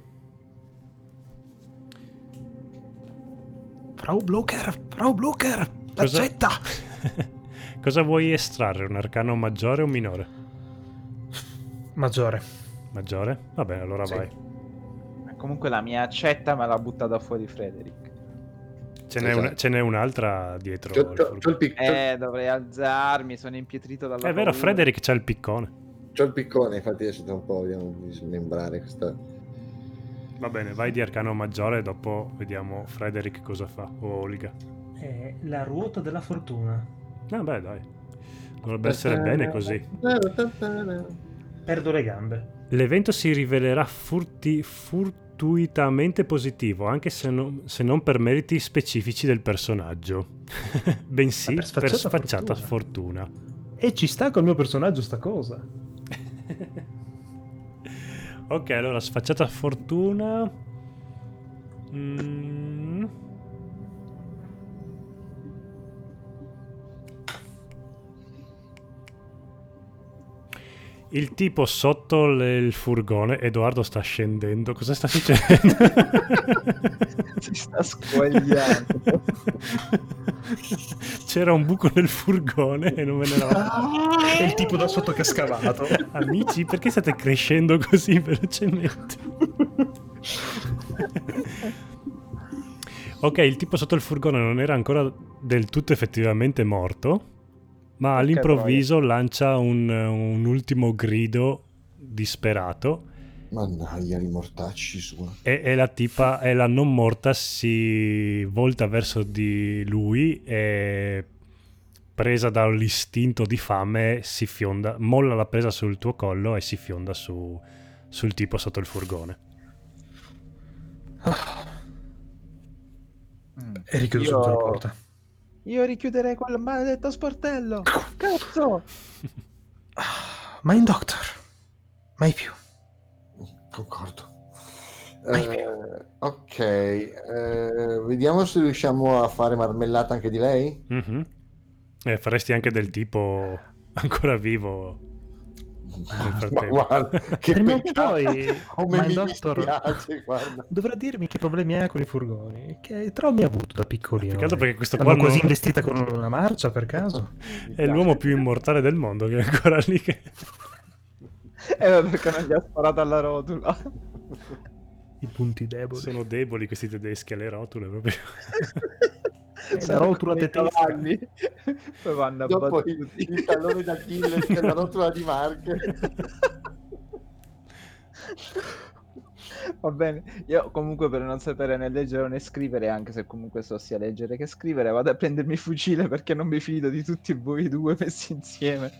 Frau Blocher, Frau Blocher, Cosa- l'accetta! Cosa vuoi estrarre? Un arcano maggiore o minore? Maggiore. Maggiore? Va bene, allora Sì. vai. Comunque la mia accetta me l'ha buttata fuori Frederick. Ce n'è, Esatto. una- ce n'è un'altra dietro. C'ho, il c'ho- furgone. c'ho il pic- c'ho- Eh, dovrei alzarmi, sono impietrito dalla È vero, paura. Frederick c'ha il piccone. c'ho il piccone, infatti adesso tra un po' vediamo di smembrare questa. Va bene, vai di arcano maggiore e dopo vediamo Frederick cosa fa. O Olga. È la ruota della fortuna. Ah beh, dai. Dovrebbe essere bene così. Perdo le gambe. L'evento si rivelerà furti- fortuitamente positivo, anche se, no- se non per meriti specifici del personaggio, bensì Ma per per sfacciata sfacciata fortuna. E ci sta col mio personaggio sta cosa. Ok, allora sfacciata fortuna. Mm. Il tipo sotto le- il furgone, Edoardo sta scendendo. Cosa sta succedendo? Si sta squagliando. C'era un buco nel furgone e non me ne ero... È il tipo da sotto che ha scavato. Amici, perché state crescendo così velocemente? Ok, il tipo sotto il furgone non era ancora del tutto effettivamente morto, ma all'improvviso lancia un, un ultimo grido disperato. Mannaia, i mortacci sua. E, e la tipa, e la non morta, si volta verso di lui e, presa dall'istinto di fame, si fionda, molla la presa sul tuo collo e si fionda su, sul tipo sotto il furgone. Mm. E richiudo Io- subito la porta. Io richiuderei quel maledetto sportello. Cazzo! Mind Doctor. Mai più. Concordo. Mai Eh, ok, eh, vediamo se riusciamo a fare marmellata anche di lei. Mhm. E faresti anche del tipo ancora vivo nel Ma frattempo. guarda, che Prima o peccato, poi, come Mind mi Doctor dispiace, guarda. dovrà dirmi che problemi ha con i furgoni. Che traumi ha avuto da piccolino. Più che altro lei? perché questo L'hanno qua quasi non- investita con una marcia per caso? È l'uomo più immortale del mondo che è ancora lì che... Eh, perché non gli ha sparato alla rotula. I punti deboli. Sono deboli questi tedeschi alle rotule proprio. È la rotula come i tedesca. cavalli. Poi vanno Dopo il, abbattuti. il tallone d'Achille e la rotola di Marche. Va bene, io comunque per non sapere né leggere né scrivere, anche se comunque so sia leggere che scrivere, vado a prendermi il fucile perché non mi fido di tutti voi due messi insieme.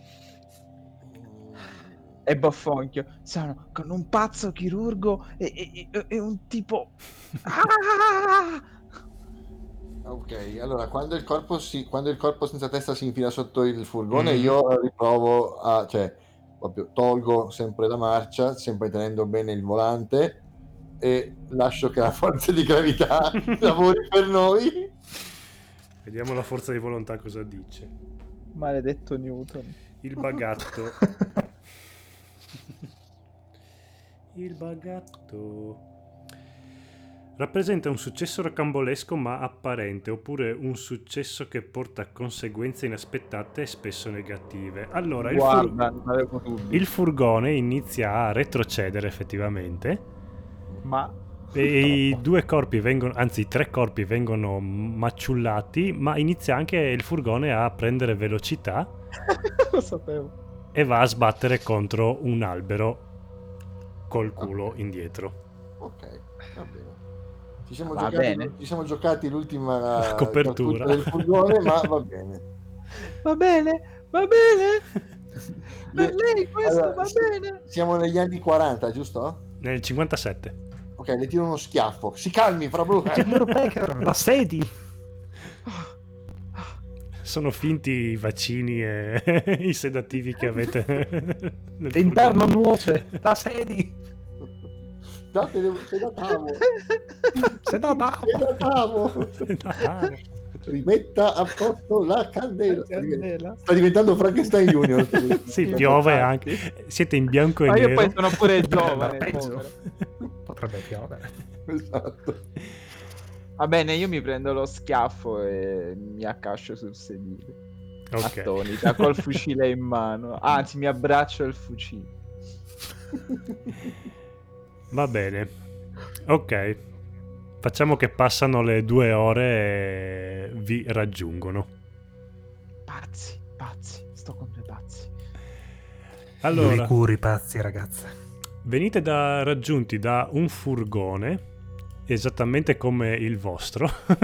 E Boffonchio sono con un pazzo chirurgo e, e- e- e un tipo... Ah! Ok, allora quando il corpo si, quando il corpo senza testa si infila sotto il furgone, Mm. io riprovo a, cioè, proprio tolgo sempre la marcia, sempre tenendo bene il volante e lascio che la forza di gravità lavori per noi. Vediamo la forza di volontà cosa dice. Maledetto Newton. Il bagatto. Il bagatto. Rappresenta un successo rocambolesco ma apparente, oppure un successo che porta a conseguenze inaspettate e spesso negative. Allora, il, fur- Guarda, non avevo dubbi. il furgone inizia a retrocedere effettivamente Ma... e i due corpi vengono, anzi i tre corpi vengono maciullati, ma inizia anche il furgone a prendere velocità Lo sapevo. e va a sbattere contro un albero col culo indietro. Ok, va bene. Ci siamo, Va giocati, bene. ci siamo giocati l'ultima Copertura. battuta del furgone, ma va bene. Va bene, va bene. Per Le- lei questo allora, va si- bene. Siamo negli anni quaranta, giusto? Nel cinquantasette. Ok, le tiro uno schiaffo. Si calmi, fra Bruca. Signor Becker, la sedi. Sono finti i vaccini e i sedativi che avete nel L'interno furgone. nuoce, la sedi. Datele un sedatavo. Sedata. Sedatavo. Ah, Rimetta a posto la candela. Sta div- Candela. sta diventando Frankenstein Junior. sì, Sì, piove infatti. anche. Siete in bianco e Ma io nero. poi sono pure Potrebbe giovane. andare peggio. povero. Potrebbe piovere. Esatto. Va bene, io mi prendo lo schiaffo e mi accascio sul sedile. Ok. Attonita, col fucile in mano. Anzi, mi abbraccio il fucile. Va bene. Ok. Facciamo che passano le due ore e vi raggiungono. Pazzi, pazzi. Sto con due pazzi. Allora, Due curi pazzi, ragazze. venite da, raggiunti da un furgone, esattamente come il vostro.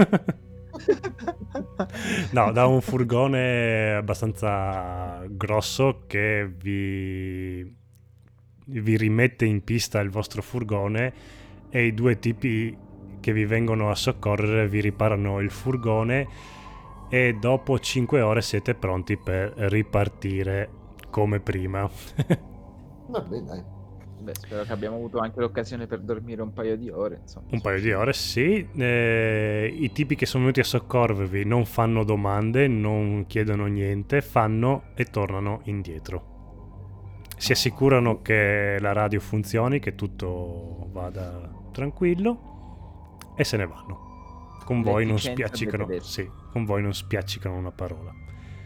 No, da un furgone abbastanza grosso che vi, vi rimette in pista il vostro furgone e i due tipi che vi vengono a soccorrere vi riparano il furgone e dopo cinque ore siete pronti per ripartire come prima. Va bene, dai. Beh, spero che abbiamo avuto anche l'occasione per dormire un paio di ore, insomma. Un paio di ore, sì. Eh, I tipi che sono venuti a soccorrervi non fanno domande, non chiedono niente, fanno e tornano indietro. Si assicurano che la radio funzioni, che tutto vada tranquillo e se ne vanno. Con voi non L'efficienza spiaccicano, deve sì, con voi non spiaccicano una parola.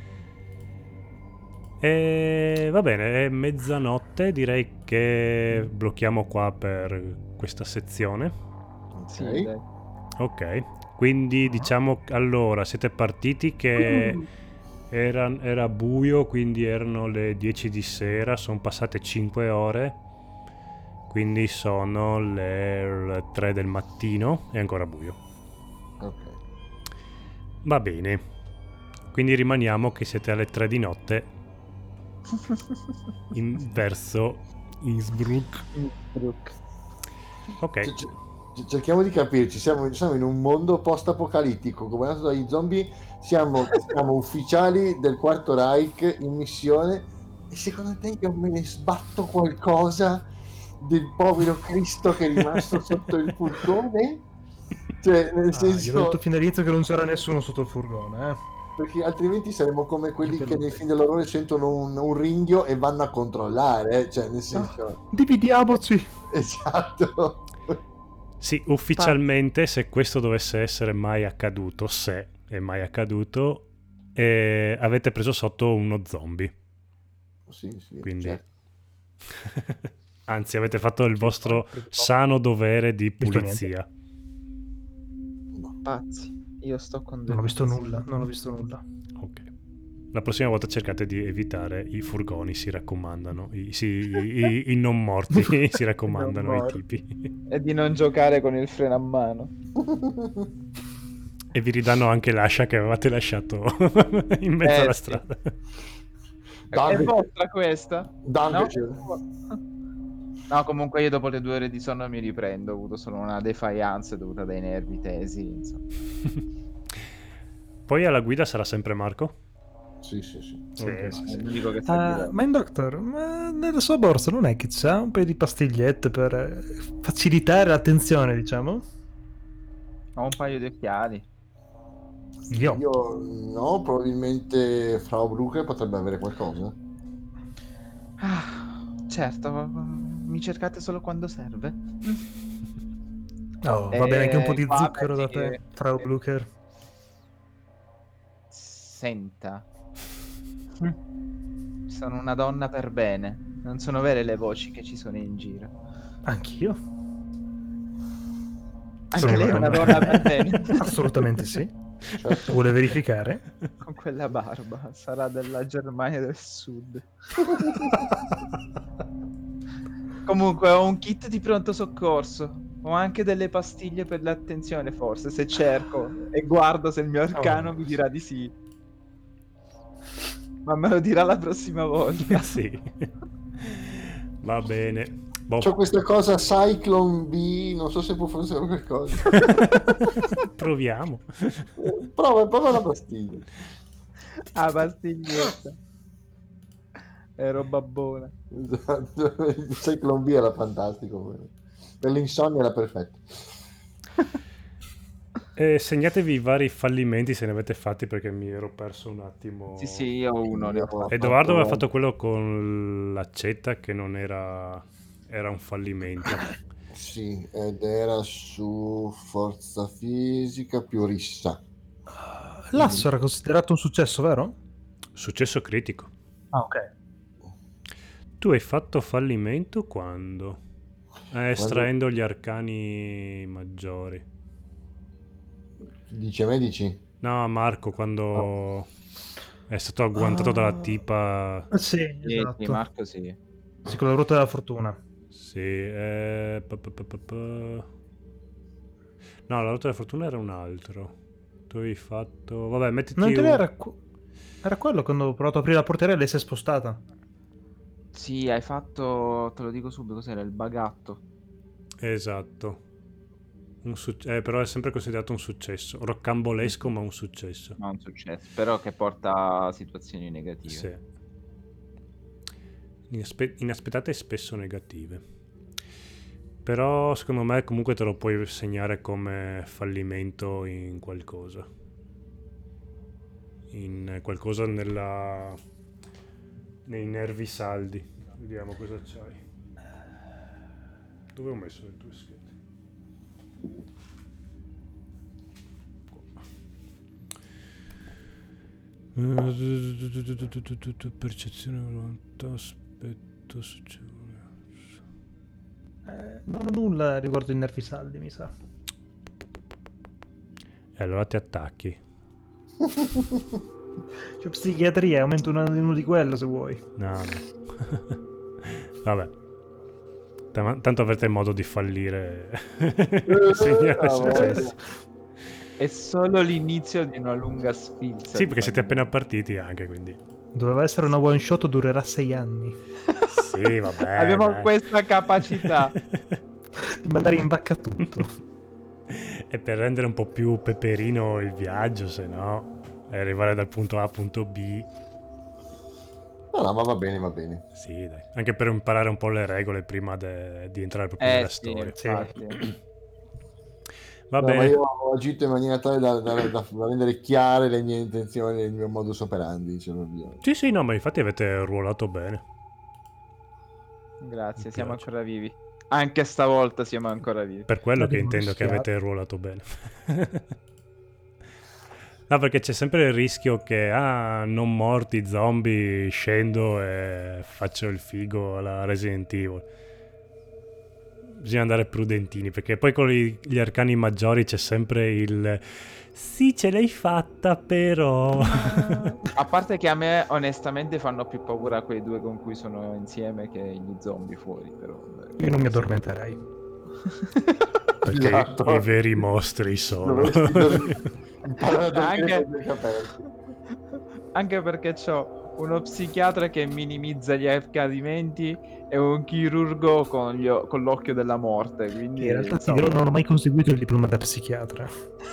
E va bene, è mezzanotte, direi che blocchiamo qua per questa sezione. Sì, Ok. dai. Ok, Quindi diciamo, allora, siete partiti che era, era buio, quindi erano le dieci di sera, sono passate cinque ore, quindi sono le tre del mattino e ancora buio. Ok. Va bene, quindi rimaniamo che siete alle tre di notte in verso Innsbruck. Innsbruck. Ok. C- c- cerchiamo di capirci, siamo, siamo in un mondo post-apocalittico governato dagli zombie, siamo, siamo ufficiali del Quarto Reich in missione e secondo te io me ne sbatto qualcosa del povero Cristo che è rimasto sotto il furgone? Cioè, nel Ah, gli ho senso, detto fin dall'inizio che non c'era nessuno sotto il furgone, eh. perché altrimenti saremmo come quelli Perché che lo nei sai. film dell'orrore sentono un, un ringhio e vanno a controllare, eh, cioè nel senso, Dividiamoci. esatto. Sì, ufficialmente, se questo dovesse essere mai accaduto, se è mai accaduto, eh, avete preso sotto uno zombie. Sì, sì, Quindi, certo. anzi, avete fatto il Sì, vostro poi, sano dovere di Visto pulizia. Pazzi, io sto con Non ho visto pazzi. nulla, non ho visto nulla. Ok. La prossima volta cercate di evitare i furgoni, si raccomandano. I, sì, i, i- i non morti si raccomandano, Non i morti. tipi. E di non giocare con il freno a mano. E vi ridanno anche l'ascia che avevate lasciato in mezzo Eh, alla sì. strada. È Danke- vostra questa? Danke- No? No, comunque io dopo le due ore di sonno mi riprendo. Ho avuto solo una defiance dovuta dai nervi tesi. Insomma. Poi alla guida sarà sempre Marco? Sì, sì, sì. Sì, Ok. sì, È sì. l'unico che sa Ah, guidare. Mind Doctor, ma nella sua borsa non è che c'ha un paio di pastigliette per eh, facilitare l'attenzione, diciamo? Ho un paio di occhiali. Io. Io no, probabilmente Frau Brooker potrebbe avere qualcosa. Ah, certo, mi cercate solo quando serve. Oh, va bene anche un po' Eh, di qua, zucchero da metti te, che- Frau Blucher. Senta. Sono una donna per bene. Non sono vere le voci che ci sono in giro. Anch'io. Anche Sono lei è una una donna. donna per bene. Assolutamente sì. Certo. Vuole verificare? Con quella barba. Sarà della Germania del Sud. Comunque ho un kit di pronto soccorso. Ho anche delle pastiglie per l'attenzione, forse, se cerco e guardo se il mio arcano Oh. mi dirà di sì. Ma me lo dirà la prossima volta. Sì. Va bene. Boh. C'ho questa cosa Cyclone B, non so se può funzionare qualcosa. Proviamo. Prova, prova la pastiglia. Ah, pastiglietta. È roba buona. Esatto. Il Cyclone B era fantastico. Per l'insonnia era perfetto. Eh, segnatevi i vari fallimenti se ne avete fatti perché mi ero perso un attimo. Sì, sì, io uno ne ho Io- fatto. Edoardo aveva fatto quello con l'accetta che non era, era un fallimento. Sì, ed era su forza fisica più rissa. L'asso era considerato un successo, vero? Successo critico. Ah, ok. Tu hai fatto fallimento quando? Eh, estraendo gli arcani maggiori. Dice medici? No, Marco, quando è stato agguantato dalla tipa. Ah, sì, Sì, esatto. sì, Marco sì. Sì, con la ruota della fortuna. Sì, eh, pa, pa, pa, pa, pa. No, la ruota della fortuna era un altro. Tu avevi fatto. Vabbè, mettiti. Non un- era, que- era quello quando ho provato a aprire la portiera e lei si è spostata. Sì, hai fatto, te lo dico subito, cos'era il bagatto. Esatto. Un suc- eh, però è sempre considerato un successo. Roccambolesco, ma un successo. Non un successo, però che porta a situazioni negative. Sì. Inaspe- inaspettate e spesso negative. Però secondo me comunque te lo puoi segnare come fallimento in qualcosa. In qualcosa nella... nei nervi saldi. Vediamo cosa c'hai. Dove ho messo le tue schede? Percezione, volontà, aspetto, successione. Eh, non ho nulla riguardo i nervi saldi, mi sa. E allora ti attacchi. C'è psichiatria, aumento uno, uno di quello se vuoi. No, no. Vabbè. T- tanto avrete modo di fallire. Signora, no, cioè, vabbè. È solo l'inizio di una lunga sfilza. sì, di perché siete fallimenti. appena partiti anche, quindi. Doveva essere una one shot, durerà sei anni. Sì, vabbè. Abbiamo dai. questa capacità. Di mandare in vacca tutto. E per rendere un po' più peperino il viaggio, se no, e arrivare dal punto A al punto B. No, no, ma va bene, va bene. Sì, dai. Anche per imparare un po' le regole prima de- di entrare proprio Eh nella sì, storia. infatti. Va No, ma bene. io ho agito in maniera tale da, da- da- da rendere chiare le mie intenzioni e il mio modus operandi, diciamo via. Sì, sì, no, ma infatti avete ruolato bene. Grazie, Mi siamo piace. ancora vivi. Anche stavolta siamo ancora vivi. Per quello che Abbiamo intendo che rischiato. avete ruolato bene. No, perché c'è sempre il rischio che, ah, non morti, zombie, scendo e faccio il figo alla Resident Evil. Bisogna andare prudentini, perché poi con gli, gli arcani maggiori c'è sempre il... Sì, ce l'hai fatta, però... A parte che a me onestamente fanno più paura quei due con cui sono insieme che gli zombie fuori, però. Io non mi addormenterei. Perché Esatto. i veri mostri sono... Dovresti dormire- imparare a dormire Anche- con gli occhi aperti. Anche perché c'ho uno psichiatra che minimizza gli accadimenti e un chirurgo con, gli o- con l'occhio della morte, quindi In realtà ti insomma. dirò, non ho mai conseguito il diploma da psichiatra.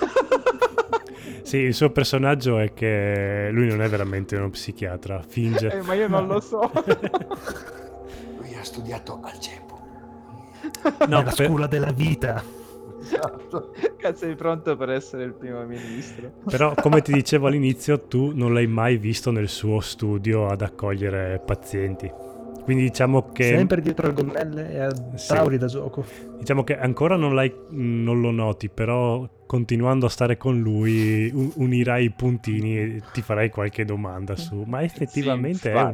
Sì, il suo personaggio è che lui non è veramente uno psichiatra, finge. Eh, ma io non lo so. Lui ha studiato al CEPU. No, Nella per- scuola della vita. Esatto. Cazzo, sei pronto per essere il primo ministro? Però, come ti dicevo all'inizio, tu non l'hai mai visto nel suo studio ad accogliere pazienti. Quindi diciamo che, Sempre dietro al gonnelle e a Sì. tavoli da gioco. diciamo che ancora non, l'hai, non lo noti, però continuando a stare con lui u- unirai i puntini e ti farai qualche domanda su, ma effettivamente è un...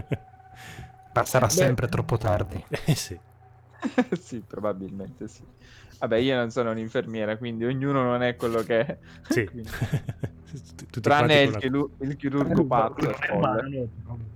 Ma sarà Beh. sempre troppo tardi. Eh sì. Sì, probabilmente sì. Vabbè, io non sono un'infermiera, quindi ognuno non è quello che è. Sì. Quindi- Tutti Tranne il, quanti con chiru- il chirurgo pazzo. è folle.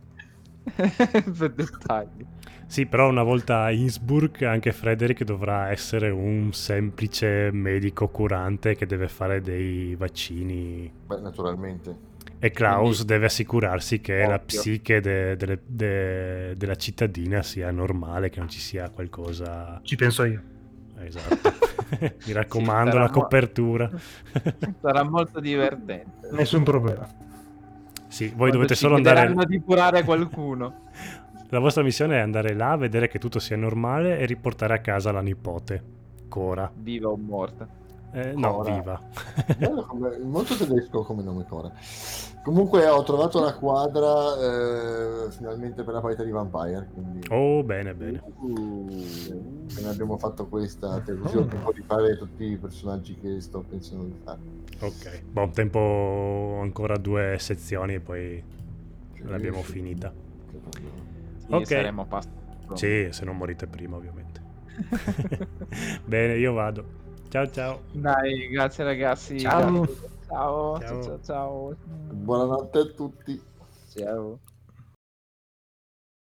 Per dettagli. la- Sì, però una volta a Innsbruck anche Frederick dovrà essere un semplice medico curante che deve fare dei vaccini. Beh, naturalmente. E Klaus Quindi- deve assicurarsi che la Ovvio. psiche de- delle- de- della cittadina sia normale, che non ci sia qualcosa... Ci penso io. Esatto. Mi raccomando, sarà la mo- copertura. Sarà molto divertente. Nessun problema. Sì, voi Quando dovete ci solo andare... chiederanno di curare qualcuno. La vostra missione è andare là, vedere che tutto sia normale e riportare a casa la nipote, Cora. Viva o morta. Eh, no, Cora. viva. Bello come- molto tedesco come nome Cora. Comunque ho trovato la quadra eh, finalmente per la partita di Vampire, quindi Oh, bene, bene. uh, appena abbiamo fatto questa televisione Oh. tempo di fare tutti i personaggi che sto pensando di fare. Ok, buon tempo, ancora due sezioni e poi l'abbiamo Sì. finita. Sì, Ok. saremo a pasto. Sì, se non morite prima, ovviamente. Bene, io vado. Ciao ciao. Dai, grazie ragazzi. Ciao. Ciao, ciao, Ciao. ciao, ciao. Buonanotte a tutti. Ciao.